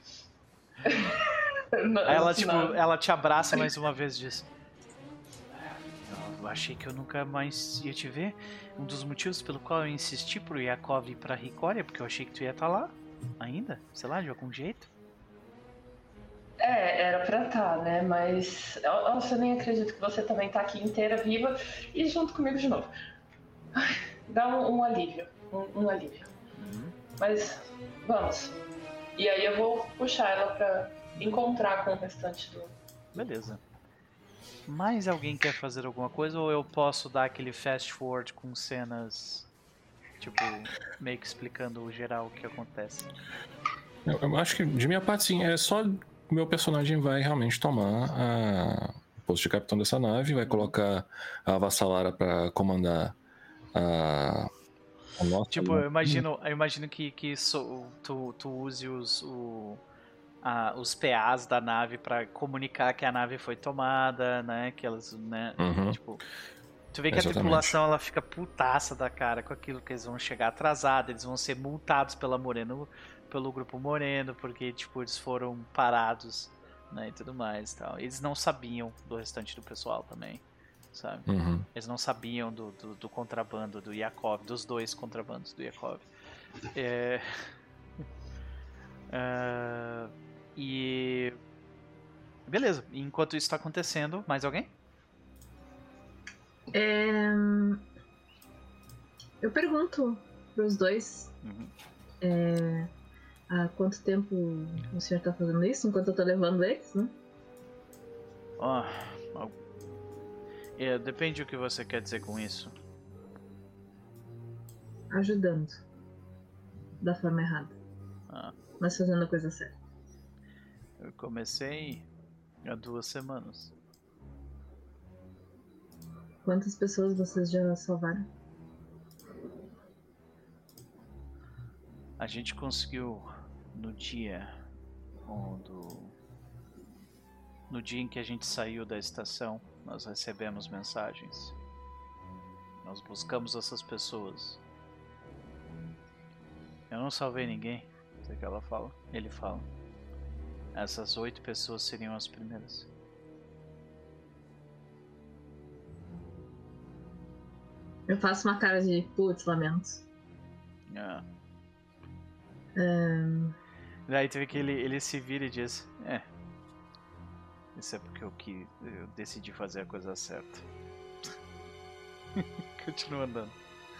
Aí ela, tipo, ela te abraça mais uma vez e diz: eu achei que eu nunca mais ia te ver. Um dos motivos pelo qual eu insisti pro Yakov ir pra Ricória, porque eu achei que tu ia estar lá ainda, sei lá, de algum jeito. Era pra estar, né? Mas eu nem acredito que você também tá aqui inteira, viva e junto comigo de novo. Ai, dá um alívio, um alívio. Mas vamos. E aí eu vou puxar ela pra encontrar com o restante do... Beleza. Mais alguém quer fazer alguma coisa ou eu posso dar aquele fast forward com cenas, tipo, meio que explicando o geral o que acontece? Eu acho que, de minha parte, sim, é só o meu personagem vai realmente tomar o posto de capitão dessa nave, vai colocar a Vassalara pra comandar a nossa... Tipo, eu imagino que tu use os PAs da nave pra comunicar que a nave foi tomada, né? Que elas, né? Uhum. Tipo, tu vê que Exatamente. a tripulação ela fica putaça da cara com aquilo, que eles vão chegar atrasados, eles vão ser multados pelo Grupo Moreno, porque tipo, eles foram parados, né? E tudo mais e tal. Eles não sabiam do restante do pessoal também. sabe? Uhum. Eles não sabiam do contrabando do Yakov, dos dois contrabandos do Yakov. E... Beleza, enquanto isso está acontecendo, mais alguém? Eu pergunto pros dois há quanto tempo o senhor tá fazendo isso, enquanto eu tô levando eles, né? Depende do que você quer dizer com isso. Ajudando. Da forma errada. Mas fazendo a coisa certa. Eu comecei há 2 semanas. Quantas pessoas vocês já salvaram? A gente conseguiu no dia em que a gente saiu da estação, nós recebemos mensagens. Nós buscamos essas pessoas. Eu não salvei ninguém, sei que ela fala. Ele fala. Essas 8 pessoas seriam as primeiras. Eu faço uma cara de putz, lamento. Daí teve que ele se vira e diz: isso é porque eu decidi fazer a coisa certa. Continua andando.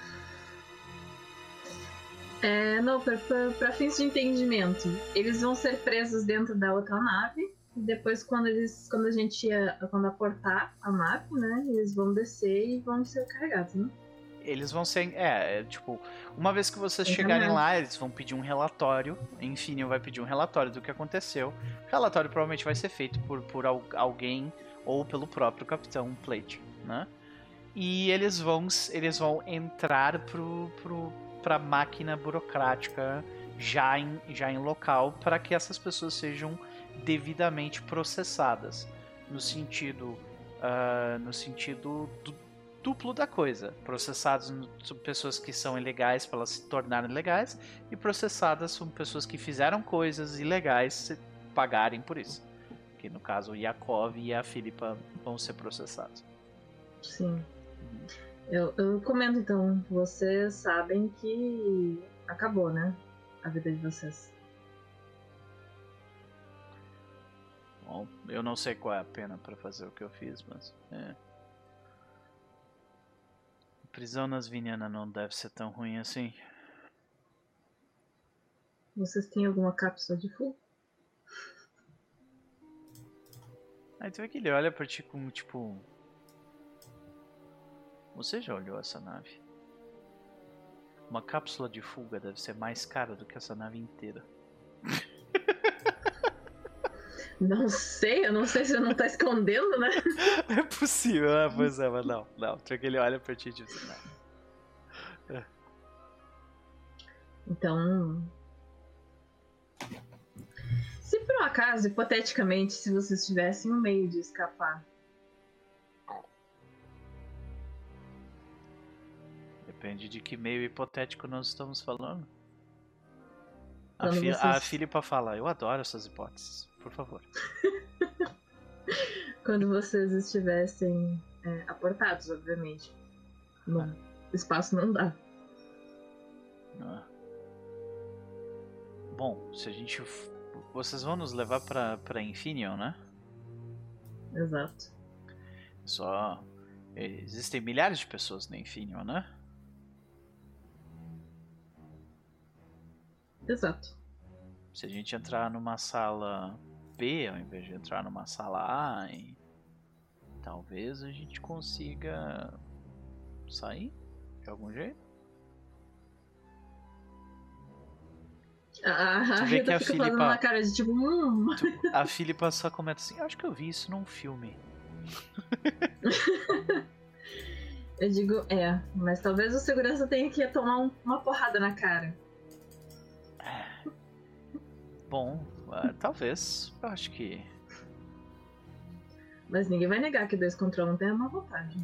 Não, pra fins de entendimento, eles vão ser presos dentro da outra nave. E depois, quando aportar a nave, né, eles vão descer e vão ser carregados, né? Eles vão ser, tipo, uma vez que vocês chegarem lá, eles vão pedir um relatório. Enfim, vai pedir um relatório do que aconteceu. O relatório provavelmente vai ser feito por alguém ou pelo próprio Capitão Plate, né? E eles vão entrar pra máquina burocrática já em local para que essas pessoas sejam devidamente processadas no sentido duplo da coisa. Processadas são pessoas que são ilegais para elas se tornarem legais, e processadas são pessoas que fizeram coisas ilegais se pagarem por isso. Que no caso o Yakov e a Filipa vão ser processados. Sim. Eu comento então, vocês sabem que acabou, né? A vida de vocês. Bom, eu não sei qual é a pena para fazer o que eu fiz, mas prisão nas Vinianas não deve ser tão ruim assim. Vocês têm alguma cápsula de fuga? Aí tu vê que ele olha pra ti como tipo... Você já olhou essa nave? Uma cápsula de fuga deve ser mais cara do que essa nave inteira. Não sei, eu não sei se você não tá escondendo, né? É possível, pois é, mas não. Tu vê que ele olha pra ti e diz, não. Então... Se por um acaso, hipoteticamente, se vocês tivessem um meio de escapar... Depende de que meio hipotético nós estamos falando. Vocês... A Filipa fala, eu adoro essas hipóteses, por favor. Quando vocês estivessem aportados, obviamente. No espaço não dá. Bom, se a gente... Vocês vão nos levar pra Infinion, né? Exato. Só... Existem milhares de pessoas na Infinion, né? Exato. Se a gente entrar numa sala B ao invés de entrar numa sala A, talvez a gente consiga sair de algum jeito. A Rita fica fazendo uma cara de tipo... A Filipa só comenta assim, acho que eu vi isso num filme. Eu digo, mas talvez o segurança tenha que tomar uma porrada na cara. Bom, talvez. Eu acho que... Mas ninguém vai negar que 2 contra 1 tem uma vantagem.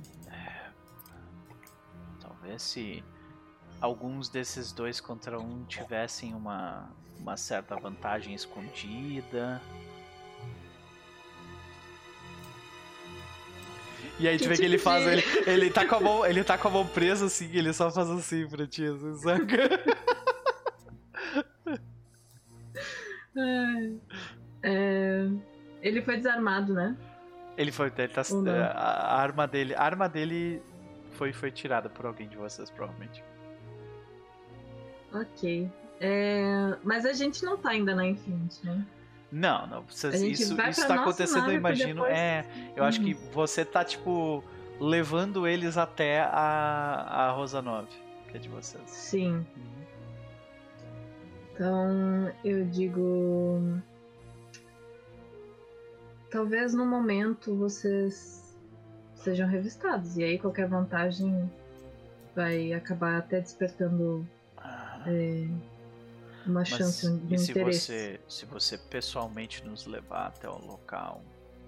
Talvez se alguns desses 2 contra 1 tivessem uma certa vantagem escondida. E aí tu vê que ele faz. Ele tá com a mão presa assim, ele só faz assim pra ti, assim, saca? Ele foi desarmado, né? Ele tá. Ou não? A arma dele foi tirada por alguém de vocês, provavelmente. Ok. Mas a gente não tá ainda na Infinity, né? Não. A gente Isso vai pra tá nossa acontecendo, eu nave pra imagino. depois- Eu acho que você tá, tipo, levando eles até a Rosa 9, que é de vocês. Sim. Uhum. Então, eu digo. Talvez no momento vocês sejam revistados. E aí qualquer vantagem vai acabar até despertando uma Mas chance de e interesse. se você pessoalmente nos levar até o local?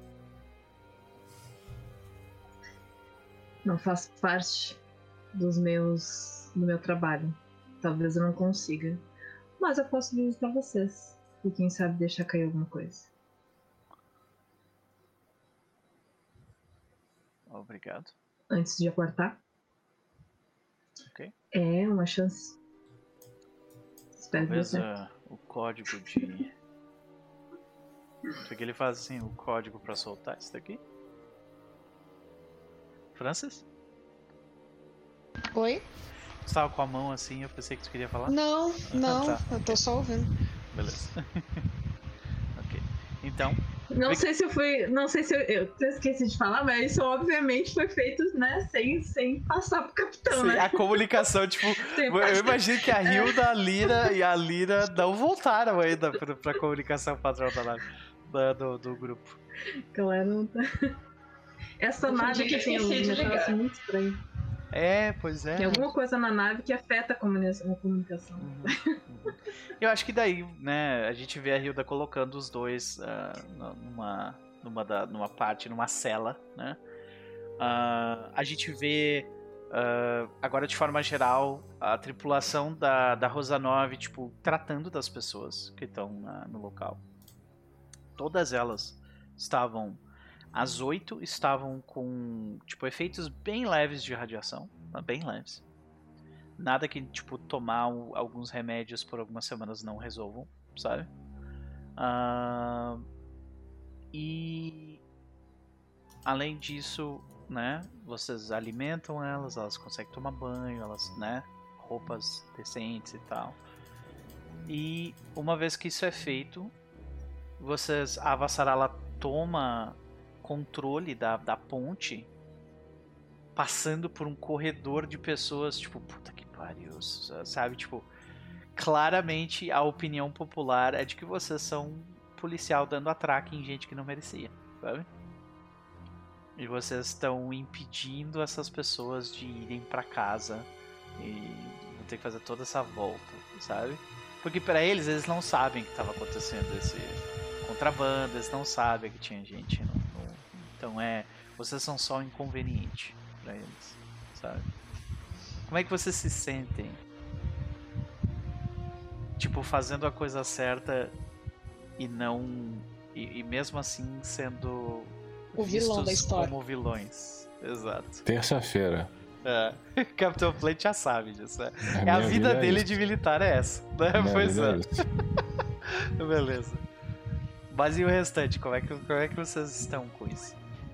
Não faz parte do meu trabalho. Talvez eu não consiga. Mas eu posso visitar vocês. E quem sabe deixar cair alguma coisa. Obrigado. Antes de aportar. Ok. É uma chance. Espero que dê Talvez certo. o código de... Porque ele faz assim, o código pra soltar isso daqui? Francis? Oi? Você tava com a mão assim, eu pensei que tu queria falar? Não, Tá. eu tô só ouvindo. Beleza. Ok. Então, Não sei se eu fui. Não sei se eu esqueci de falar, mas isso obviamente foi feito, né? Sem passar pro capitão, sim, né? a comunicação, tipo, Sem eu passar- imagino que a Hilda, a Lira e a Lira não voltaram ainda pra comunicação padrão da nave, do grupo. Galera, não tá. Essa Eu nave fingi que que tem esqueci um de negócio ligar. muito estranho. Pois é. Tem alguma coisa na nave que afeta a comunicação. Uhum. Eu acho que daí, né, a gente vê a Hilda colocando os dois numa parte, numa cela, né? A gente vê, agora de forma geral, a tripulação da Rosa 9, tipo, tratando das pessoas que estão no local. Todas elas estavam... As 8 estavam com, tipo, efeitos bem leves de radiação, bem leves. Nada que, tipo, tomar alguns remédios por algumas semanas não resolvam, sabe? E além disso, né, vocês alimentam elas conseguem tomar banho, elas, né, roupas decentes e tal. E uma vez que isso é feito, a Avassarala toma controle da ponte, passando por um corredor de pessoas, tipo, puta que pariu, sabe? Tipo, claramente a opinião popular é de que vocês são policial dando atraque em gente que não merecia, sabe? E vocês estão impedindo essas pessoas de irem pra casa e vão ter que fazer toda essa volta, sabe? Porque pra eles não sabem que estava acontecendo esse contrabando, eles não sabem que tinha gente então vocês são só um inconveniente pra eles, sabe? Como é que vocês se sentem? Tipo, fazendo a coisa certa e não... E mesmo assim sendo O vilão da vistos história. como vilões. Exato. Terça-feira. Capitão Plate já sabe disso, né? A minha vida é dele isso. de militar é essa, né? Minha Pois vida é. é isso. Beleza. Mas e o restante? Como é que vocês estão com isso?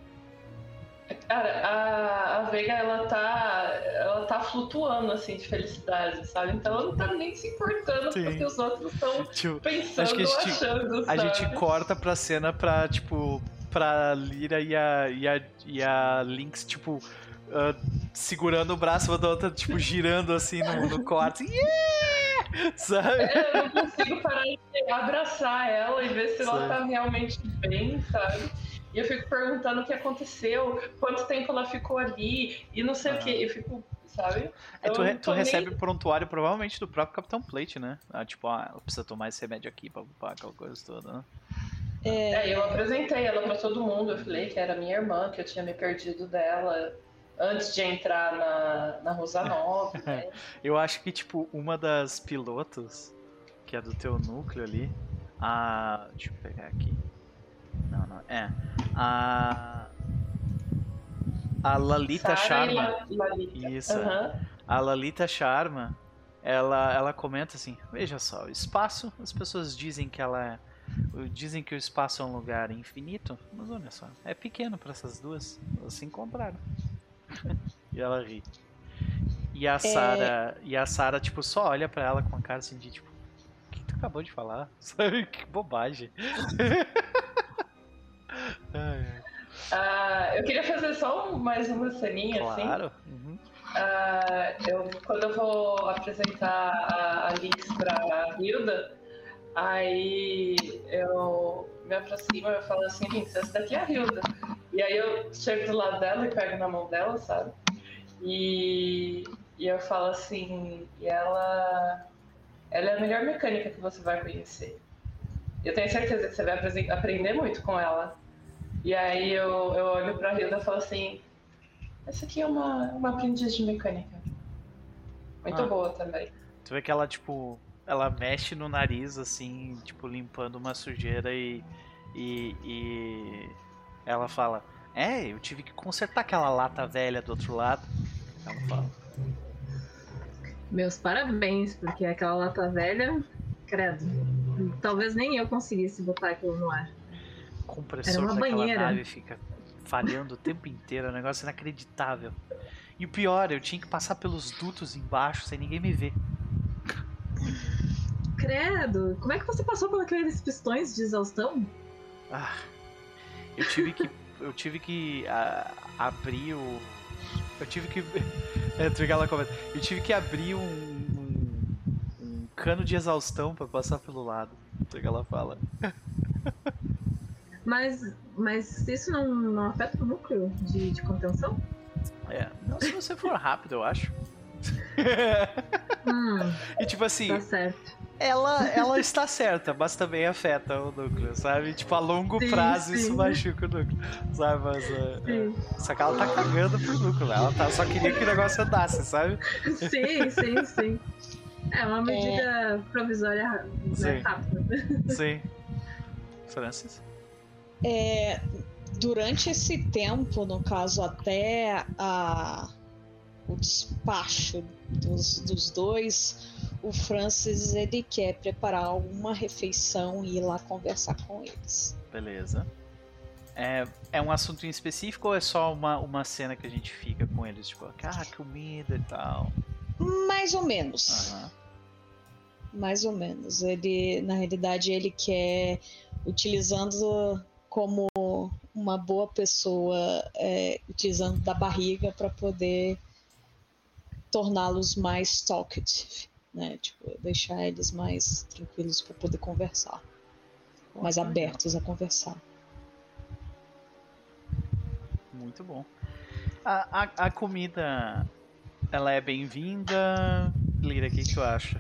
Cara, a Veiga, ela tá flutuando, assim, de felicidade, sabe? Então ela não tá nem se importando Sim. porque os outros estão Tipo, pensando, acho que achando, a sabe? gente corta pra cena pra, tipo, pra Lyra e a Lynx, tipo, segurando o braço uma da outra, tipo, girando assim no quarto. Assim, yeah! Sabe? Eu não consigo parar de abraçar ela e ver se ela tá realmente bem, sabe? E eu fico perguntando o que aconteceu, quanto tempo ela ficou ali, e não sei o que, eu fico, sabe? Tu recebe o prontuário provavelmente do próprio Capitão Plate, né? Tipo, ela precisa tomar esse remédio aqui, aquela coisa toda, né? Eu apresentei ela pra todo mundo, eu falei que era minha irmã, que eu tinha me perdido dela antes de entrar na Rosa 9, né? Eu acho que, tipo, uma das pilotos, que é do teu núcleo ali, deixa eu pegar aqui. Não, A Lalita Sarah e Sharma. Lalita. Isso. Aham. A Lalita Sharma, ela comenta assim: veja só, o espaço, as pessoas dizem que dizem que o espaço é um lugar infinito, mas olha só, é pequeno para essas duas, elas se encontraram. E ela ri. E a Sarah, tipo, só olha pra ela com a cara assim de tipo, o que tu acabou de falar? Sabe? Que bobagem. Ai, Eu queria fazer só mais uma ceninha, assim. claro. Uhum. Quando eu vou apresentar a Lix pra Hilda, aí eu me aproximo e eu falo assim, Lix, essa daqui é a Hilda. E aí eu chego do lado dela e pego na mão dela, sabe? E eu falo assim, ela é a melhor mecânica que você vai conhecer. Eu tenho certeza que você vai aprender muito com ela. E aí eu olho pra Hilda e falo assim, essa aqui é uma aprendiz de mecânica. Muito boa também. Tu vê que ela, tipo, ela mexe no nariz, assim, tipo, limpando uma sujeira e ela fala, eu tive que consertar aquela lata velha do outro lado. Ela fala. Meus parabéns, porque aquela lata velha, credo, talvez nem eu conseguisse botar aquilo no ar. O compressor Era uma daquela banheira. nave fica falhando o tempo inteiro, é um negócio inacreditável. E o pior, eu tinha que passar pelos dutos embaixo sem ninguém me ver. Credo, como é que você passou por aqueles pistões de exaustão? Eu tive que abrir o... Eu tive que... Eu tive que abrir um cano de exaustão pra passar pelo lado. É o que ela fala. Mas isso não afeta o núcleo de contenção? Não se você for rápido, eu acho. E tipo assim, tá certo. Ela está certa, mas também afeta o núcleo, sabe? Tipo, a longo prazo isso machuca o núcleo, sabe? Mas, só que ela tá cagando pro núcleo, né? Ela só queria que o negócio andasse, sabe? Sim. É uma medida provisória, né, rápida. Sim. Francis? Durante esse tempo, no caso, até o despacho dos dois, o Francis, ele quer preparar alguma refeição e ir lá conversar com eles. Beleza. É um assunto em específico ou é só uma cena que a gente fica com eles? Tipo, comida e tal? Mais ou menos. Mais ou menos. Ele, na realidade, ele quer, utilizando como uma boa pessoa, utilizando da barriga para poder torná-los mais talkative, né? Tipo, deixar eles mais tranquilos para poder conversar, mais abertos a conversar. Muito bom. A comida, ela é bem-vinda? Lira, o que tu acha?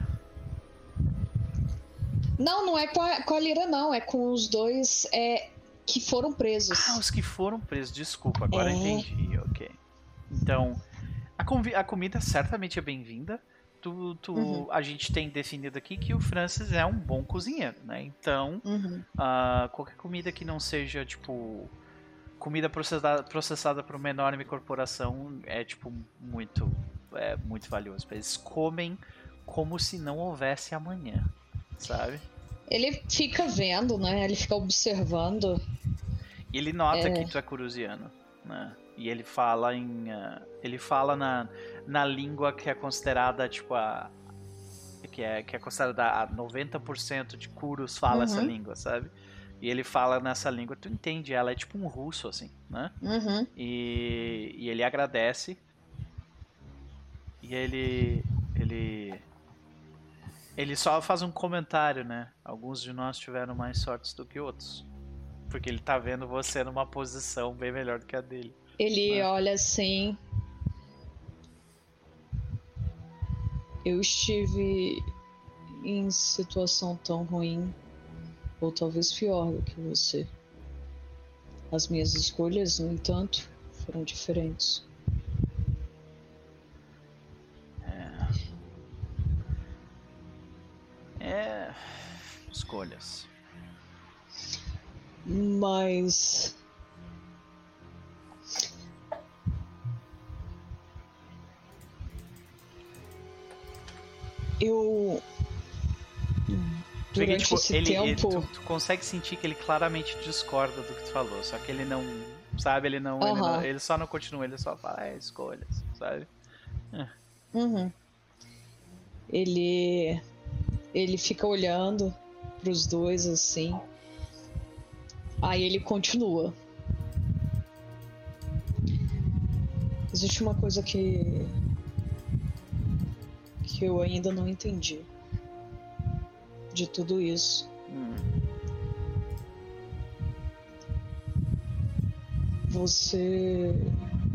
Não é com a Lira, não. É com os dois que foram presos. Os que foram presos. Desculpa, agora entendi. Ok. Então, a comida certamente é bem-vinda. A gente tem definido aqui que o Francis é um bom cozinheiro, né? Então, qualquer comida que não seja, tipo, comida processada por uma enorme corporação é, tipo, muito valioso. Eles comem como se não houvesse amanhã, sabe? Ele fica vendo, né? Ele fica observando. E ele nota que tu é curusiano, né? E ele fala na língua que é considerada, tipo, que é considerada a 90% de Kurus fala essa língua, sabe? E ele fala nessa língua, tu entende, ela é tipo um russo, assim, né? E ele agradece. E ele só faz um comentário, né? Alguns de nós tiveram mais sortes do que outros. Porque ele tá vendo você numa posição bem melhor do que a dele. Ele olha assim. Eu estive em situação tão ruim, ou talvez pior do que você. As minhas escolhas, no entanto, foram diferentes. Escolhas. Mas Eu. Porque, Durante tipo, esse tempo. tu consegue sentir que ele claramente discorda do que tu falou, só que ele não, sabe, ele não, ele só não continua, ele só fala, escolhas, sabe? Uhum. Ele fica olhando pros dois assim. Aí ele continua. Existe uma coisa que eu ainda não entendi de tudo isso. Você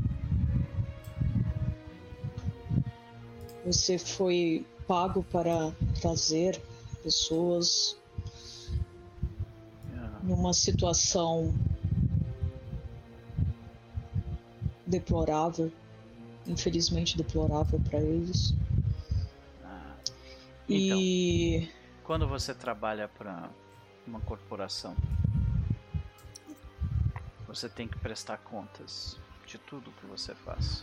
foi pago para trazer pessoas numa situação deplorável, infelizmente deplorável para eles. Então, E quando você trabalha para uma corporação, você tem que prestar contas de tudo que você faz.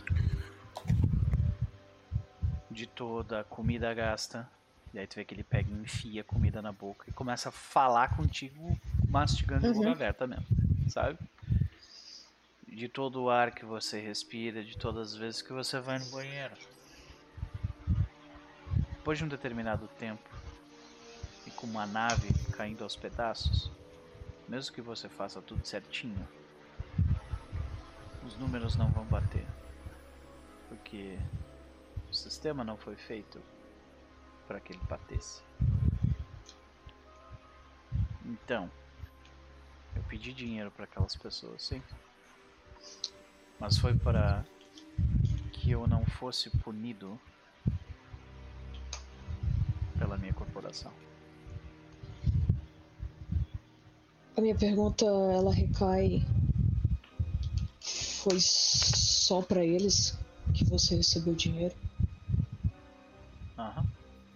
De toda a comida gasta. E aí tu vê que ele pega e enfia a comida na boca e começa a falar contigo mastigando de boca aberta mesmo, sabe? De todo o ar que você respira, de todas as vezes que você vai no banheiro. Depois de um determinado tempo, e com uma nave caindo aos pedaços, mesmo que você faça tudo certinho, os números não vão bater. Porque o sistema não foi feito para que ele batesse. Então, eu pedi dinheiro para aquelas pessoas, sim. Mas foi para que eu não fosse punido pela minha corporação. a minha pergunta, ela recai... Foi só pra eles que você recebeu dinheiro? Aham.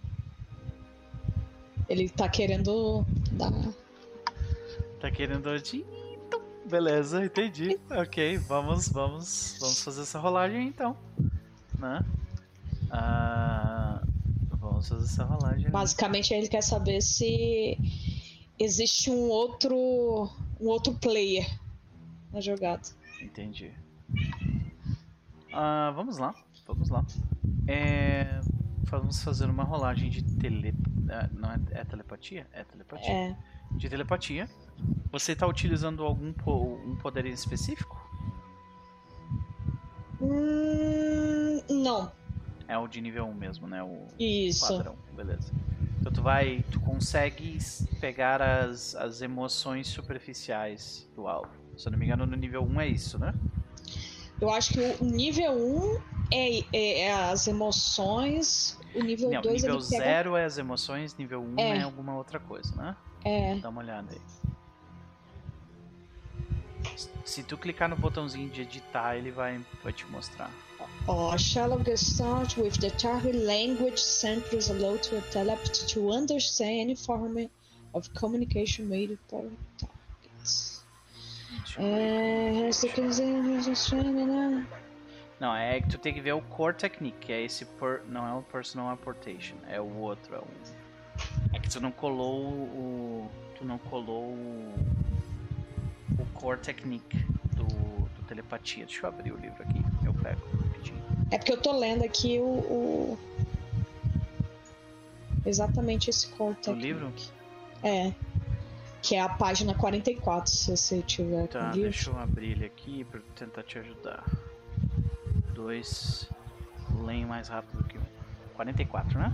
Ele tá querendo dar... Tá querendo dinheiro? Beleza, entendi. Ok, vamos fazer essa rolagem então, né? Vamos fazer essa rolagem. Basicamente ele quer saber se existe um outro player na jogada. Entendi. Vamos lá. Vamos fazer uma rolagem de não é telepatia? É telepatia. É. De telepatia. Você tá utilizando algum um poder específico? Não. É o de nível 1 mesmo, né? O Isso. padrão. Beleza. Então tu consegue pegar as emoções superficiais do alvo. Se eu não me engano, no nível 1 é isso, né? Eu acho que o nível 1 é as emoções, o nível 2 ele nível pega... 0 é as emoções, nível 1 é alguma outra coisa, né? É. Dá uma olhada aí. Se tu clicar no botãozinho de editar, ele vai te mostrar. Shall I start with the target language centers allowed to a telepathy to understand any form of communication made by targets. Não, é que tu tem que ver o core technique, que é esse não é o personal apportation, é o outro, é que tu não colou o core technique do telepatia. Deixa eu abrir o livro aqui, eu pego rapidinho. É porque eu tô lendo aqui exatamente esse core technique. O livro? É. Que é a página 44, se você tiver com o livro. Deixa eu abrir ele aqui pra tentar te ajudar. 2 leem mais rápido que 1. 44, né?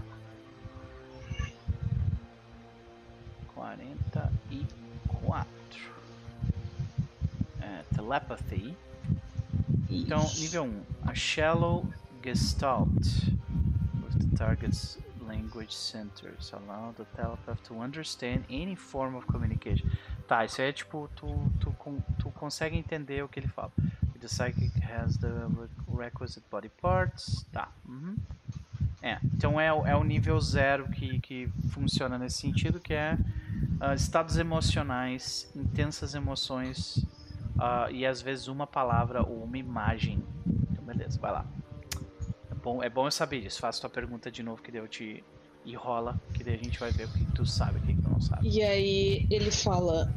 44. Telepathy. Então, nível 1. A shallow gestalt with the target's language centers allow the telepath to understand any form of communication. Tá, isso aí é tipo, tu consegue entender o que ele fala. The psychic has the requisite body parts. Tá. Então é o nível 0 que funciona nesse sentido, que é estados emocionais, intensas emoções e às vezes uma palavra ou uma imagem. Então beleza, vai lá. É bom eu saber disso. Faço tua pergunta de novo que daí eu te E rola, que daí a gente vai ver o que tu sabe e o que tu não sabe. E aí ele fala...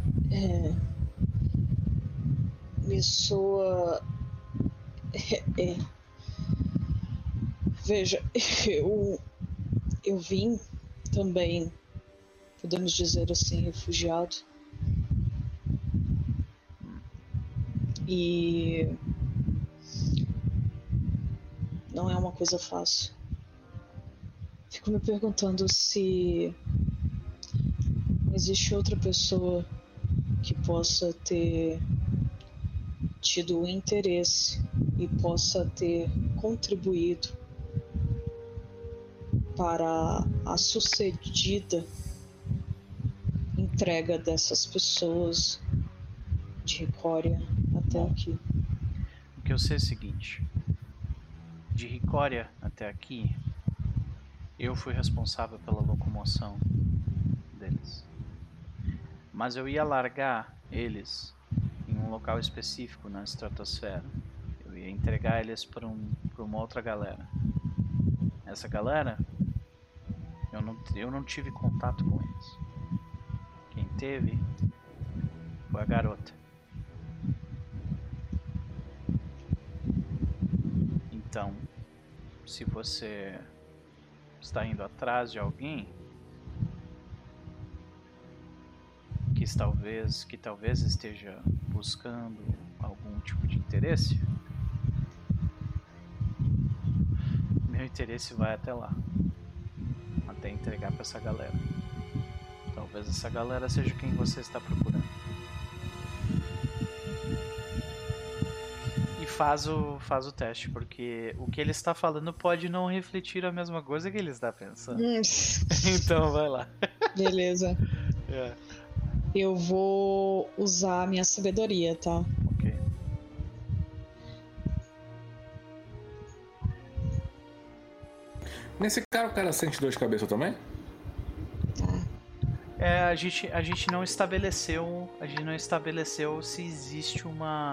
me soa... Veja, eu vim também, podemos dizer assim, refugiado. E não é uma coisa fácil. Fico me perguntando se existe outra pessoa que possa ter tido o interesse e possa ter contribuído para a sucedida entrega dessas pessoas de Ricória até aqui. O que eu sei é o seguinte: de Ricória até aqui, eu fui responsável pela locomoção deles. Mas eu ia largar eles em um local específico na estratosfera. Eu ia entregar eles para uma outra galera. Essa galera, eu não tive contato com eles. Quem teve foi a garota. Então, se você está indo atrás de alguém que talvez esteja buscando algum tipo de interesse, meu interesse vai até lá, até entregar para essa galera. Talvez essa galera seja quem você está procurando. E faz o teste, porque o que ele está falando pode não refletir a mesma coisa que ele está pensando. Então vai lá. Beleza. É. Eu vou usar a minha sabedoria, tá? Ok. Nesse cara, o cara sente dor de cabeça também? A gente não estabeleceu se existe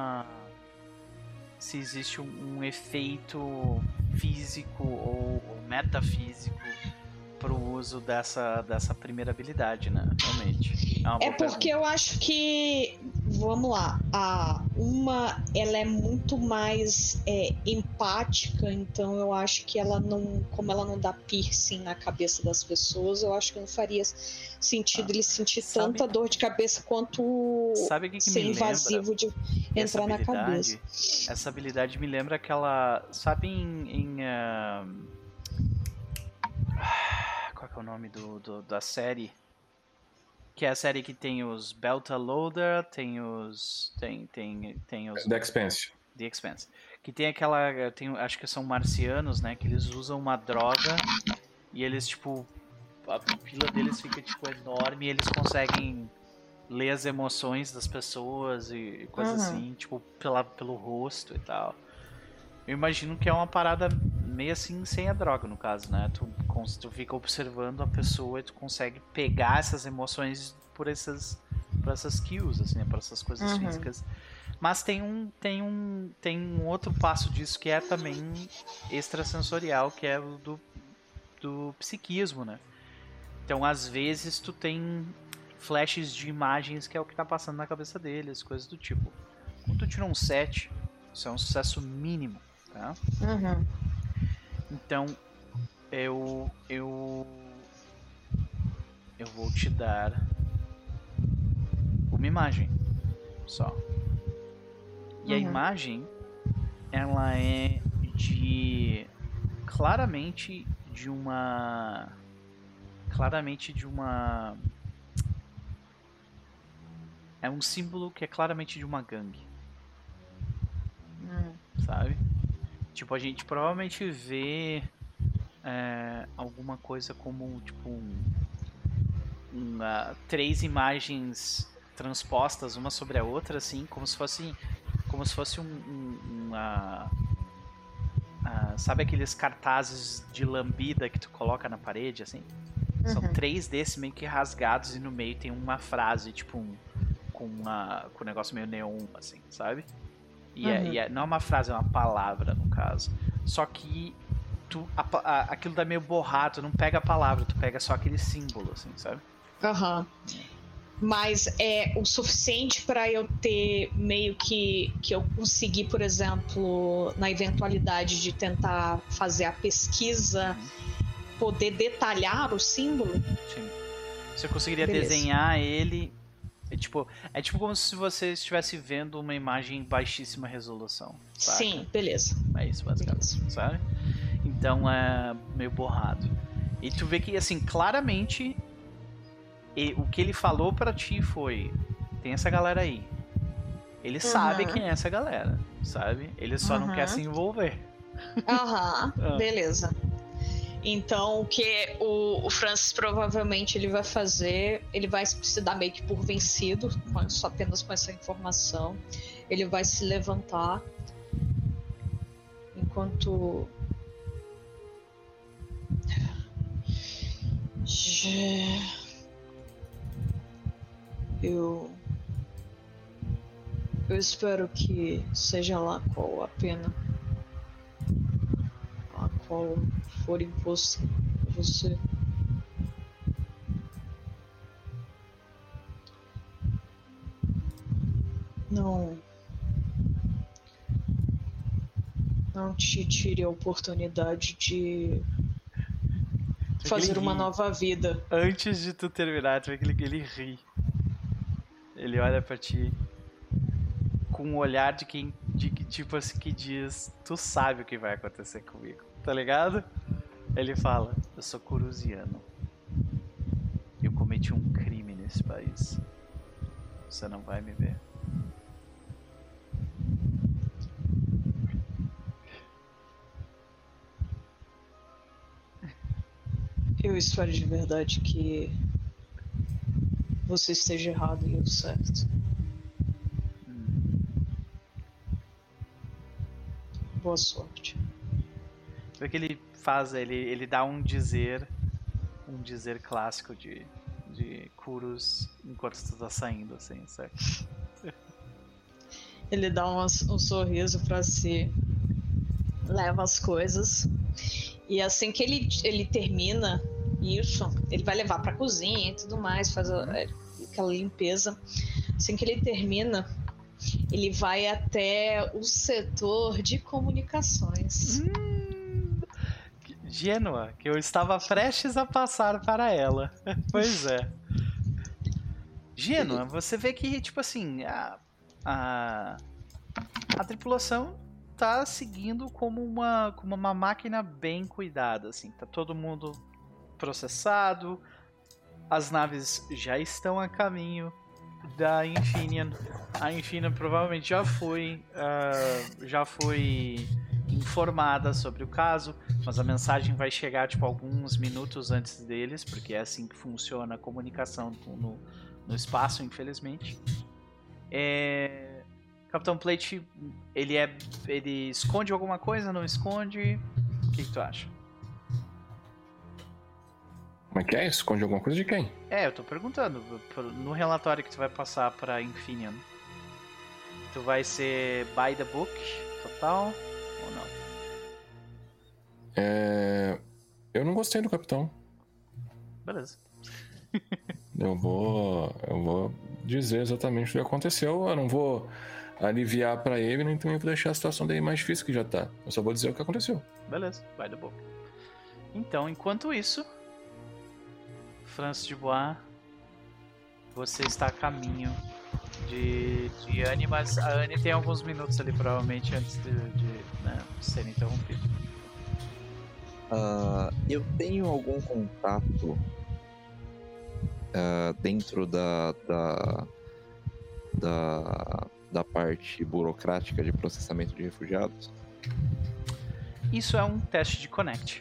um efeito físico ou metafísico pro uso dessa primeira habilidade, né? Realmente. É porque eu acho que, vamos lá, ela é muito mais empática, então eu acho que ela não, como ela não dá piercing na cabeça das pessoas, eu acho que não faria sentido ele sentir tanta dor de cabeça quanto ser invasivo de entrar na cabeça. Essa habilidade me lembra aquela, sabe qual que é o nome da série? Que é a série que tem os Belta Loader, tem os The Expanse. The Expanse. Que tem aquela, acho que são marcianos, né, que eles usam uma droga e eles, tipo, a pupila deles fica, tipo, enorme e eles conseguem ler as emoções das pessoas e coisas assim, tipo, pelo rosto e tal. Eu imagino que é uma parada meio assim sem a droga, no caso, né? Tu fica observando a pessoa e tu consegue pegar essas emoções por essas kills, assim, por essas coisas físicas. Mas tem um outro passo disso que é também extrasensorial, que é o do psiquismo, né? Então, às vezes, tu tem flashes de imagens que é o que tá passando na cabeça deles, coisas do tipo. Quando tu tira um 7, isso é um sucesso mínimo, tá? Então, eu vou te dar uma imagem só. E a imagem, ela é claramente de uma é um símbolo que é claramente de uma gangue. Sabe? Tipo, a gente provavelmente vê alguma coisa como, tipo, 3 imagens transpostas uma sobre a outra, assim, como se fosse sabe aqueles cartazes de lambida que tu coloca na parede, assim? São 3 desses meio que rasgados e no meio tem uma frase, tipo, com um negócio meio neon, assim, sabe? E não é uma frase, é uma palavra, no caso. Só que aquilo tá meio borrado, tu não pega a palavra, tu pega só aquele símbolo, assim, sabe? Aham. Mas é o suficiente para eu ter meio que eu conseguir, por exemplo, na eventualidade de tentar fazer a pesquisa, poder detalhar o símbolo? Sim. Você conseguiria Beleza. desenhar ele. É tipo como se você estivesse vendo uma imagem em baixíssima resolução. Saca? Sim, beleza. É isso, basicamente, sabe? Então é meio borrado. E tu vê que, assim, claramente, o que ele falou pra ti foi: tem essa galera aí. Ele sabe quem é essa galera, sabe? Ele só não quer se envolver. Aham, beleza. Então, o que o Francis provavelmente ele vai fazer, ele vai se dar meio que por vencido, só apenas com essa informação. Ele vai se levantar enquanto eu espero que seja lá qual a pena a qual for imposto a você. Não te tire a oportunidade de fazer uma nova vida. Antes de tu terminar, tu vê que ele ri. Ele olha pra ti com um olhar de quem, tipo assim, que diz: tu sabe o que vai acontecer comigo, tá ligado? Ele fala: eu sou curusiano. Eu cometi um crime nesse país. Você não vai me ver. Eu espero de verdade que você esteja errado e eu certo. Boa sorte. O que ele faz? Ele dá um dizer clássico de Kurus enquanto tu tá saindo, assim, certo? Ele dá um sorriso pra si, leva as coisas, e assim que ele termina isso, ele vai levar pra cozinha e tudo mais, faz aquela limpeza. Assim que ele termina, ele vai até o setor de comunicações. Gênua, que eu estava prestes a passar para ela. Pois é. Gênua, você vê que, tipo assim, a tripulação tá seguindo como uma máquina bem cuidada, assim. Tá todo mundo processado, as naves já estão a caminho da Infineon. A Infineon provavelmente já foi informada sobre o caso, mas a mensagem vai chegar tipo alguns minutos antes deles, porque é assim que funciona a comunicação no espaço, infelizmente. Capitão Plate, ele esconde alguma coisa, não esconde? O que tu acha? Como é que é? Esconde alguma coisa de quem? Eu tô perguntando. No relatório que tu vai passar pra Infineon, tu vai ser by the book total ou não? Eu não gostei do capitão. Beleza. Eu vou dizer exatamente o que aconteceu. Eu não vou aliviar pra ele, nem também vou deixar a situação dele mais difícil que já tá. Eu só vou dizer o que aconteceu. Beleza, by the book. Então, enquanto isso, Francis Dubois, você está a caminho de Anne, mas a Anne tem alguns minutos ali, provavelmente, antes de ser interrompido. Eu tenho algum contato dentro da parte burocrática de processamento de refugiados? Isso é um teste de Connect.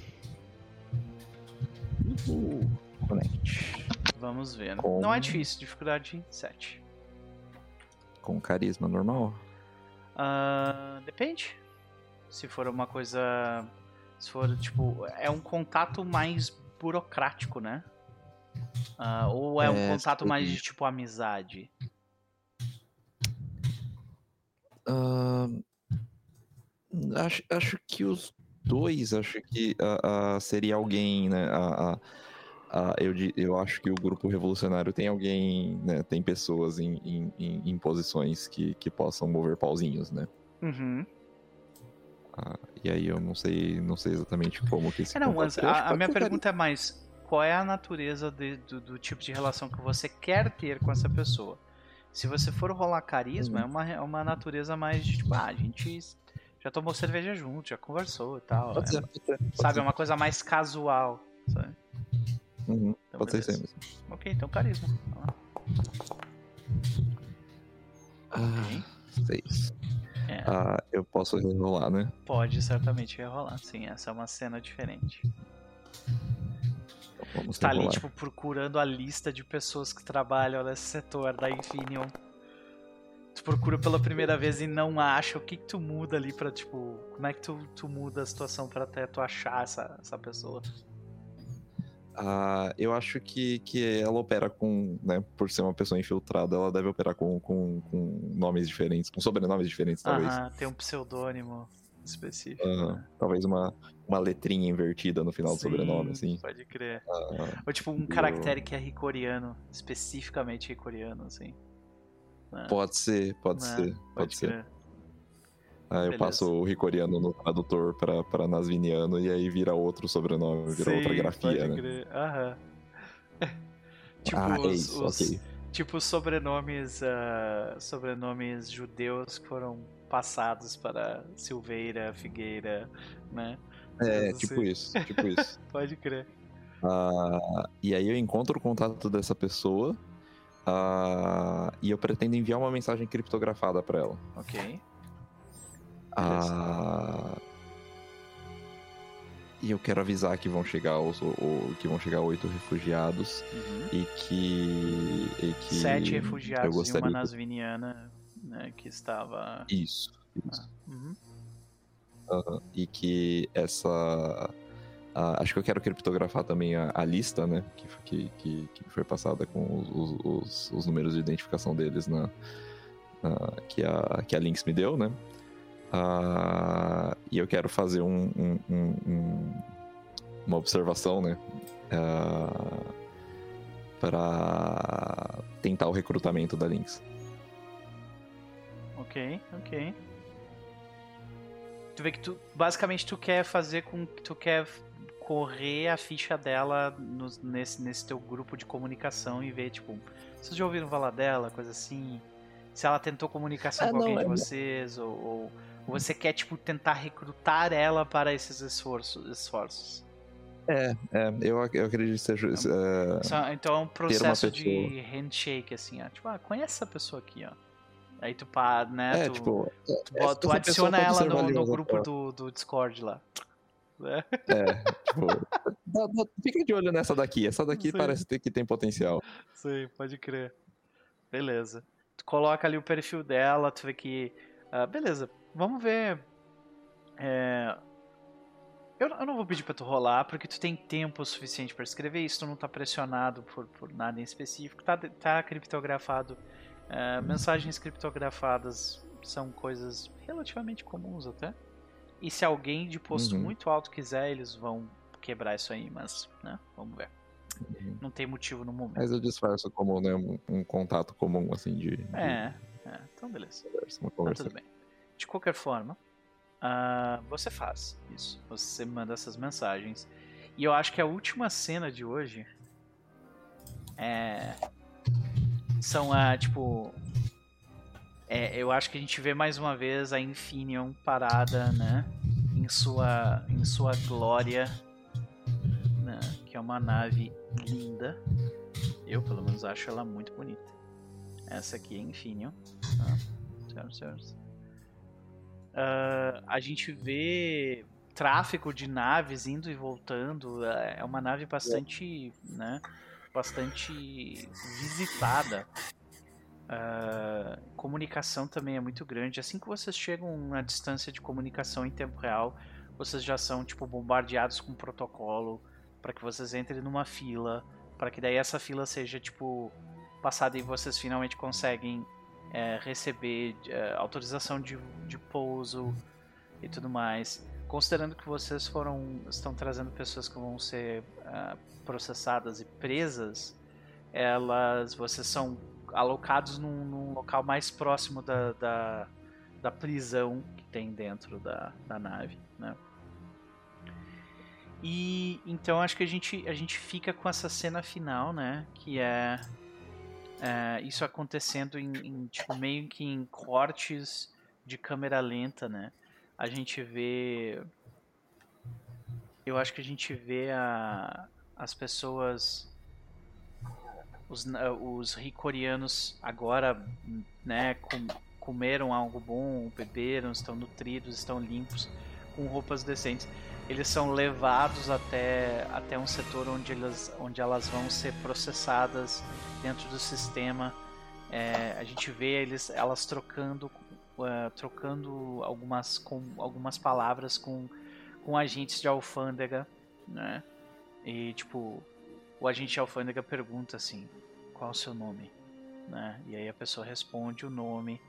Connect. Vamos ver, né? Com... Não é difícil, dificuldade 7. Com carisma normal? Depende. Se for uma coisa... Se for, tipo... É um contato mais burocrático, né? Ou é um contato mais de, tipo, amizade? Acho que os 2, acho que seria alguém, né? Eu acho que o grupo revolucionário tem alguém, né? Tem pessoas em posições que possam mover pauzinhos, né? Uhum. E aí eu não sei exatamente como que esse Não, contato mas seria. Acho que a pode minha ser pergunta é mais: qual é a natureza do tipo de relação que você quer ter com essa pessoa? Se você for rolar carisma, é uma natureza mais de tipo, a gente já tomou cerveja junto, já conversou e tal. Pode ser. Sabe, é uma coisa mais casual, sabe? Uhum, Então, pode ser isso aí beleza. mesmo. Ok, então carisma. Vamos lá. 6. É, Eu posso rolar, né? pode certamente rolar, sim. Essa é uma cena diferente. Então, vamos Tá ali, rolar. tipo, procurando a lista de pessoas que trabalham nesse setor da Infinium. Tu procura pela primeira vez e não acha. O que tu muda ali pra, tipo... Como é que tu muda a situação pra até tu achar essa pessoa? Eu acho que ela opera com, né, por ser uma pessoa infiltrada, ela deve operar com nomes diferentes, com sobrenomes diferentes, talvez. Aham, tem um pseudônimo específico, né? Talvez uma letrinha invertida no final do sobrenome, assim. Pode crer. Ou tipo um caractere que é ricoriano, especificamente ricoriano, assim. Né? Pode ser. Pode crer. Eu Beleza. passo o ricoriano no tradutor pra nasviniano e aí vira outro sobrenome, vira outra grafia, pode né? crer. Aham. Tipo é isso, ok. Tipo sobrenomes judeus que foram passados para Silveira, Figueira, né? Tipo isso. Pode crer. E aí eu encontro o contato dessa pessoa e eu pretendo enviar uma mensagem criptografada pra ela. Ok. E eu quero avisar que vão chegar 8 refugiados e que 7 refugiados eu gostaria e uma nasviniana, né, que estava... Isso. Uhum. E que essa... acho que eu quero criptografar também a lista, né? Que foi passada com os números de identificação deles que a Lynx me deu, né? E eu quero fazer uma observação, né? Para tentar o recrutamento da Lynx. Ok. Tu vê que basicamente tu quer fazer com que tu quer correr a ficha dela nesse teu grupo de comunicação e ver, tipo, vocês já ouviram falar dela, coisa assim? Se ela tentou comunicação com alguém de vocês, ou você quer, tipo, tentar recrutar ela para esses esforços? Eu acredito que seja... Então é um processo de handshake, assim, ó. Tipo, conhece essa pessoa aqui, ó. Aí tu né? Tu adiciona ela no grupo do Discord lá. Fica de olho nessa daqui. Essa daqui parece que tem potencial. Sim, pode crer. Beleza. Tu coloca ali o perfil dela, tu vê que... beleza, vamos ver... Eu não vou pedir pra tu rolar, porque tu tem tempo suficiente pra escrever isso, tu não tá pressionado por nada em específico, tá criptografado. Mensagens criptografadas são coisas relativamente comuns até. E se alguém de posto muito alto quiser, eles vão quebrar isso aí, mas, né, vamos ver. Não tem motivo no momento. Mas eu disfarço como, né, um contato comum, assim, então beleza. Uma Então, conversa. tudo bem. De qualquer forma, você faz isso. Você manda essas mensagens. E eu acho que a última cena de hoje são tipo... eu acho que a gente vê mais uma vez a Infinium parada, né? Em sua glória, né? Que é uma nave linda. Eu, pelo menos, acho ela muito bonita. Essa aqui é Infinium. Certo. A gente vê tráfego de naves indo e voltando. É uma nave bastante, né? Bastante visitada. Comunicação também é muito grande. Assim que vocês chegam na distância de comunicação em tempo real, vocês já são tipo bombardeados com protocolo para que vocês entrem numa fila, para que daí essa fila seja tipo passada e vocês finalmente conseguem receber autorização de pouso e tudo mais. considerando que vocês estão trazendo pessoas que vão ser processadas e presas, vocês são alocados num local mais próximo da prisão que tem dentro da nave, né? E então acho que a gente fica com essa cena final, né? Que é isso acontecendo tipo, meio que em cortes de câmera lenta, né? A gente vê... Eu acho que a gente vê as pessoas... Os ricorianos agora, né, comeram algo bom, beberam, estão nutridos, estão limpos, com roupas decentes. Eles são levados até um setor onde elas vão ser processadas dentro do sistema. A gente vê elas trocando algumas palavras com agentes de alfândega, né? E tipo, o agente de alfândega pergunta assim: qual é o seu nome? Né? E aí a pessoa responde o nome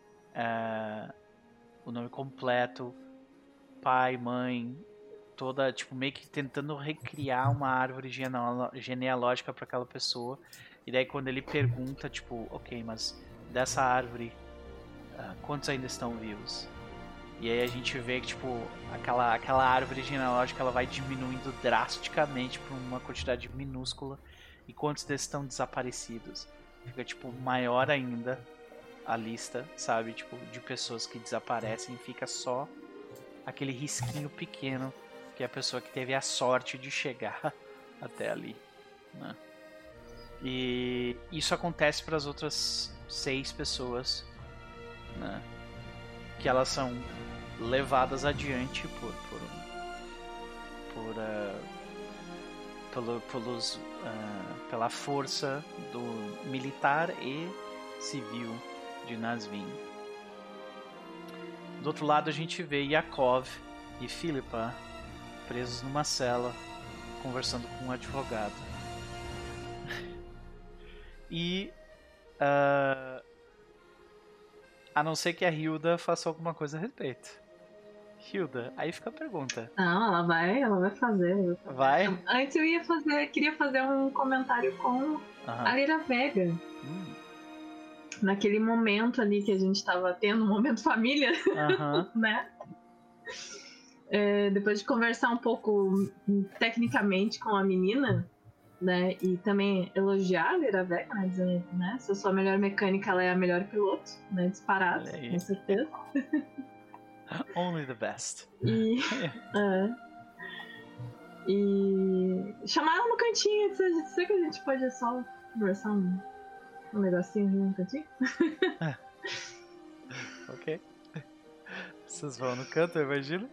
completo, pai, mãe, toda, tipo, meio que tentando recriar uma árvore genealógica para aquela pessoa. E daí quando ele pergunta, tipo, ok, mas dessa árvore, quantos ainda estão vivos? E aí a gente vê que, tipo, aquela árvore genealógica, ela vai diminuindo drasticamente para uma quantidade minúscula. E quantos desses estão desaparecidos? Fica, tipo, maior ainda a lista, sabe? Tipo, de pessoas que desaparecem. Fica só aquele risquinho pequeno, que é a pessoa que teve a sorte de chegar até ali, né? E isso acontece para as outras 6 pessoas, né? Que elas são levadas adiante pela força do militar e civil de Nazvin. Do outro lado a gente vê Yakov e Philippa presos numa cela conversando com um advogado. E a não ser que a Hilda faça alguma coisa a respeito. Hilda, aí fica a pergunta. Não, ela vai fazer. Vai? Antes queria fazer um comentário com a Lyra Vega. Naquele momento ali que a gente tava tendo, um momento família, né? Depois de conversar um pouco tecnicamente com a menina, né? E também elogiar a Lyra Vega, né? Dizendo, né? Se eu sou a melhor mecânica, ela é a melhor piloto, né? Disparado, com certeza. Only the best. E chamar ela no cantinho. Será que a gente pode só conversar um negocinho no cantinho? Ok. Vocês vão no canto, eu imagino?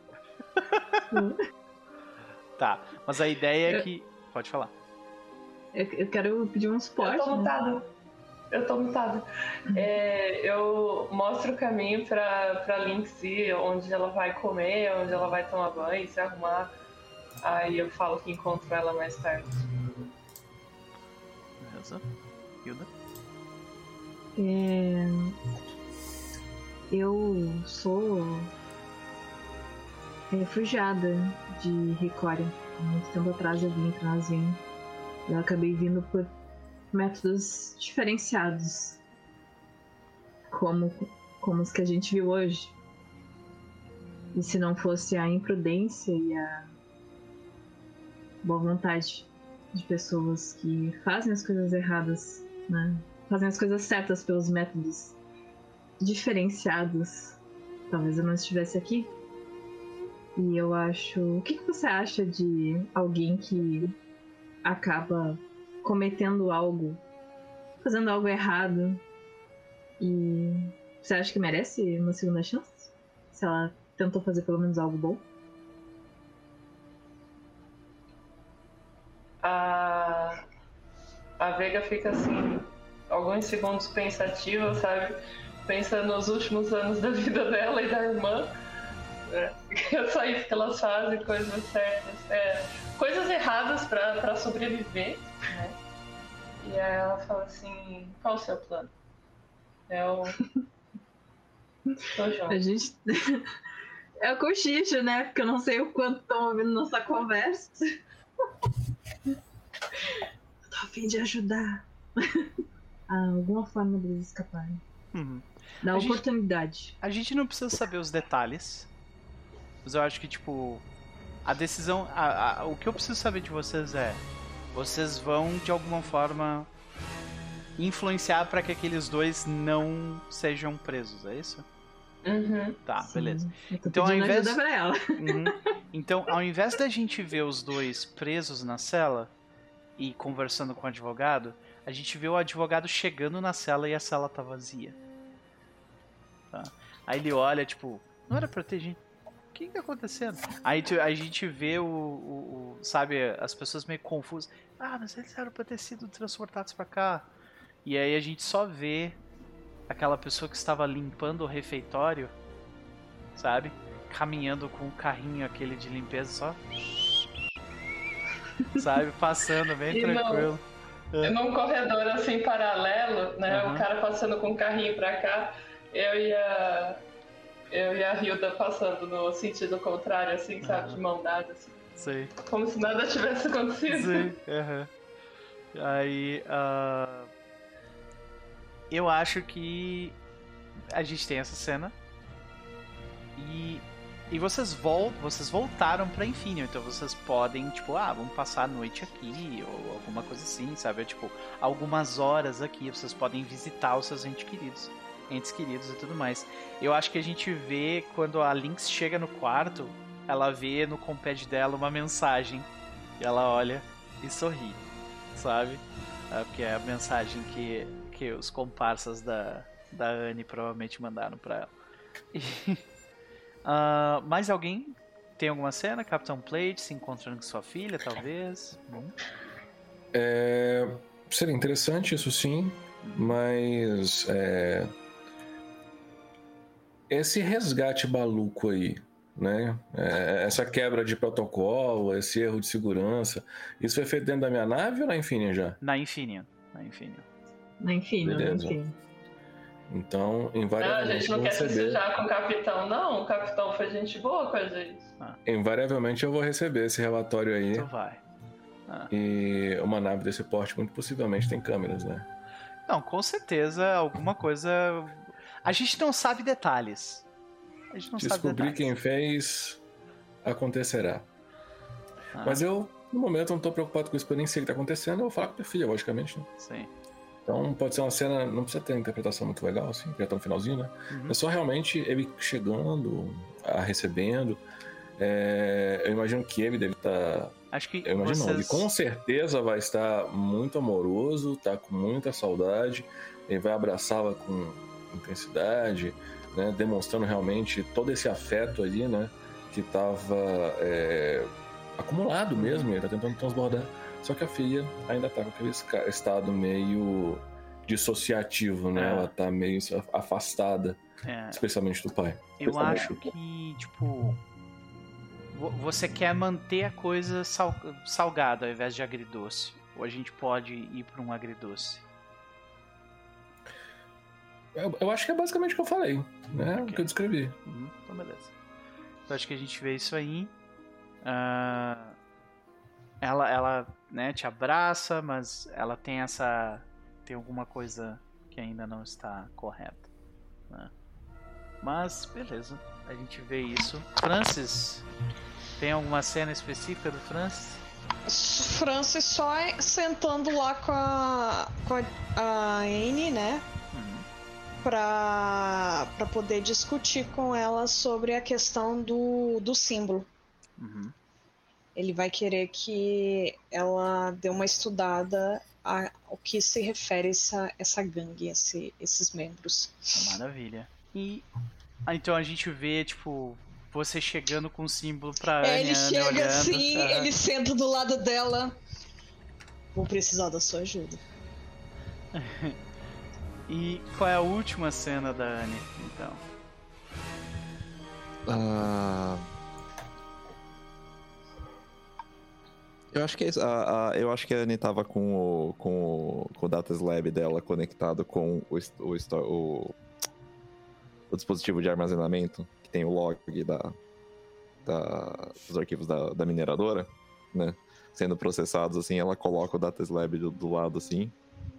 Tá, mas a ideia é que... Pode falar. Eu quero pedir um suporte. Eu tô mutado. Eu mostro o caminho pra Lynxie, onde ela vai comer, onde ela vai tomar banho, se arrumar. Aí eu falo que encontro ela mais tarde. Beleza. Hilda? Eu sou refugiada de Ricória. Há muito tempo atrás eu vim pra Nazvin. Eu acabei vindo por métodos diferenciados, como os que a gente viu hoje. E se não fosse a imprudência e a boa vontade de pessoas que fazem as coisas erradas, né? Fazem as coisas certas pelos métodos diferenciados, talvez eu não estivesse aqui. E eu acho... O que você acha de alguém que acaba cometendo algo, fazendo algo errado, e você acha que merece uma segunda chance? Se ela tentou fazer pelo menos algo bom? A Vega fica assim, alguns segundos pensativa, sabe? Pensando nos últimos anos da vida dela e da irmã. Só isso que elas fazem, coisas certas. Coisas erradas pra sobreviver, né? E aí ela fala assim, qual o seu plano? Tô junto. É o cochicho, né? Porque eu não sei o quanto estão ouvindo nossa conversa. Eu tô a fim de ajudar. Alguma forma deles escaparem. Uhum. Dá oportunidade. A gente não precisa saber os detalhes. Mas eu acho que, tipo, a decisão... o que eu preciso saber de vocês é... Vocês vão, de alguma forma, influenciar para que aqueles dois não sejam presos, é isso? Uhum. Tá, Sim, beleza. eu tô Então, ao pedindo invés... ajuda pra ela. Então, ao invés da gente ver os dois presos na cela e conversando com o advogado, a gente vê o advogado chegando na cela e a cela tá vazia. Tá? Aí ele olha, tipo, não era pra ter gente. O que tá acontecendo? Aí a gente vê sabe, as pessoas meio confusas. Ah, mas eles eram pra ter sido transportados pra cá. E aí a gente só vê aquela pessoa que estava limpando o refeitório, sabe? Caminhando com o carrinho aquele de limpeza só. Sabe? Passando bem E tranquilo. Num corredor assim paralelo, né? Uhum. O cara passando com o carrinho pra cá, eu e a Hilda passando no sentido contrário, assim, sabe? De mão dada, assim. Sei. Como se nada tivesse acontecido. Sim. Aí, eu acho que a gente tem essa cena e vocês voltaram pra Infineon, então vocês podem, tipo, vamos passar a noite aqui ou alguma coisa assim, sabe? Tipo, algumas horas aqui, vocês podem visitar os seus entes queridos e tudo mais. Eu acho que a gente vê quando a Lynx chega no quarto, ela vê no compad dela uma mensagem e ela olha e sorri, sabe? Porque é a mensagem que os comparsas da Anne provavelmente mandaram pra ela. Mais alguém tem alguma cena? Capitão Plate se encontrando com sua filha, talvez? Seria interessante isso sim, mas esse resgate maluco aí, né? Essa quebra de protocolo, esse erro de segurança, isso foi feito dentro da minha nave ou na Infineon já? Na Infineon. Beleza. Então, invariavelmente. A gente não quer se sujar com o capitão, não. O capitão foi gente boa com a gente. Invariavelmente eu vou receber esse relatório aí. Então vai. E uma nave desse porte, muito possivelmente, tem câmeras, né? Não, com certeza, alguma coisa. A gente não sabe detalhes. Descobrir quem fez, acontecerá. Mas eu, no momento, não tô preocupado com isso, porque eu nem sei o que tá acontecendo. Eu vou falar com minha filha, logicamente, né? Sim. Então pode ser uma cena, não precisa ter uma interpretação muito legal, assim, já tá no finalzinho, né? É só realmente ele chegando, a recebendo. Eu imagino que ele deve estar. Acho que ele com certeza vai estar muito amoroso, tá com muita saudade, ele vai abraçá-la com intensidade, né? Demonstrando realmente todo esse afeto ali, né? Que estava acumulado mesmo, ele tá tentando transbordar. Só que a filha ainda tá com aquele estado meio dissociativo, né? Ela tá meio afastada, especialmente do pai. Eu acho que, tipo, você quer manter a coisa salgada ao invés de agridoce. Ou a gente pode ir pra um agridoce? Eu acho que é basicamente o que eu falei, né? Okay. O que eu descrevi. Então, beleza. Eu acho que a gente vê isso aí. Ela né, te abraça, mas ela tem alguma coisa que ainda não está correta, né? Mas beleza, a gente vê isso. Francis, tem alguma cena específica do Francis? Francis só sentando lá com a Anne, né? Pra poder discutir com ela sobre a questão do símbolo. Ele vai querer que ela dê uma estudada ao que se refere essa gangue, esses membros. Maravilha. E então a gente vê, tipo, você chegando com o símbolo pra Anne. Ele chega olhando, assim, ele senta do lado dela. Vou precisar da sua ajuda. E qual é a última cena da Anne, então? Eu acho que eu acho que a Anne tava com o Data Slab dela conectado com o dispositivo de armazenamento, que tem o log dos arquivos da mineradora, né? Sendo processados, assim, ela coloca o Dataslab do lado, assim.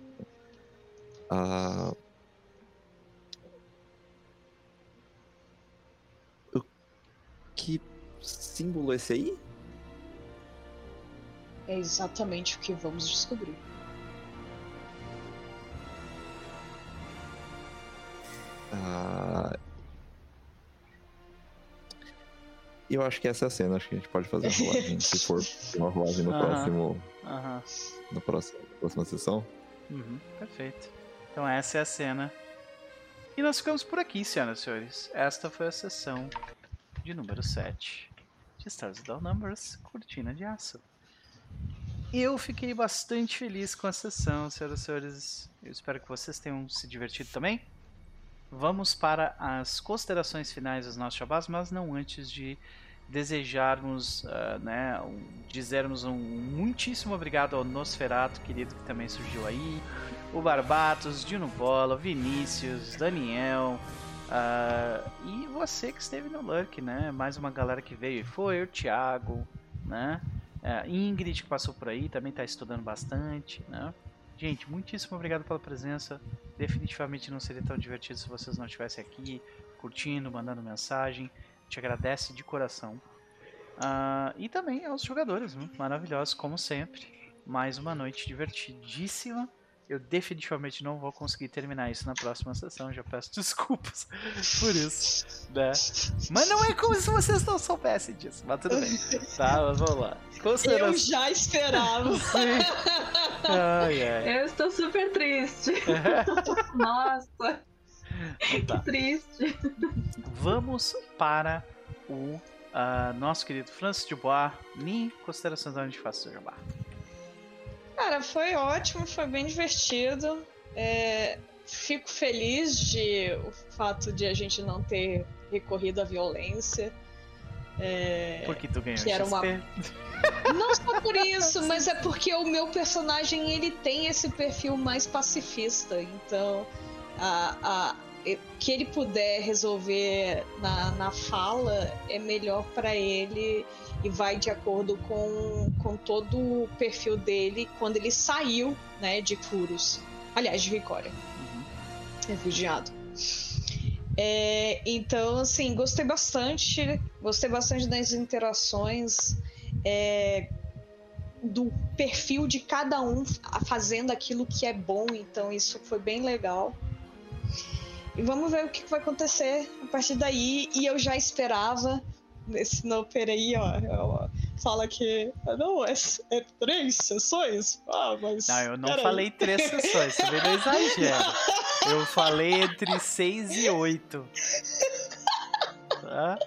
Que símbolo é esse aí? É exatamente o que vamos descobrir. Eu acho que essa é a cena, acho que a gente pode fazer a rolagem, se for uma rolagem no próximo. Na próxima sessão. Perfeito. Então essa é a cena. E nós ficamos por aqui, senhoras e senhores. Esta foi a sessão de número 7 de Stars Without Numbers, Cortina de Aço. Eu fiquei bastante feliz com a sessão, senhoras e senhores. Eu espero que vocês tenham se divertido também. Vamos para as considerações finais dos nossos jabás, mas não antes de desejarmos, dizermos um muitíssimo obrigado ao Nosferatu, querido, que também surgiu aí, o Barbatos, Dino Bola, Vinícius, Daniel, e você que esteve no Lurk, né? Mais uma galera que veio e foi, o Thiago, né? Ingrid, que passou por aí, também está estudando bastante, né? Gente, muitíssimo obrigado pela presença. Definitivamente não seria tão divertido se vocês não estivessem aqui, curtindo, mandando mensagem. Te agradece de coração. E também aos jogadores, maravilhosos, como sempre. Mais uma noite divertidíssima. Eu definitivamente não vou conseguir terminar isso na próxima sessão. Já peço desculpas por isso, né? Mas não é como se vocês não soubessem disso. Mas tudo bem. Tá, mas vamos lá. Eu já esperava. Eu estou super triste. Nossa. Tá. Que triste. Vamos para o nosso querido Francis Dubois. Ni, considerações da onde faço o seu jabá. Cara, foi ótimo, foi bem divertido. Fico feliz de o fato de a gente não ter recorrido à violência. Porque tu ganhou que era XP. Não só por isso, mas é porque o meu personagem ele tem esse perfil mais pacifista. Então, que ele puder resolver na fala é melhor pra ele e vai de acordo com todo o perfil dele quando ele saiu, né, de Curus. Aliás, de Vicória. Refugiado. Então, assim, gostei bastante das interações, do perfil de cada um fazendo aquilo que é bom, então isso foi bem legal. E vamos ver o que vai acontecer a partir daí. E eu já esperava nesse Noper aí, ó. Fala que não, é 3 sessões? Mas. Não, eu não falei 3 sessões, também não exagero. Eu falei entre 6 e 8. Tá?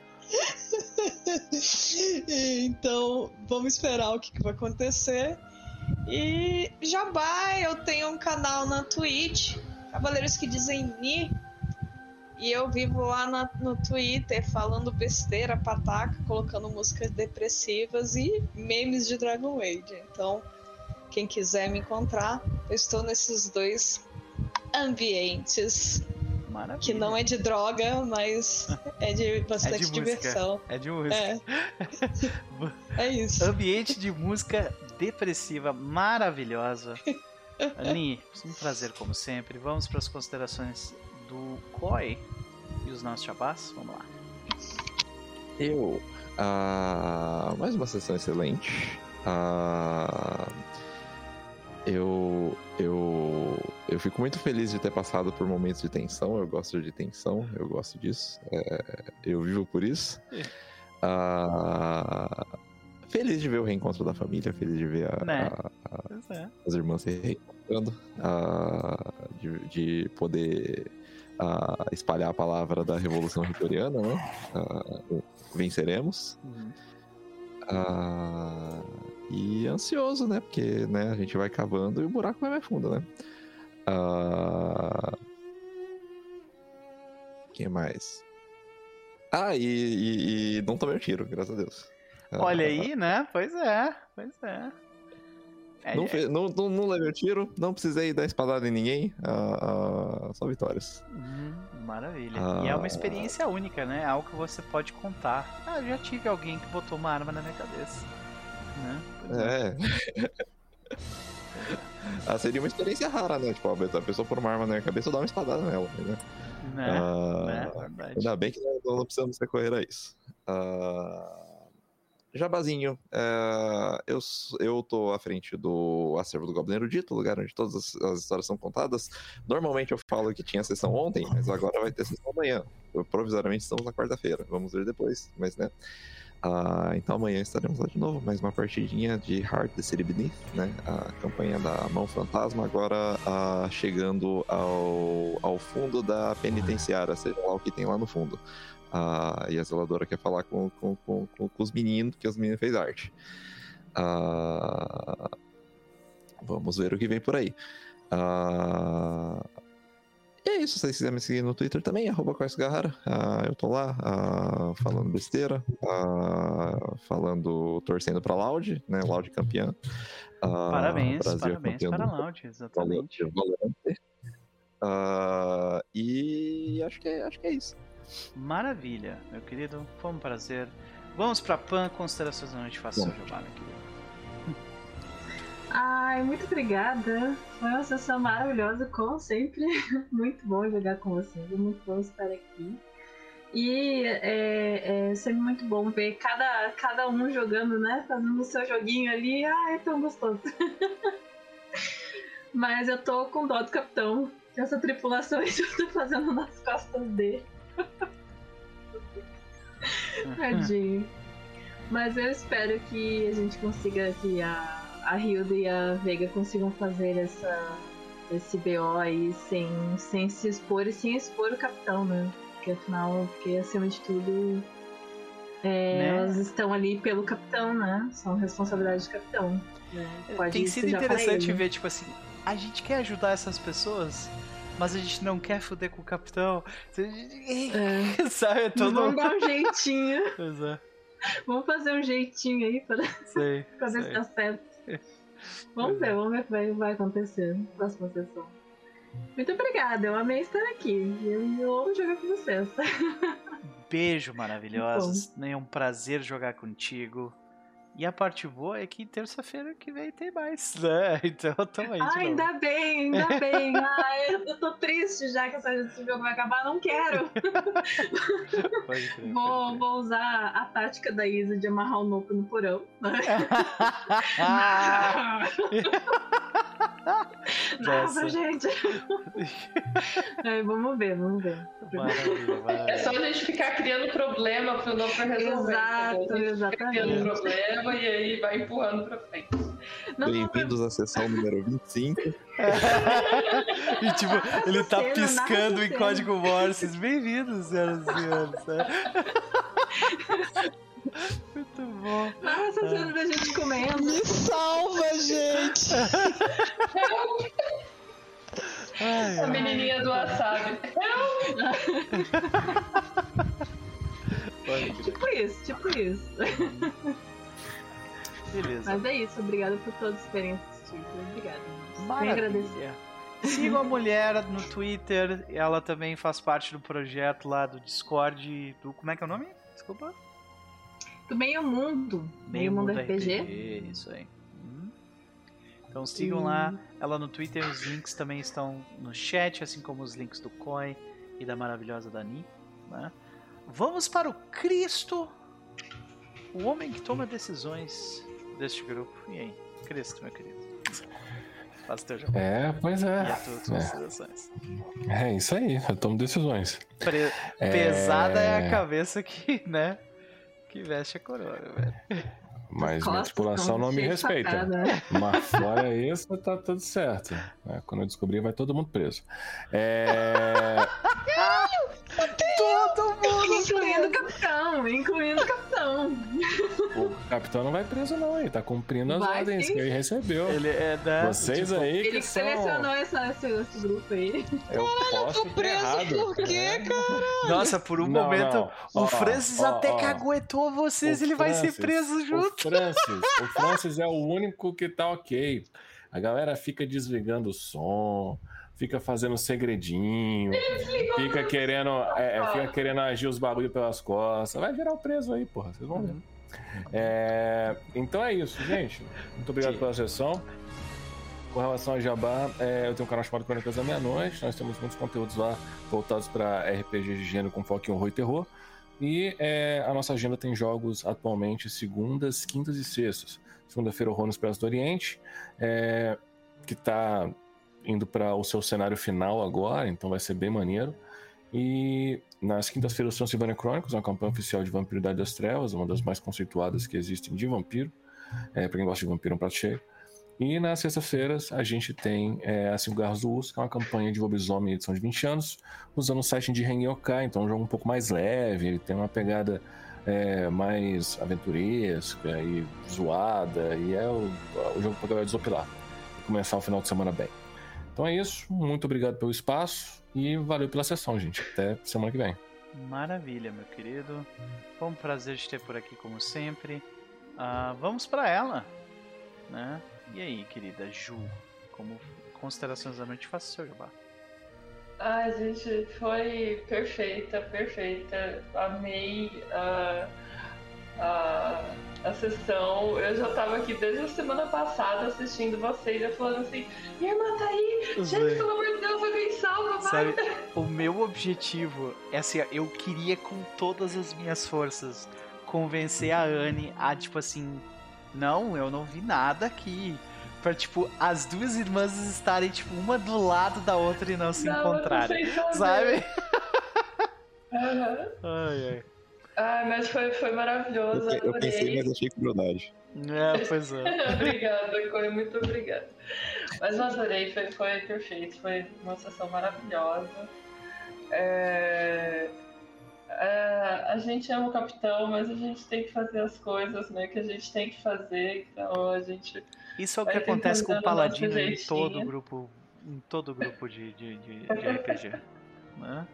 Então, vamos esperar o que vai acontecer. E jabá, eu tenho um canal na Twitch, Cavaleiros que Dizem Ni. E eu vivo lá no Twitter falando besteira, pataca, colocando músicas depressivas e memes de Dragon Age. Então, quem quiser me encontrar, eu estou nesses 2 ambientes. Maravilha. Que não é de droga, mas é de bastante diversão. É de música. É isso. Ambiente de música depressiva, maravilhosa. Ani, um prazer como sempre. Vamos para as considerações do Koi e os nossos jabás. Vamos lá. Mais uma sessão excelente. Eu fico muito feliz de ter passado por momentos de tensão. Eu gosto de tensão, eu gosto disso. Eu vivo por isso. Feliz de ver o reencontro da família, feliz de ver as irmãs se reencontrando, de poder espalhar a palavra da Revolução Vitoriana, né? Venceremos. E ansioso, né? Porque, né, a gente vai cavando e o buraco vai mais fundo, né? Quem mais? E não tomei um tiro, graças a Deus. Olha aí, né? Pois é. Não levei o tiro, não precisei dar espadada em ninguém, só vitórias. Maravilha. E é uma experiência única, né? Algo que você pode contar. Eu já tive alguém que botou uma arma na minha cabeça. Né? Seria uma experiência rara, né? Tipo, a pessoa pôr uma arma na minha cabeça, eu dar uma espadada nela, né? Verdade. Ainda bem que não precisamos recorrer a isso. Jabazinho, eu tô à frente do acervo do Goblin Erudito, lugar onde todas as histórias são contadas. Normalmente eu falo que tinha sessão ontem, mas agora vai ter sessão amanhã. Provisoriamente estamos na quarta-feira, vamos ver depois, mas né. Então amanhã estaremos lá de novo, mais uma partidinha de Heart the City Beneath, né? A campanha da Mão Fantasma, agora chegando ao fundo da penitenciária, seja lá o que tem lá no fundo. E a zeladora quer falar com os meninos, que os meninos fez arte. Vamos ver o que vem por aí. E é isso, se vocês quiserem me seguir no Twitter também, @CoisGahara. Eu tô lá falando besteira, torcendo pra Loud, né? Loud campeã. Parabéns campeão para a Loud, exatamente. E acho que é isso. Maravilha, meu querido. Foi um prazer. Vamos pra Pan, considerações da noite, faça seu jabá, meu querido. Muito obrigada. Foi uma sessão maravilhosa, como sempre. Muito bom jogar com vocês, é muito bom estar aqui. E é sempre muito bom ver cada um jogando, né? Fazendo o seu joguinho ali. É tão gostoso. Mas eu tô com dó do capitão. Essa tripulação aí que eu tô fazendo nas costas dele. Tadinho. Mas eu espero que a gente consiga, que a Hilda e a Veiga consigam fazer esse BO aí sem se expor e sem expor o capitão, né? Porque afinal, acima de tudo, elas estão ali pelo capitão, né? São responsabilidade do capitão. Tem sido interessante ver, tipo assim, a gente quer ajudar essas pessoas, mas a gente não quer foder com o capitão. Sabe? Vamos dar um jeitinho. Pois é. Vamos fazer um jeitinho aí para ver se dá certo. Vamos ver o que vai acontecer na próxima sessão. Muito obrigada, eu amei estar aqui. Eu amo jogar com vocês. Beijo, maravilhosos. É um prazer jogar contigo. E a parte boa é que terça-feira que vem tem mais, né? Então tamo aí. Ainda bem. Eu tô triste já que esse jogo vai acabar, não quero. Pode crer, vou usar a tática da Isa de amarrar o Nopo no porão. Nossa, gente. Vamos ver. Maravilha. É só a gente ficar criando problema pro Nopo resolver. Exatamente. Criando problema e aí vai empurrando pra frente. Bem-vindos à sessão número 25. E tipo, ele tá piscando em código Morse. Bem-vindos, senhoras e senhores. Muito bom. Nossa, cena da gente comendo. Me salva, gente! A menininha do wasabi. Tipo isso. Beleza. Mas é isso, obrigada por todos terem assistido. Obrigada. Maravilha. Sigam a mulher no Twitter, ela também faz parte do projeto lá do Discord do... Como é que é o nome? Desculpa. Do Meio Mundo. Meio Mundo RPG. Isso aí. Então sigam lá ela no Twitter, os links também estão no chat, assim como os links do Coin e da maravilhosa Dani, né? Vamos para o Cristo, o homem que toma decisões deste grupo. E aí, Cristo, meu querido? Faz o teu jogo. Pois é. E as tuas considerações. É isso aí, eu tomo decisões. Pesada é a cabeça que, né, que veste a coroa, velho. Mas minha tripulação não me respeita. Mas fora isso, tá tudo certo. Quando eu descobrir, vai todo mundo preso. Todo mundo Incluindo o capitão, incluindo o capitão. O capitão não vai preso não, ele tá cumprindo as Vai, ordens sim. que ele recebeu. Ele é da. Vocês tipo, aí Ele que que são... selecionou esse grupo aí. Eu posso ter errado. Por quê, cara? Nossa, por um Não, momento, não. o Ó, Francis ó, até ó. caguetou vocês, O ele vai ser Francis, preso junto. O Francis é o único que tá ok. A galera fica desligando o som, fica fazendo segredinho, fica querendo agir os bagulho pelas costas. Vai virar o preso aí, porra, vocês vão ver. Então é isso, gente. Muito obrigado pela sessão. Com relação a Jabá, eu tenho um canal chamado Crônicas da Meia-Noite. Nós temos muitos conteúdos lá voltados para RPG de gênero com foco em horror e terror. E a nossa agenda tem jogos atualmente segundas, quintas e sextas. Segunda-feira, Horror no Expresso do Oriente, que está indo para o seu cenário final agora, então vai ser bem maneiro. E nas quintas-feiras, Transylvania Chronicles, uma campanha oficial de Vampiridade das Trevas, uma das mais conceituadas que existem de vampiro. Para quem gosta de vampiro, é um prato cheio. E nas sextas-feiras a gente tem a 5 Garras do Urso, que é uma campanha de lobisomem edição de 20 anos, usando o setting de Ren Yokai, então é um jogo um pouco mais leve, ele tem uma pegada mais aventuresca e zoada, e é o jogo pra galera desopilar e começar o final de semana bem. Então é isso, muito obrigado pelo espaço e valeu pela sessão, gente. Até semana que vem. Maravilha, meu querido. Foi um prazer te ter por aqui, como sempre. Vamos pra ela, né? E aí, querida Ju, como considerações da noite, faça o seu jabá. Ai, gente, foi perfeita. Amei a sessão. Eu já tava aqui desde a semana passada assistindo vocês, eu falando assim, minha irmã tá aí, gente, pelo amor de Deus, alguém salva, vai. Sabe, o meu objetivo é assim, eu queria com todas as minhas forças convencer a Anne a, tipo assim, não, eu não vi nada aqui. Pra, tipo, as duas irmãs estarem, tipo, uma do lado da outra e não se encontrarem. Sabe? Ai. Ai, mas foi maravilhoso. Eu pensei, mas achei crueldade. Pois é. Obrigada, Coi, muito obrigada. Mas eu adorei, foi perfeito. Foi uma sessão maravilhosa. A gente ama o capitão, mas a gente tem que fazer as coisas, né, que a gente tem que fazer. Então a gente... Isso é o que acontece com o Paladino em todo grupo de RPG, né?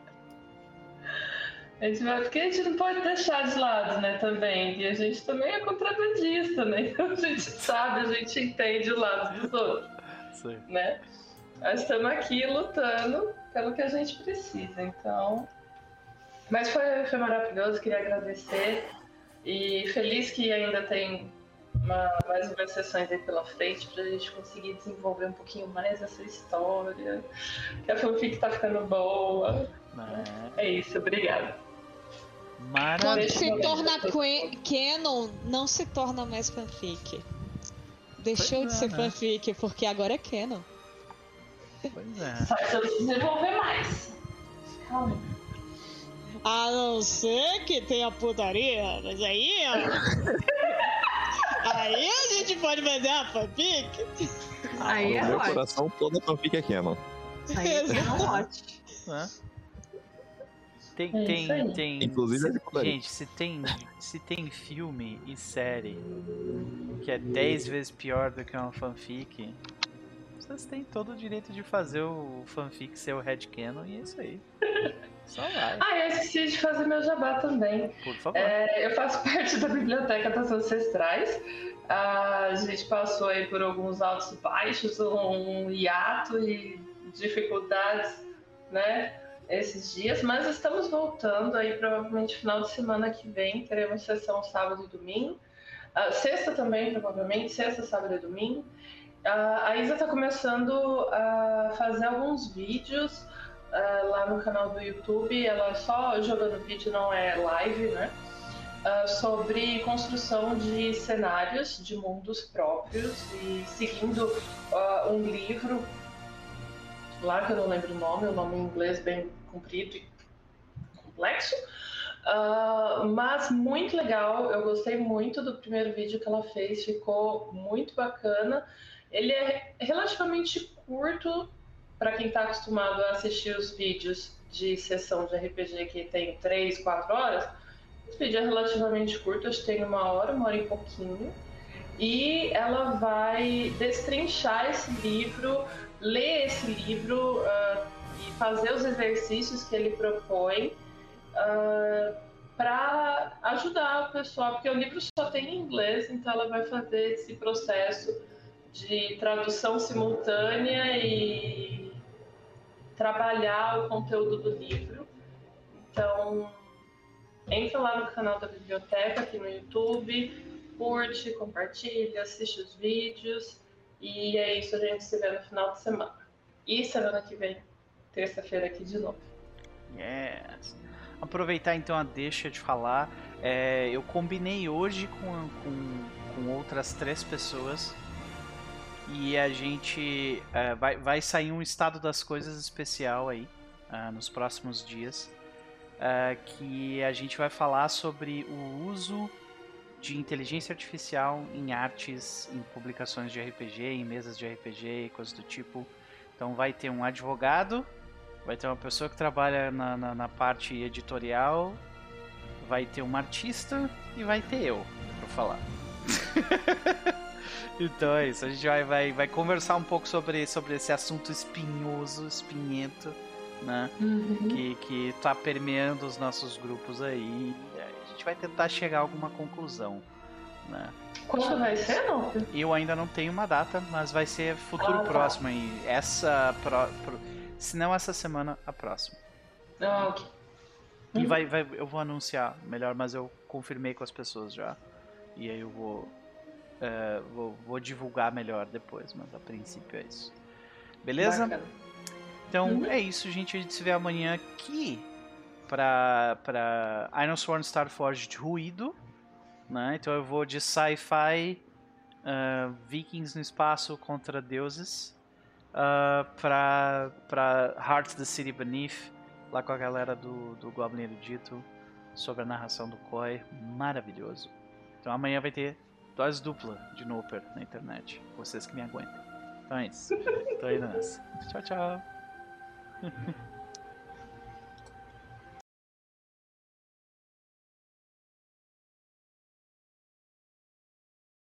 Porque a gente não pode deixar de lado, né, também. E a gente também é contrabandista, né? Então a gente sabe, a gente entende o lado dos outros. Sim. Né? Nós estamos aqui lutando pelo que a gente precisa, então... Mas foi maravilhoso, queria agradecer. E feliz que ainda tem mais umas sessões aí pela frente pra gente conseguir desenvolver um pouquinho mais essa história. Que a fanfic tá ficando boa. É isso, obrigada. Quando se torna canon, não se torna mais fanfic. Deixou de ser fanfic, porque agora é canon. Pois é. Só se eu desenvolver mais. Calma. A não ser que tenha putaria, mas aí, aí a gente pode vender a fanfic. Aí No meu coração, toda fanfic é canon. Aí é um lote. Tem. Inclusive, gente, se tem filme e série que é 10 vezes pior do que uma fanfic, vocês têm todo o direito de fazer o fanfic ser o headcanon e é isso aí. Só vai. Eu esqueci de fazer meu jabá também. Por favor. Eu faço parte da Biblioteca das Ancestrais. A gente passou aí por alguns altos e baixos, um hiato e dificuldades, né, esses dias, mas estamos voltando aí, provavelmente final de semana que vem, teremos sessão sábado e domingo. Sexta também, provavelmente, sexta, sábado e domingo. A Isa está começando a fazer alguns vídeos lá no canal do YouTube, ela só jogando vídeo, não é live, né? Sobre construção de cenários, de mundos próprios e seguindo um livro lá que eu não lembro o nome em inglês bem comprido e complexo, mas muito legal. Eu gostei muito do primeiro vídeo que ela fez, ficou muito bacana. Ele é relativamente curto para quem está acostumado a assistir os vídeos de sessão de RPG que tem 3, 4 horas, o speed é relativamente curto, acho que tem 1 hora e pouquinho. E ela vai destrinchar esse livro, ler esse livro e fazer os exercícios que ele propõe para ajudar o pessoal, porque o livro só tem em inglês, então ela vai fazer esse processo de tradução simultânea e trabalhar o conteúdo do livro. Então, entra lá no canal da biblioteca, aqui no YouTube, curte, compartilha, assiste os vídeos, e é isso, a gente se vê no final de semana. E semana que vem, terça-feira aqui de novo. Yes. Aproveitar então a deixa de falar, eu combinei hoje com outras 3 pessoas e a gente vai sair um estado das coisas especial aí nos próximos dias, que a gente vai falar sobre o uso de inteligência artificial em artes, em publicações de RPG, em mesas de RPG e coisas do tipo. Então vai ter um advogado, vai ter uma pessoa que trabalha na parte editorial, vai ter um artista e vai ter eu pra falar. Então é isso, a gente vai conversar um pouco sobre esse assunto espinhoso, espinhento, né? Que tá permeando os nossos grupos aí. A gente vai tentar chegar a alguma conclusão, né? Quando vai ser, não? Eu ainda não tenho uma data, mas vai ser futuro próximo aí. Se não essa semana, a próxima. Ok. E eu vou anunciar melhor, mas eu confirmei com as pessoas já. E aí eu vou divulgar melhor depois, mas a princípio é isso. Beleza? Bacana. Então é isso, gente. A gente se vê amanhã aqui pra Ironsworn Starforged Ruído, né? Então eu vou de sci-fi, vikings no espaço contra deuses, pra Heart the City Beneath, lá com a galera do Goblin Erudito, sobre a narração do Koi. Maravilhoso. Então amanhã vai ter dose dupla de Noper na internet. Vocês que me aguentem. Então é isso. Tô indo nessa. Tchau, tchau.